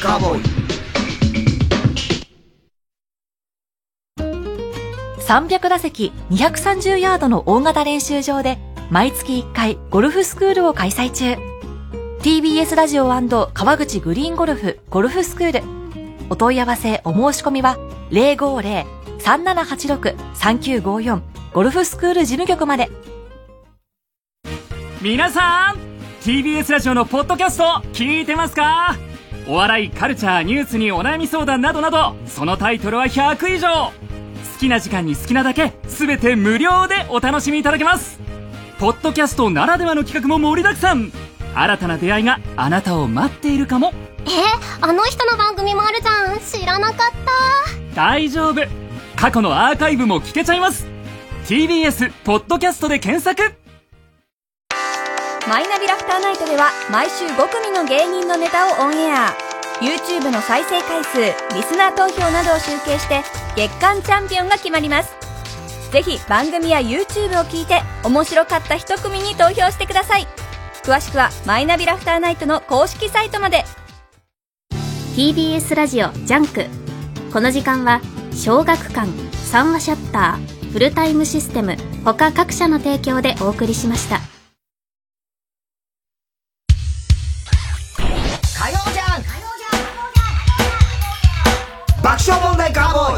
カーボーイ。さんびゃくだせきにひゃくさんじゅうヤードの大型練習場で毎月いっかいゴルフスクールを開催中。 ティービーエス ラジオ&川口グリーンゴルフゴルフスクール。お問い合わせお申し込みは ゼロごゼロ さんななはちろく さんきゅうごよん ゴルフスクール事務局まで。 皆さん ティービーエス ラジオのポッドキャスト聞いてますか？お笑い、カルチャー、ニュースにお悩み相談などなど、そのタイトルはひゃくいじょう。好きな時間に好きなだけ全て無料でお楽しみいただけます。ポッドキャストならではの企画も盛りだくさん。新たな出会いがあなたを待っているかも。 え、あの人の番組もあるじゃん。知らなかった。 大丈夫、過去のアーカイブも聞けちゃいます。 ティービーエス ポッドキャストで検索。 マイナビラフターナイトでは毎週ごくみの芸人のネタをオンエア。 YouTube の再生回数、リスナー投票などを集計して月間チャンピオンが決まります。ぜひ番組や YouTube を聞いて面白かった一組に投票してください。詳しくはマイナビラフターナイトの公式サイトまで。 ティービーエス ラジオジャンク。この時間は小学館、三話シャッター、フルタイムシステム他各社の提供でお送りしました。 火曜じゃん爆笑問題カーボーイ。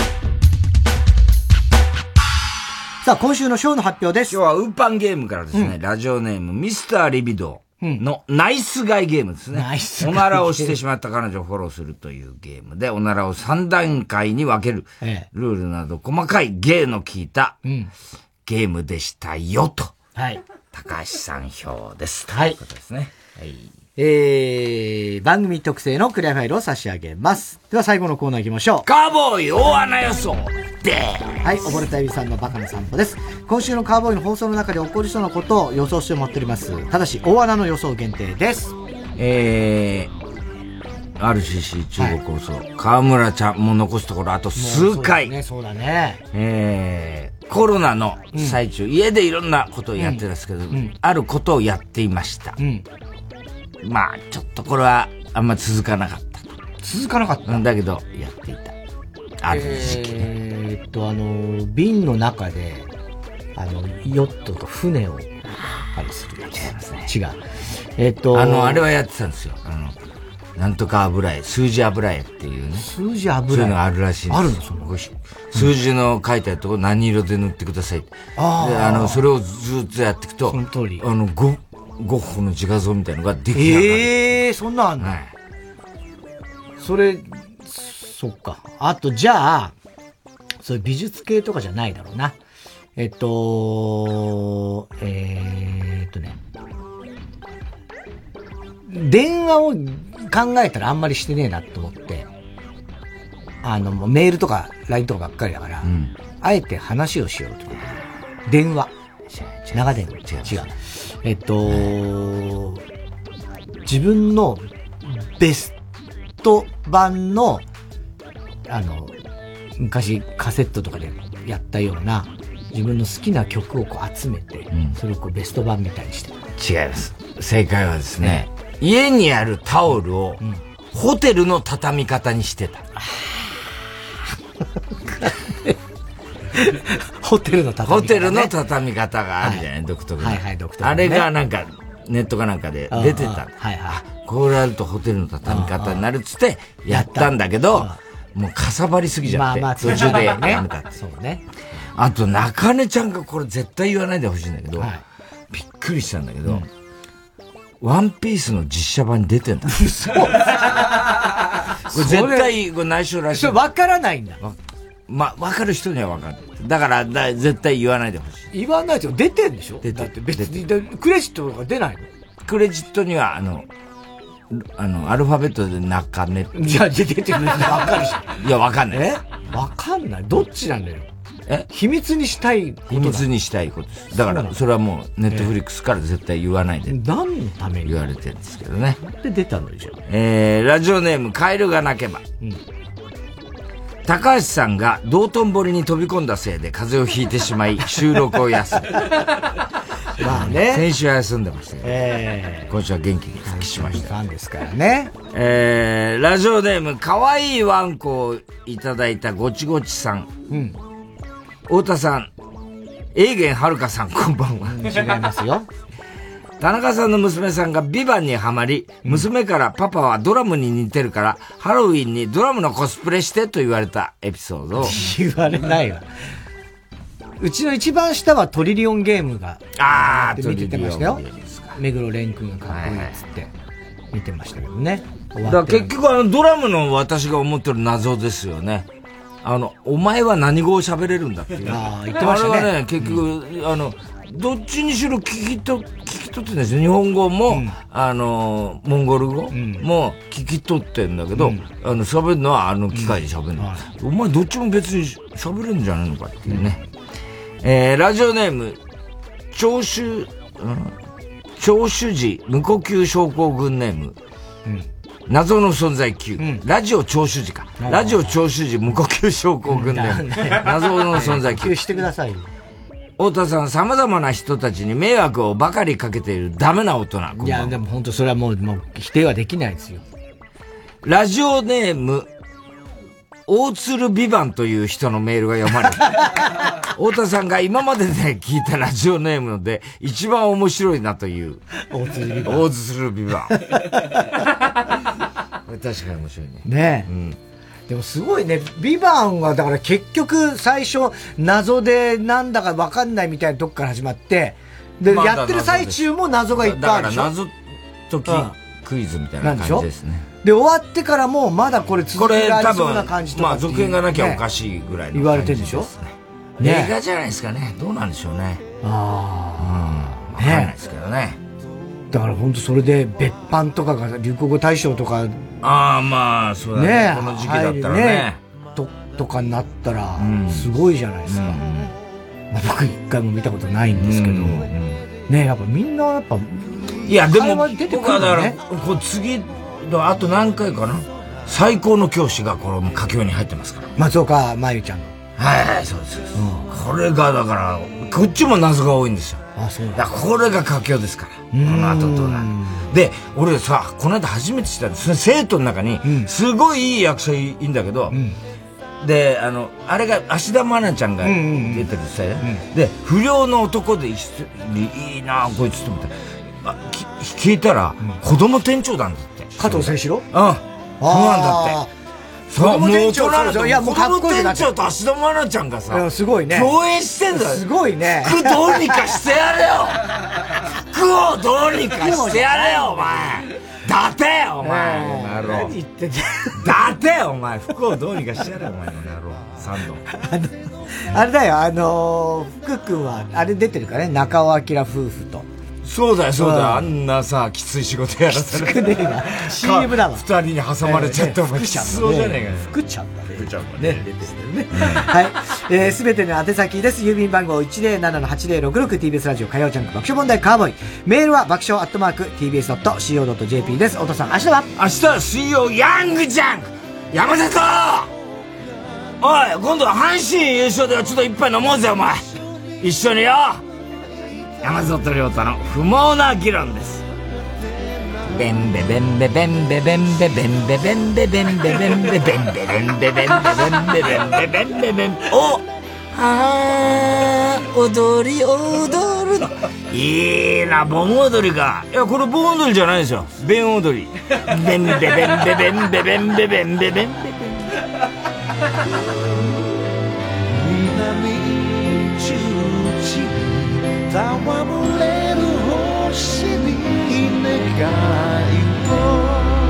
さあ、今週のショーの発表です。 今日はウーパンゲームからですね、うん、ラジオネームミスターリビドーのナイスガイゲームですね。 ナイスガイ。 おならをしてしまった彼女をフォローするというゲームで、おならをさん段階に分ける、ええ、ルールなど細かい芸の効いた、うん、ゲームでしたよと。 はい。 高橋さん票です。 はい。 ということですね。はい。 えー、番組特製のクリアファイルを差し上げます。では最後のコーナー行きましょう。 カーボーイ大穴予想ではい、溺れたエビさんのバカな散歩です。今週のカーボーイの放送の中で起こりそうなことを予想してもらっております。ただし、大穴の予想限定です。 えー、アールシーシー 中国放送、はい、河村ちゃんも残すところあと数回。 ね、そうだね。 えー、コロナの最中、うん、家でいろんなことをやってるんですけど、うん、あることをやっていました。うんまあ、ちょっとこれはあんま続かなかったと。 続かなかったんだけど、やっていた。ある時期ね。 えーっと、あの、瓶の中で、あの、ヨットとか船を、あれするやつ。違いますね。違う。えーっと、 あの、あれはやってたんですよ。あの、なんとか油絵、数字油絵っていうね。 数字油絵そういうのがあるらしいんです。 あるのその数字の書いてあるところ何色で塗ってください。ああ。あの、それをずっとやっていくと、 その通り。 あの、ご、ゴッホの自画像みたいなのができ上がる。 ええー、そんなんあんの、はい、それ、そっか。あと、じゃあ、そういう美術系とかじゃないだろうな。えっと、えー、っとね。電話を考えたらあんまりしてねえなと思って、あの、メールとか ライン とかばっかりだから、うん、あえて話をしようと。電話。長電話。違う。違う。えっと、自分のベスト版の、あの、昔カセットとかでやったような、自分の好きな曲をこう集めて、うん、それをこうベスト版みたいにしてた。違います。正解はですね、ね家にあるタオルを、うん、ホテルの畳み方にしてた。 ホテルの畳み方、ね、 ホテルの畳み方があるじゃない、はい、独特の。 はいはい、独特、ね。 あれがなんか、ネットかなんかで出てた。はいはい。これあるとホテルの畳み方になるっつって、やったんだけど、もうかさばりすぎちゃって。まあまあ、途中でやめた。 そうね。 あと、中根ちゃんがこれ絶対言わないでほしいんだけど、はい、びっくりしたんだけど、うん、ワンピースの実写版に出てんだ。 そう。 これ絶対、これ内緒らしい。 それ分からないんだ。 ま、分かる人には分かる。だからだ、絶対言わないでほしい。言わないと出てんでしょ。出てる。別に、クレジットとか出ないの？ クレジットには、あの、あの、アルファベットで中根。 じゃあ、出てるの分かるし。 いや、分かんない。 え分かんない。どっちなんだよ。え秘密にしたいことだ。 秘密にしたいことです。だから、それはもう、ネットフリックスから絶対言わないで。 何のために言われてるんですけどね。 なんで出たのじゃあ。 えー、ラジオネーム、カエルが鳴けば。うん。高橋さんが道頓堀に飛び込んだせいで風邪をひいてしまい収録を休む。 まあね。 先週は休んでましたけど、 えー、 今週は元気に復帰しました。 ファンですからね。 えー、ラジオネーム、かわいいワンコをいただいたごちごちさん。うん。太田さん、永元はるかさん、こんばんは。 違いますよ。 田中さんの娘さんがビバンにはまり、娘からパパはドラムに似てるから、ハロウィンにドラムのコスプレしてと言われたエピソードを。 言われないわ。うちの一番下はトリリオンゲームが。 ああ、 見ててましたよ。目黒蓮くんがかっこいいっつって、見てましたけどね。 だから結局あのドラムの私が思ってる謎ですよね。あの、お前は何語を喋れるんだっていう。 ああ、言ってましたね。 あれはね、結局、うん、あの、どっちにしろ聞きと、聞き取ってんですよ。日本語も、うん、あの、モンゴル語も聞き取ってんだけど、うん、あの、喋るのはあの機械で喋るの、うん。お前どっちも別に喋るんじゃないのかっていうね。うん、えー、ラジオネーム、聴取、うん、聴取時無呼吸症候群ネーム。うん謎の存在級、うん。ラジオ聴取時か。ラジオ聴取時無呼吸症候群で。謎の存在級。 してくださいよ。 太田さん、様々な人たちに迷惑をばかりかけているダメな大人。 いや、でも本当それはもう、もう否定はできないですよ。 ラジオネーム、大鶴ビバンという人のメールが読まれる。太田さんが今までで聞いたラジオネームで一番面白いなという。 大鶴ビバン。 大鶴ビバン。確かに面白いね。 ねえ。うん。でもすごいね、ビバンはだから結局最初謎でなんだかわかんないみたいなとこから始まって、で、まあ、やってる最中も謎がいっぱいあるでしょ。 だから謎解きクイズみたいな感じですね。 で、終わってからもまだこれ続けられそうな感じとか。 まあ続編がなきゃおかしいぐらいの感じですね。 言われてるでしょ。 ね、映画じゃないですかね。どうなんでしょうね。ああ。うん。わかんないですけどね。 だから本当それで別版とかが流行語大賞とか。 ああ、まあ、そうだね。ねこの時期だったらね。ねと、とかになったら、すごいじゃないですか。うんまあ、僕一回も見たことないんですけど。うんうん、ねやっぱみんなやっぱ。 いや、でも、僕はだから、こう次のあと何回かな。最高の教師がこの佳境に入ってますから。 松岡真優ちゃんの。 はいはい、そうです。うん、これが、だから、こっちも謎が多いんですよ。 あ、そうだ。これが佳境ですから。この後どうなる。で、俺さ、この間初めて知ったんです。生徒の中に、すごいいい役者いいんだけど、うん、で、あの、あれが、芦田愛菜ちゃんが出てるさ、うんうん、で、不良の男で一緒に、いいなこいつと思って、あ聞いたら、うん、子供店長なんだって。 加藤清志郎？ うん。そうなんだって。そう、もう大人なんだ。いや、もうかっこいい。子供店長と芦田愛菜ちゃんがさ、 すごいね。 共演してんだよ。 すごいね。 服どうにかしてやれよ服をどうにかしてやれよ、お前だてよ、お前何言ってんじゃん。だてよ、お前服をどうにかしてやれよ、お前の野郎。サンド。 あの、あれだよ、あのー、福君は、あれ出てるからね、中尾明夫婦と。 そうだよ、そうだよ。あんなさ、きつい仕事やらされて。ねえな。シーエム だわ。 二人に挟まれちゃったもん。 福ちゃん。 そうじゃねえかよ。 福ちゃんだね。 福ちゃんもね。出てるね。はい。えー、すべての宛先です。郵便番号 いちゼロななのはちゼロろくろく ティービーエス ラジオ火曜ジャンク爆笑問題カーボーイ。メールは爆笑アットマーク ティービーエスドットシーオードットジェーピー です。太田さん、明日は明日は水曜ヤングジャンク山里おい、今度は阪神優勝ではちょっと一杯飲もうぜ、お前一緒によ山里亮太の不毛な議論です。ベンベベンベベンベベンベベンベベンベベンベベンベベンベベンベベンベベンベベンベベンベベンおあー踊り踊るのいいな盆踊りか。いやこれ盆踊りじゃないですよ。弁踊りベンベベンベベンベベンベベンベベンベベン戯れる星に願いを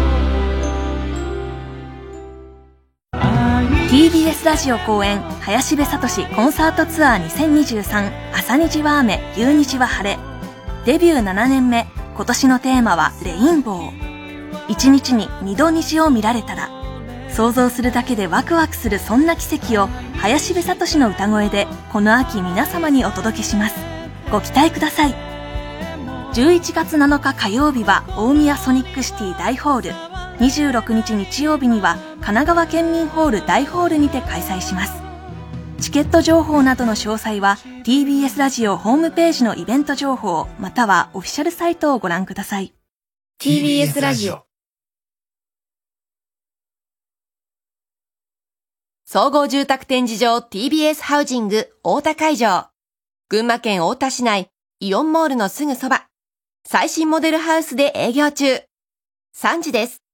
ティービーエス ラジオ公演林部聡コンサートツアーにせんにじゅうさん朝虹は雨夕虹は晴れデビューななねんめ今年のテーマはレインボー一日に二度虹を見られたら想像するだけでワクワクするそんな奇跡を林部聡の歌声でこの秋皆様にお届けします。ご期待ください。じゅういちがつなのか火曜日は大宮ソニックシティ大ホール、にじゅうろくにち日曜日には神奈川県民ホール大ホールにて開催します。 チケット情報などの詳細は ティービーエス ラジオホームページのイベント情報またはオフィシャルサイトをご覧ください。 ティービーエス ラジオ総合住宅展示場 ティービーエス ハウジング大田会場。群馬県太田市内イオンモールのすぐそば。最新モデルハウスで営業中。さんじです。